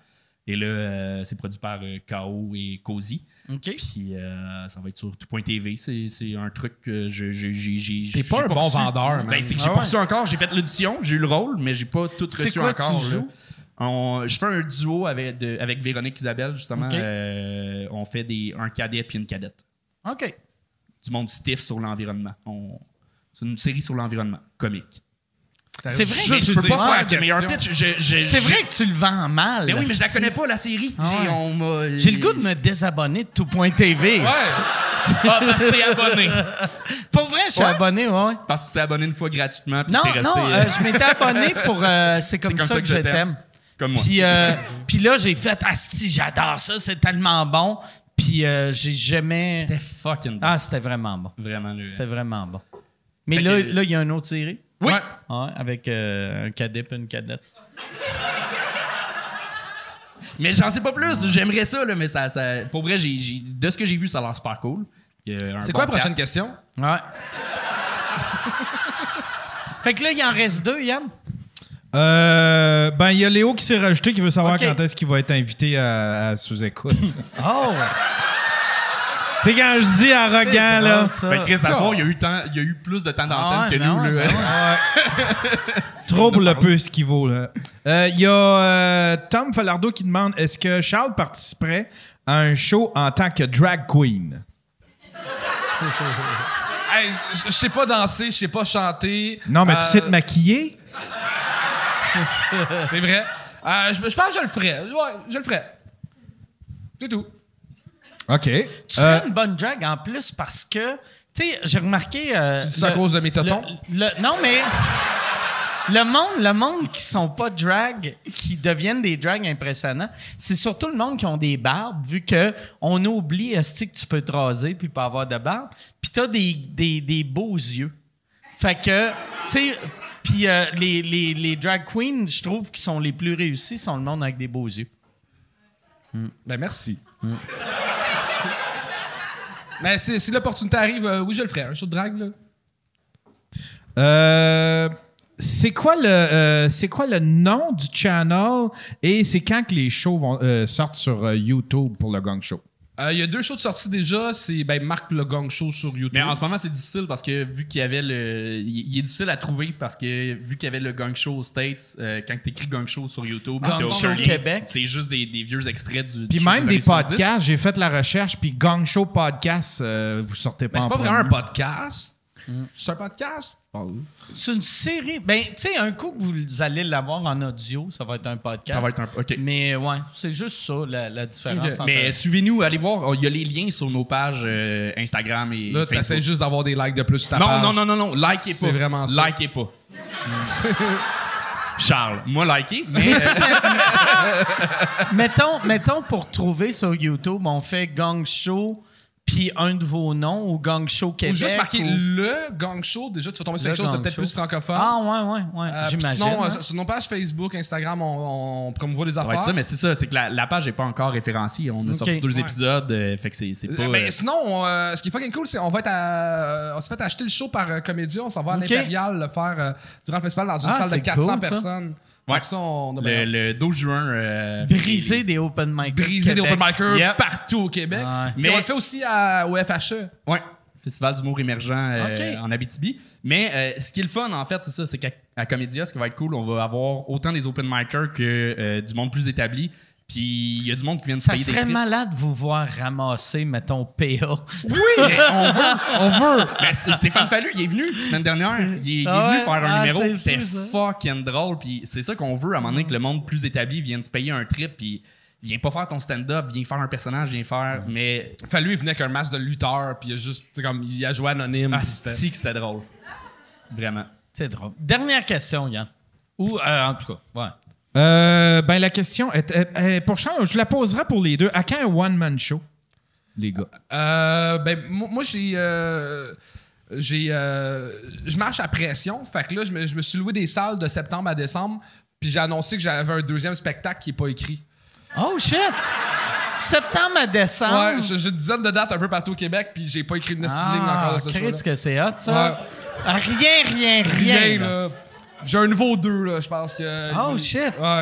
Speaker 4: Et là, euh, c'est produit par euh, K O et Cozy.
Speaker 2: OK.
Speaker 4: Puis euh, ça va être sur tout point T V. C'est, c'est un truc que je, je, j'ai, j'ai,
Speaker 5: T'es pas
Speaker 4: j'ai
Speaker 5: un bon
Speaker 4: reçu.
Speaker 5: vendeur, man.
Speaker 4: Ben, c'est que j'ai
Speaker 2: Ah
Speaker 4: pas
Speaker 2: ouais.
Speaker 4: reçu encore. J'ai fait l'audition, j'ai eu le rôle, mais j'ai pas tout
Speaker 2: C'est
Speaker 4: reçu
Speaker 2: quoi
Speaker 4: encore.
Speaker 2: tu
Speaker 4: là.
Speaker 2: joues?
Speaker 4: On- je fais un duo avec, de, avec Véronique Isabelle, justement.
Speaker 2: OK.
Speaker 4: Euh, on fait des, un cadet puis une cadette.
Speaker 2: OK.
Speaker 4: Du monde stiff sur l'environnement. On, c'est une série sur l'environnement, comique.
Speaker 2: C'est vrai
Speaker 4: Mais
Speaker 2: que
Speaker 4: je
Speaker 2: tu
Speaker 4: peux
Speaker 2: dis
Speaker 4: pas
Speaker 2: ça,
Speaker 4: faire de meilleur pitch. Je- je-
Speaker 2: C'est
Speaker 4: je-
Speaker 2: vrai que tu le vends mal.
Speaker 4: Mais oui, mais je la
Speaker 2: là,
Speaker 4: connais pas, la série.
Speaker 2: Ah
Speaker 4: J'ai,
Speaker 2: ouais.
Speaker 4: on m'a-
Speaker 2: J'ai le goût de me désabonner de tout point T V.
Speaker 5: Ouais.
Speaker 4: Ah, parce que t'es abonné.
Speaker 2: Pour vrai, je suis
Speaker 4: Ouais.
Speaker 2: abonné, ouais.
Speaker 4: Parce que tu t'es abonné une fois gratuitement. Puis
Speaker 2: Non,
Speaker 4: t'es resté,
Speaker 2: non,
Speaker 4: euh,
Speaker 2: euh, je m'étais abonné pour euh, C'est comme,
Speaker 4: comme
Speaker 2: ça, que, je t'aime.
Speaker 4: Comme moi.
Speaker 2: Puis, euh, puis là, j'ai fait Asti, j'adore ça, c'est tellement bon. Puis euh, j'ai jamais.
Speaker 4: C'était fucking bon.
Speaker 2: Ah, c'était vraiment bon.
Speaker 4: Vraiment. Le...
Speaker 2: C'était vraiment bon. Mais
Speaker 4: Fait
Speaker 2: là,
Speaker 4: que-
Speaker 2: là, il y a une autre série.
Speaker 4: Oui.
Speaker 2: Ouais, avec euh, un cadet et une cadette.
Speaker 4: Mais j'en sais pas plus. J'aimerais ça, là, mais ça, ça... pour vrai, j'ai, j'ai... de ce que j'ai vu, ça a l'air super cool. Il y a un
Speaker 5: C'est
Speaker 4: bon
Speaker 5: quoi la prochaine
Speaker 4: cast.
Speaker 5: question?
Speaker 2: Ouais. Fait que là, il en reste deux, Yann.
Speaker 3: Euh, ben, il y a Léo qui s'est rajouté qui veut savoir
Speaker 2: Ok.
Speaker 3: quand est-ce qu'il va être invité à, à sous-écoute. tu
Speaker 2: Oh!
Speaker 3: sais, quand je dis arrogant, là.
Speaker 4: Ben, Chris, à soir, il y a eu temps, il y a eu plus de temps d'antenne
Speaker 2: Ah ouais,
Speaker 4: que
Speaker 2: ben
Speaker 4: nous,
Speaker 2: ouais,
Speaker 4: là.
Speaker 2: ben ouais.
Speaker 3: Trop pour le peu ce qu'il vaut, là. Euh, Il y a euh, Tom Falardeau qui demande est-ce que Charles participerait à un show en tant que drag queen?
Speaker 5: Hey, je- je sais pas danser, je sais pas chanter.
Speaker 3: Non, mais
Speaker 5: Euh,
Speaker 3: tu sais te maquiller?
Speaker 5: C'est vrai. Euh, je, je pense que je le ferais. Ouais, je le ferais. C'est tout.
Speaker 3: OK.
Speaker 2: Tu
Speaker 3: Euh,
Speaker 2: serais une bonne drag en plus parce que, tu sais, j'ai remarqué. euh,
Speaker 5: Tu dis ça à
Speaker 2: le-
Speaker 5: cause de mes totons?
Speaker 2: le- le- non, mais. Le monde, le monde qui sont pas drag, qui deviennent des drags impressionnants, c'est surtout le monde qui ont des barbes, vu que on oublie esti, que tu peux te raser puis pas avoir de barbe, puis t'as des, des, des beaux yeux. Fait que, tu sais, puis euh, les, les, les drag queens, je trouve, qui sont les plus réussis, sont le monde avec des beaux yeux.
Speaker 5: Ben, merci. Mais si, si l'opportunité arrive, euh, oui, je le ferais. Un show de drague, là.
Speaker 3: euh, c'est quoi le euh, c'est quoi le nom du channel et c'est quand que les shows vont euh, sortent sur euh, YouTube pour le Gang Show?
Speaker 5: Euh, Il y a deux shows de sortie déjà. C'est ben, Marc Le Gang Show sur YouTube.
Speaker 4: Mais en ce moment, c'est difficile parce que vu qu'il y avait le. Il il est difficile à trouver parce que vu qu'il y avait le Gang Show aux States, euh, quand tu écris Gang Show sur YouTube,
Speaker 2: Gang
Speaker 4: t'as
Speaker 2: Show
Speaker 4: aucun lien.
Speaker 2: Québec.
Speaker 4: C'est juste des, des vieux extraits du.
Speaker 3: Puis
Speaker 4: du show
Speaker 3: même
Speaker 4: des
Speaker 3: des
Speaker 4: années soixante-dix.
Speaker 3: podcasts, j'ai fait la recherche, puis Gang Show Podcast, euh, vous sortez pas
Speaker 5: Mais c'est
Speaker 3: en
Speaker 5: pas vraiment un
Speaker 3: premier.
Speaker 5: podcast. C'est un podcast? Ah oui.
Speaker 2: C'est une série. Ben, tu sais, un coup que vous allez l'avoir en audio, ça va être un podcast.
Speaker 4: Ça va être un. OK.
Speaker 2: Mais ouais, c'est juste ça, la, la différence.
Speaker 5: Ok.
Speaker 2: entre-
Speaker 4: Mais suivez-nous, allez voir, il y a les liens sur nos pages euh, Instagram et
Speaker 5: Là, t'essaies
Speaker 4: Facebook.
Speaker 5: juste d'avoir des likes de plus sur ta
Speaker 4: Non,
Speaker 5: page.
Speaker 4: non, non, non, non, likez pas.
Speaker 5: C'est vraiment ça.
Speaker 4: Likez pas. Charles, moi, likez, mais. euh,
Speaker 2: mettons, mettons, pour trouver sur YouTube, on fait Gang Show, puis un de vos noms, ou Gang Show Québec.
Speaker 5: Ou juste marquer
Speaker 2: ou-
Speaker 5: le Gang Show. Déjà, tu vas tomber sur
Speaker 2: Le
Speaker 5: quelque chose de
Speaker 2: Gang
Speaker 5: peut-être
Speaker 2: Show.
Speaker 5: plus francophone.
Speaker 2: Ah, ouais, ouais, ouais.
Speaker 5: Euh, puis
Speaker 2: J'imagine.
Speaker 5: Sinon,
Speaker 2: hein.
Speaker 5: euh, sur nos pages Facebook, Instagram, on, on promouvoit les
Speaker 4: ça va
Speaker 5: affaires.
Speaker 4: être ça, mais c'est ça, c'est que la, la page n'est pas encore référenciée. On a
Speaker 2: Ok.
Speaker 4: sorti deux
Speaker 2: Ouais.
Speaker 4: épisodes, euh, fait que c'est, c'est pas.
Speaker 5: Euh, ben,
Speaker 4: euh,
Speaker 5: sinon, on, euh, ce qui est fucking cool, c'est on va être à, euh, on s'est fait acheter le show par euh, Comédia. On s'en va à
Speaker 2: Ok.
Speaker 5: l'Impérial le faire euh, durant le festival dans une
Speaker 2: Ah,
Speaker 5: salle de
Speaker 2: c'est
Speaker 5: quatre cents
Speaker 2: cool, ça.
Speaker 5: personnes.
Speaker 4: Ouais.
Speaker 5: Fait que ça, on a
Speaker 4: le,
Speaker 5: bien-
Speaker 4: le douze juin. euh,
Speaker 2: Briser des open mic.
Speaker 5: briser des open micers
Speaker 4: Yep.
Speaker 5: partout au Québec.
Speaker 2: Ouais.
Speaker 5: Puis
Speaker 4: Mais-
Speaker 5: on le fait aussi à- au F H E.
Speaker 4: Ouais. Festival d'humour émergent euh,
Speaker 2: Ok.
Speaker 4: en Abitibi. Mais euh, ce qui est le fun, en fait, c'est ça, c'est qu'à à Comédia, ce qui va être cool, on va avoir autant des open micers que euh, du monde plus établi. Puis il y a du monde qui vient de se
Speaker 2: Ça
Speaker 4: payer des
Speaker 2: serait
Speaker 4: trips.
Speaker 2: malade de vous voir ramasser, mettons, P A.
Speaker 4: Oui, mais on veut, on veut. Mais C- Stéphane Fallu, il est venu la semaine dernière. Il, est- il est
Speaker 2: Ah
Speaker 4: venu
Speaker 2: ouais?
Speaker 4: faire un
Speaker 2: Ah,
Speaker 4: numéro.
Speaker 2: c'est
Speaker 4: C'était
Speaker 2: fou, ça.
Speaker 4: fucking drôle. Puis c'est ça qu'on veut à un moment donné, que le monde plus établi vienne se payer un trip. Puis viens pas faire ton stand-up, viens faire un personnage, viens faire. Mais
Speaker 5: Fallu, il venait avec un masque de lutteur, puis il a juste, tu sais, comme, il a joué anonyme.
Speaker 4: ah,
Speaker 5: puis c'était-
Speaker 4: si que c'était drôle. Vraiment.
Speaker 2: C'est drôle. Dernière question, Yann. Ou, euh, en tout cas, ouais.
Speaker 3: Euh, ben, la question est, est- est- pour Charles, je la poserai pour les deux. À quand un one-man show, les gars?
Speaker 5: Euh, ben, moi, moi, j'ai. euh, j'ai. euh, je marche à pression. Fait que là, je me, je me suis loué des salles de septembre à décembre. Puis j'ai annoncé que j'avais un deuxième spectacle qui n'est pas écrit.
Speaker 2: Oh, shit! Septembre à décembre.
Speaker 5: Ouais, j'ai j'ai une dizaine de dates un peu partout au Québec. Puis j'ai pas écrit une ah, ligne encore
Speaker 2: Ah,
Speaker 5: de ce
Speaker 2: Chris,
Speaker 5: show-là.
Speaker 2: que c'est hot, ça.
Speaker 5: Ouais.
Speaker 2: Ah, Rien, rien, rien.
Speaker 5: Rien,
Speaker 2: là.
Speaker 5: là. J'ai un nouveau deux, là. Je pense que.
Speaker 2: Oh, shit.
Speaker 5: Ouais.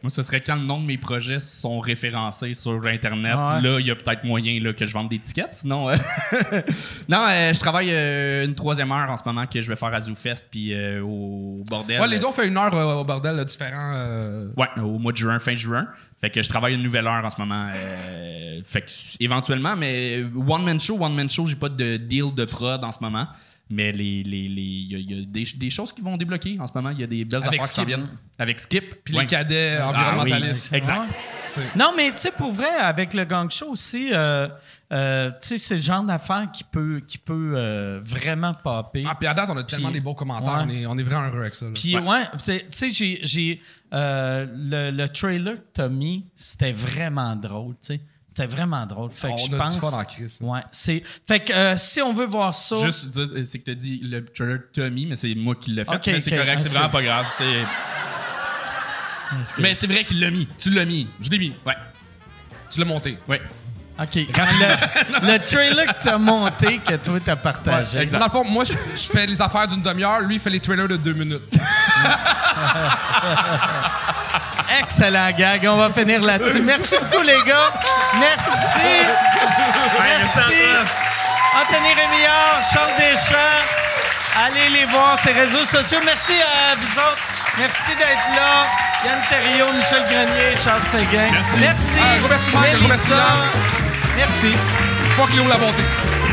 Speaker 4: Moi, ce serait quand le nom de mes projets sont référencés sur Internet.
Speaker 2: Ouais.
Speaker 4: Là, il y a peut-être moyen là, que je vende des tickets. Sinon, euh, non, euh, je travaille euh, une troisième heure en ce moment que je vais faire à ZooFest puis euh, au bordel.
Speaker 5: Ouais, les deux ont fait une heure euh, au bordel, là, différent. Euh...
Speaker 4: Ouais, au mois de juin, fin juin. Fait que je travaille une nouvelle heure en ce moment. Euh, fait que éventuellement, mais one man show, one man show, j'ai pas de deal de prod en ce moment. Mais les, les, les, il y a, y a des, des choses qui vont débloquer en ce moment. Il y a des belles
Speaker 5: Avec
Speaker 4: affaires qui s'en
Speaker 5: Skip.
Speaker 4: viennent. Avec Skip.
Speaker 5: Puis
Speaker 4: Ouais.
Speaker 5: les cadets
Speaker 4: Ah,
Speaker 5: environnementalistes.
Speaker 4: oui, exact.
Speaker 5: C'est-
Speaker 2: Non, mais tu sais, pour vrai, avec le gang show aussi, euh, euh, tu sais, c'est le genre d'affaire qui peut, qui peut euh, vraiment popper.
Speaker 5: Ah, puis à date, on a tellement
Speaker 2: Puis-
Speaker 5: des beaux commentaires.
Speaker 2: ouais.
Speaker 5: On, est, on est vraiment heureux avec ça. là.
Speaker 2: Puis, ouais, tu sais, j'ai, j'ai euh, le, le trailer que t'as mis, c'était vraiment drôle, tu sais. C'était vraiment drôle. Fait que
Speaker 5: On
Speaker 2: je
Speaker 5: a du
Speaker 2: pense.
Speaker 5: fun en crise.
Speaker 2: Ouais, c'est. Fait que euh, si on veut voir ça.
Speaker 4: Juste dire, c'est que t'as dit le trailer Tommy, mais c'est moi qui l'ai fait.
Speaker 2: Ok,
Speaker 4: mais c'est
Speaker 2: ok,
Speaker 4: correct, c'est
Speaker 2: ok.
Speaker 4: vraiment pas grave. C'est... Mais c'est vrai qu'il l'a mis. Tu l'as mis.
Speaker 5: Je l'ai mis.
Speaker 4: Ouais.
Speaker 5: Tu l'as monté.
Speaker 4: Ouais.
Speaker 2: OK. Le, le trailer que t'as monté, que toi t'as partagé.
Speaker 4: exact.
Speaker 5: Dans le fond, moi, je, je fais les affaires d'une demi-heure. Lui, il fait les trailers de deux minutes.
Speaker 2: Excellent gag. On va finir là-dessus. Merci beaucoup, les gars. Merci. Merci. Anthony Rémillard, Charles Deschamps. Allez les voir, ces réseaux sociaux. Merci à vous autres. Merci d'être là. Yann Terriot, Michel Grenier, Charles Séguin. Merci.
Speaker 5: Ah, gros merci, Mike. Gros merci,
Speaker 2: Mélissa.
Speaker 5: Yann.
Speaker 2: Merci.
Speaker 5: Fuck Léo la bonté.